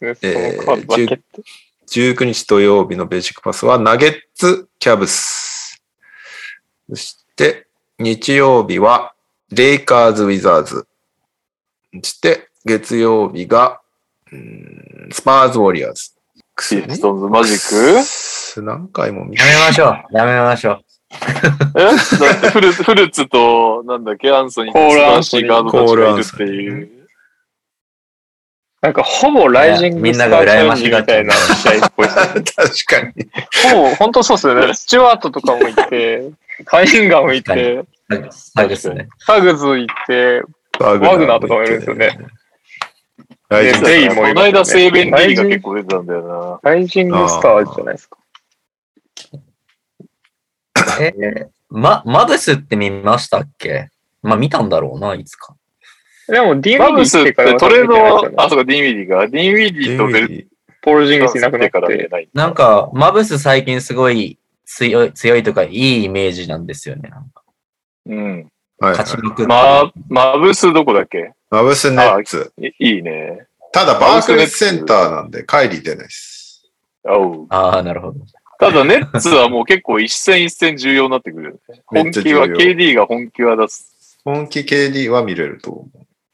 、19日土曜日のベーシックパスはナゲッツ、キャブス。そして、日曜日はレイカーズ、ウィザーズ。そして、月曜日が、スパーズ、ウォリアーズ。 ピストンズマジック何回も見やめましょう。だってフルツと、なんだっけ、アンソニーとスパーシーガードたちがいるっていう。 なんかほぼライジングみんなが羨ましがってみたいな試合っぽいですね。 確かに。 ほぼ、本当そうですよね。スチュワートとかもいて、カインガもいて、 サグズね。 サグズいて、ワグナーとかもいるんですよね。 デイもこの間、セーベンデイが結構出てたんだよな。ライジングスターじゃないですか。 マドスって見ましたっけ？ まあ見たんだろうな、いつか。 でも、ディンウィディマブスって来てからトレードは、 あ、 そうか、ディンウィディが。ディンウィディとベルポール・ジンギスいなくなっから見てて。 ない。 なんか、マブス最近すごい強いとか、いいイメージなんですよね。なんかうん。 はい、 勝ちまくってる。 マブスどこだっけ？ マブスネッツ。 いいね。 ただ、バークレスセンターなんで、カイリー出ないです。 おう。 ああ、なるほど。 ただ、ネッツはもう結構一戦一戦重要になってくるよね。 めっ本気は、 ちゃ重要 KD が本気は出す。 本気 KD は見れると思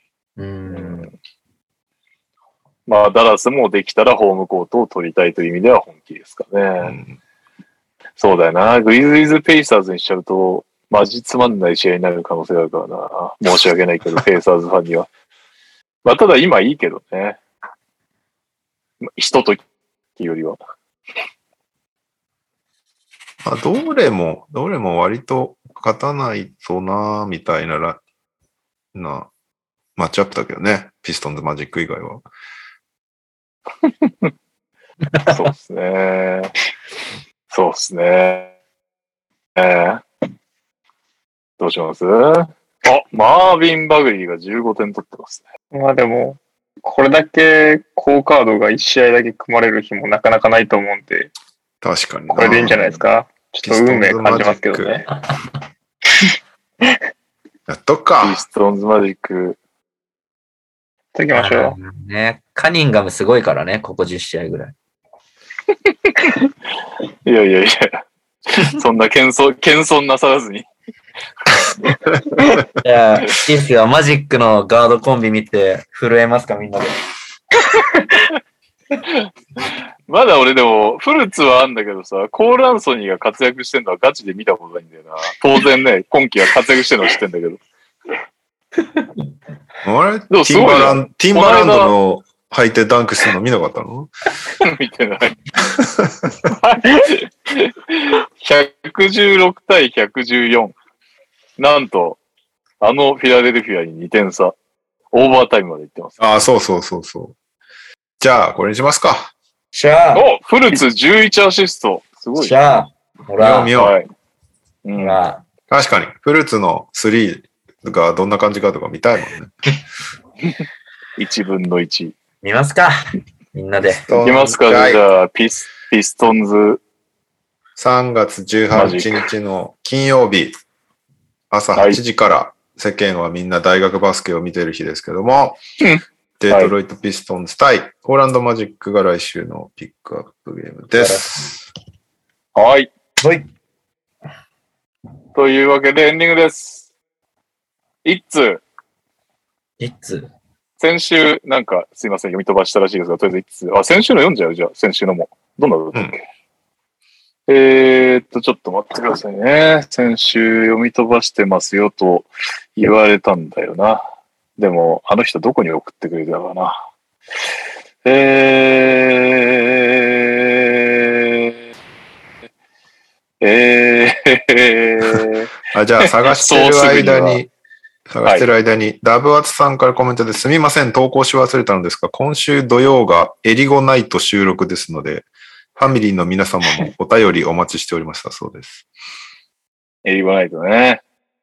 まあ、ダラスもできたらホームコートを取りたいという意味では本気ですかね。 う。 そうだよな。グリズリーズ・ペイサーズにしちゃうと、マジつまんない試合になる可能性があるからな。申し訳ないけど、ペイサーズファンには。まあ、ただ今いいけどね。人とよりは。 まあ、どれも割と勝たないとな、みたいなマッチアップだけどね。ピストンズマジック以外は。 そうですね。そうですね。どうします？あ、マービン・バグリーが15点取ってますね。 まあでも、これだけ好カードが1試合だけ組まれる日もなかなかないと思うんで、 確かにな。 これでいいんじゃないですか。ちょっと運命感じますけどね。 やっとくピか。 ストンズマジック。 いきましょう。ね、カニンガムすごいからね、ここ10試合ぐらい。 いやいやいや。そんな謙遜なさらずに。 いや、いいっすよ。マジックのガードコンビ見て震えますか、みんなで。 まだ俺でも、フルーツはあんだけどさ、コール・アンソニーが活躍してんのはガチで見たことないんだよな。当然ね、今季は活躍してるのは知ってんだけど。 あれでもすごいねティンバランドの履いてダンクするの見なかったの？ 見てない。116対114。なんと、フィラデルフィアに2点差。オーバータイムまで行ってます。 ああ、そうそうそうそう。じゃあ、これにしますか。 しゃあお、フルーツ11アシスト。すごい。 しゃあほら、 見よう見よう。 はい。うん、 ほら、 確かに、フルーツの3がどんな感じかとか見たいもんね。 1分の1。 見ますか、みんなで。 いきますか、 はいじゃあ、ピストンズ。 3月18日の金曜日、朝8時から世間はみんな大学バスケを見てる日ですけども、デトロイトピストンズ対オーランドマジックが来週のピックアップゲームです。 はい。 はい。 というわけでエンディングです。一通。 いつ先週、なんか、すいません、読み飛ばしたらしいですが、とりあえず一通。あ、先週の読んじゃうじゃあ、先週のも。どんなのだったっけ、ちょっと待ってくださいね。先週読み飛ばしてますよと言われたんだよな。でも、あの人どこに送ってくれたかな。 じゃあ探してる間に、ダブアツさんからコメントですみません、投稿し忘れたのですが、今週土曜がエリゴナイト収録ですので、ファミリーの皆様もお便りお待ちしておりましたそうです。 エリゴナイトね。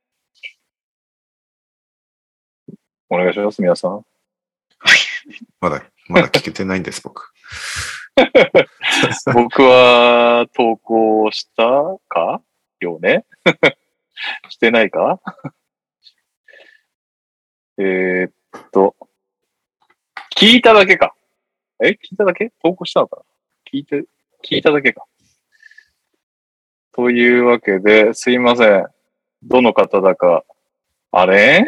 お願いします、皆さん。 まだ聞けてないんです、僕。 僕は投稿したかよねしてないか聞いただけか。聞いただけ投稿したのかな聞いただけか。というわけで、すいません。どの方だか、あれ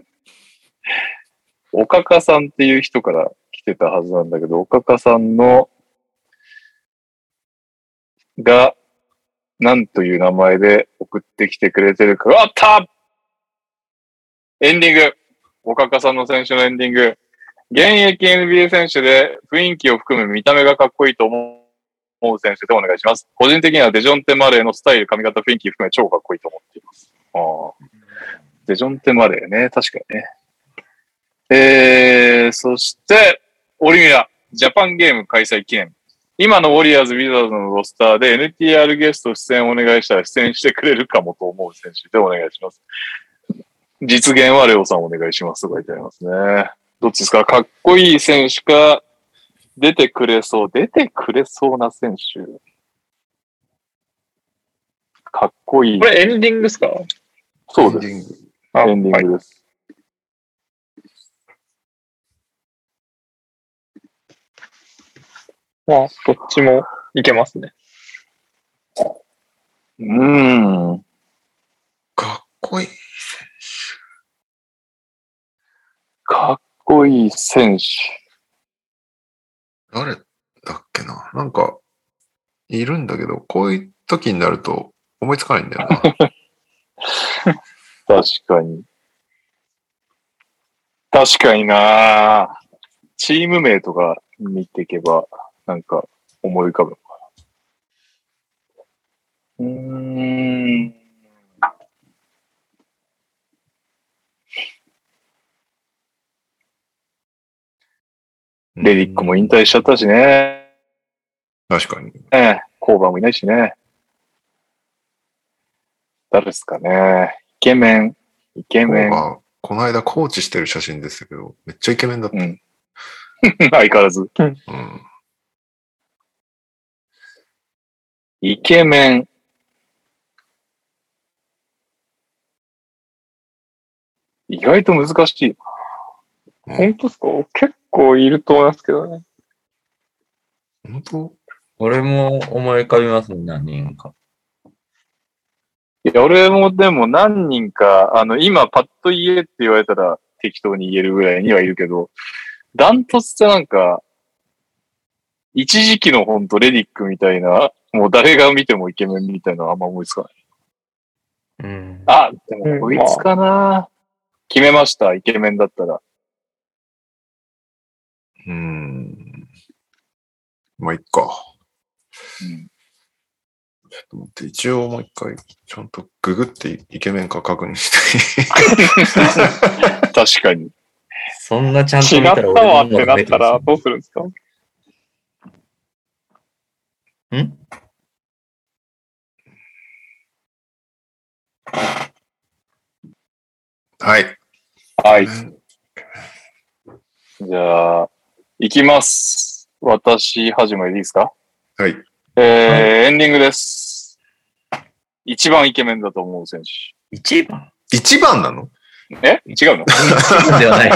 おかかさんっていう人から来てたはずなんだけど、おかかさんの、が、なんという名前で送ってきてくれてるか。あったエンディング。おかかさんの選手のエンディング。現役 NBA 選手で雰囲気を含む見た目がかっこいいと思う選手でお願いします。個人的にはデジョンテ・マレーのスタイル、髪型、雰囲気含め超かっこいいと思っています。デジョンテ・マレーね。確かにね。そして、オリミラ、ジャパンゲーム開催記念。今のウォリアーズ・ウィザーズのロスターで NTR ゲスト出演をお願いしたら出演してくれるかもと思う選手でお願いします。 実現はレオさんお願いしますと書いてありますね。どっちですか？かっこいい選手か、出てくれそうな選手。かっこいい。 これエンディングですか？ そうです。エンディングです。 まあ、どっちもいけますね。 かっこいい。 かっこいい選手。 誰だっけな？なんか、いるんだけど、こういう時になると思いつかないんだよな。 確かに。確かにな。チーム名とか見ていけば、なんか思い浮かぶのかな。レディックも引退しちゃったしね。 確かに。 コーバーもいないしね。誰ですかね。イケメン。 この間コーチしてる写真ですけど、めっちゃイケメンだった。 相変わらず。イケメン。意外と難しい。 本当ですか？結構いると思いますけどね。 本当？ 俺も思い浮かびますね、何人か。 いや、俺もでも何人か、今パッと言えって言われたら適当に言えるぐらいにはいるけど、ダントツってなんか、一時期のほんとレディックみたいな、もう誰が見てもイケメンみたいなのあんま思いつかない。あ、でもこいつかな。決めました、イケメンだったら。 まあ、いっか。ちょっと待って、一応もう一回、ちゃんとググってイケメンか確認したい。確かに。 そんなちゃんと見たら違ったわってなったらどうするんですか？ はい。 はい。じゃあ、いきます。私、始めでいいですか？ はい。 エンディングです。一番イケメンだと思う選手。 一番なの？ 違うの？ 一番では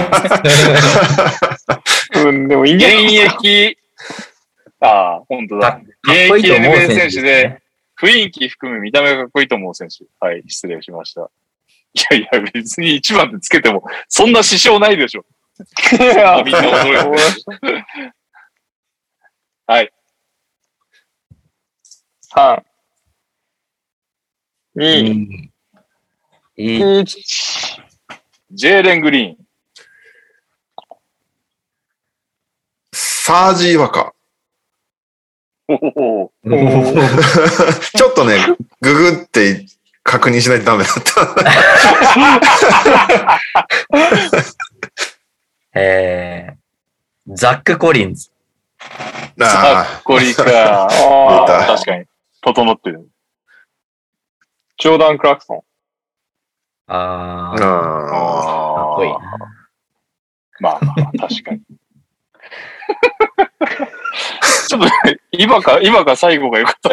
ない。でも現役、本当だ。現役 NBA 選手で、雰囲気含め見た目がかっこいいと思う選手。はい、失礼しました。いや、別に一番でつけても、そんな支障ないでしょ。みんな驚いて。はい。 3、2、1。 ジェーレン・グリーン。 サージー・ワカ。 ちょっとね、ググって確認しないとダメだった。 ザック・コリンズ。 ザック・コリンか。確かに。整ってる。 ジョーダン・クラクソン。 かっこいい。 まあ、確かに。ちょっと、今か最後が良かった。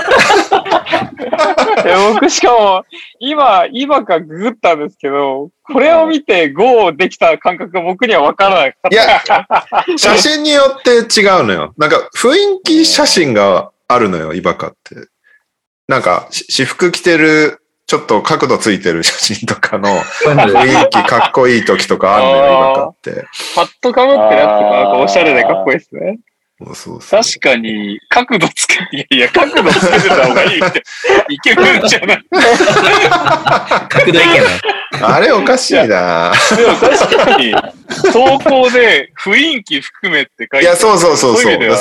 僕しかも、今かググったんですけど、これを見て5できた感覚が僕には分からない。 いや、写真によって違うのよ。なんか雰囲気写真があるのよ、イバカって。なんか、私服着てる、ちょっと角度ついてる写真とかの雰囲気かっこいい時とかあるのよ、イバカって。 パッとかぶってるやつとか、なんかおしゃれでかっこいいですね。 そう確かに、角度つけてた方がいいって、イケメンじゃない。 角度イケメン。 あれおかしいな。 でも確かに、投稿で雰囲気含めって書いてある。 いや、そう。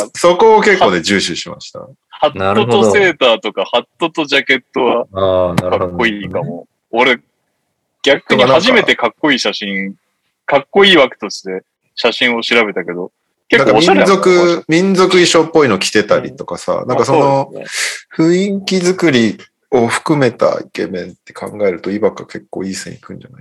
そこを結構ね、重視しました。 ハットとセーターとか、ハットとジャケットは、かっこいいかも。俺、逆に初めてかっこいい写真、かっこいい枠として写真を調べたけど、 結構民族衣装っぽいの着てたりとかさ、なんかその雰囲気作りを含めたイケメンって考えると、イバカ結構いい線いくんじゃないかっ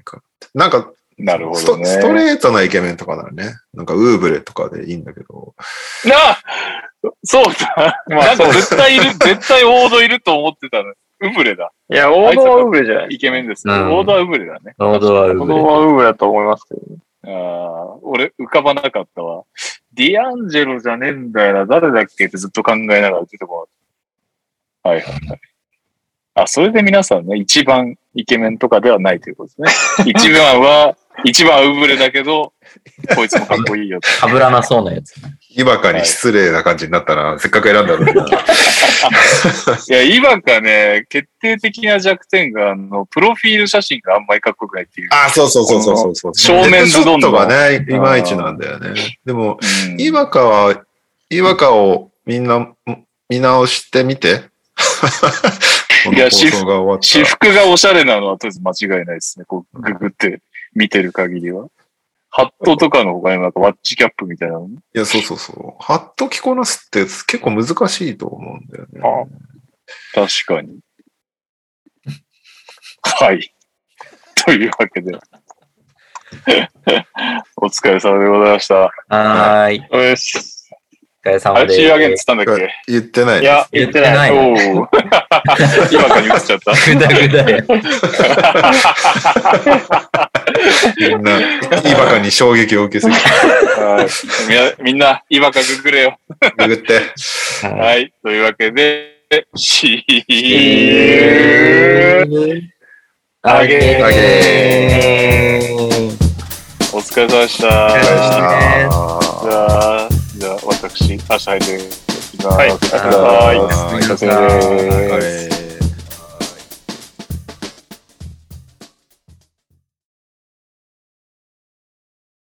なんか、 なるほどね。 ストレートなイケメンとかならね。なんかウーブレとかでいいんだけど。 そうだ。なんか絶対王道いると思ってたの。ウブレだ。 いや、王道はウブレじゃない。 イケメンですね。王道はウブレだね。 王道はウブレ。 王道はウブレだと思いますけどね。 俺浮かばなかったわ。ディアンジェロじゃねえんだよな。誰だっけってずっと考えながら出てこなかった。はいはいはい。それで皆さんね、一番イケメンとかではないということですね。一番ウブレだけど、こいつもかっこいいよ。 かぶらなそうなやつ。 イバカに失礼な感じになったら、せっかく選んだのにな。 いや、イバカね、決定的な弱点が、プロフィール写真があんまりかっこよくないっていう。 そう。 少年ズドンとかね、いまいちなんだよね。でも、イバカをみんな見直してみて。 いや、私服がおしゃれなのはとりあえず間違いないですね。こう、ググって見てる限りは。ハットとかの他にもなんかワッチキャップみたいなの。 いや、そう。ハット着こなすって結構難しいと思うんだよね。 確かに。はい。というわけで。お疲れ様でございました。 はーい。 よし。 お疲れ様です。 仕上げって言ったんだっけ？ 言ってない。 いや、言ってない。 今かに言っちゃった。 ぐだぐだや。 イバカに衝撃を受けすぎた。みんな、イバカググれよ。 ググって。 はい。というわけで、See you again. お疲れ様でした。じゃあ、私、明日入っていきます。 はい。 はい。 はい。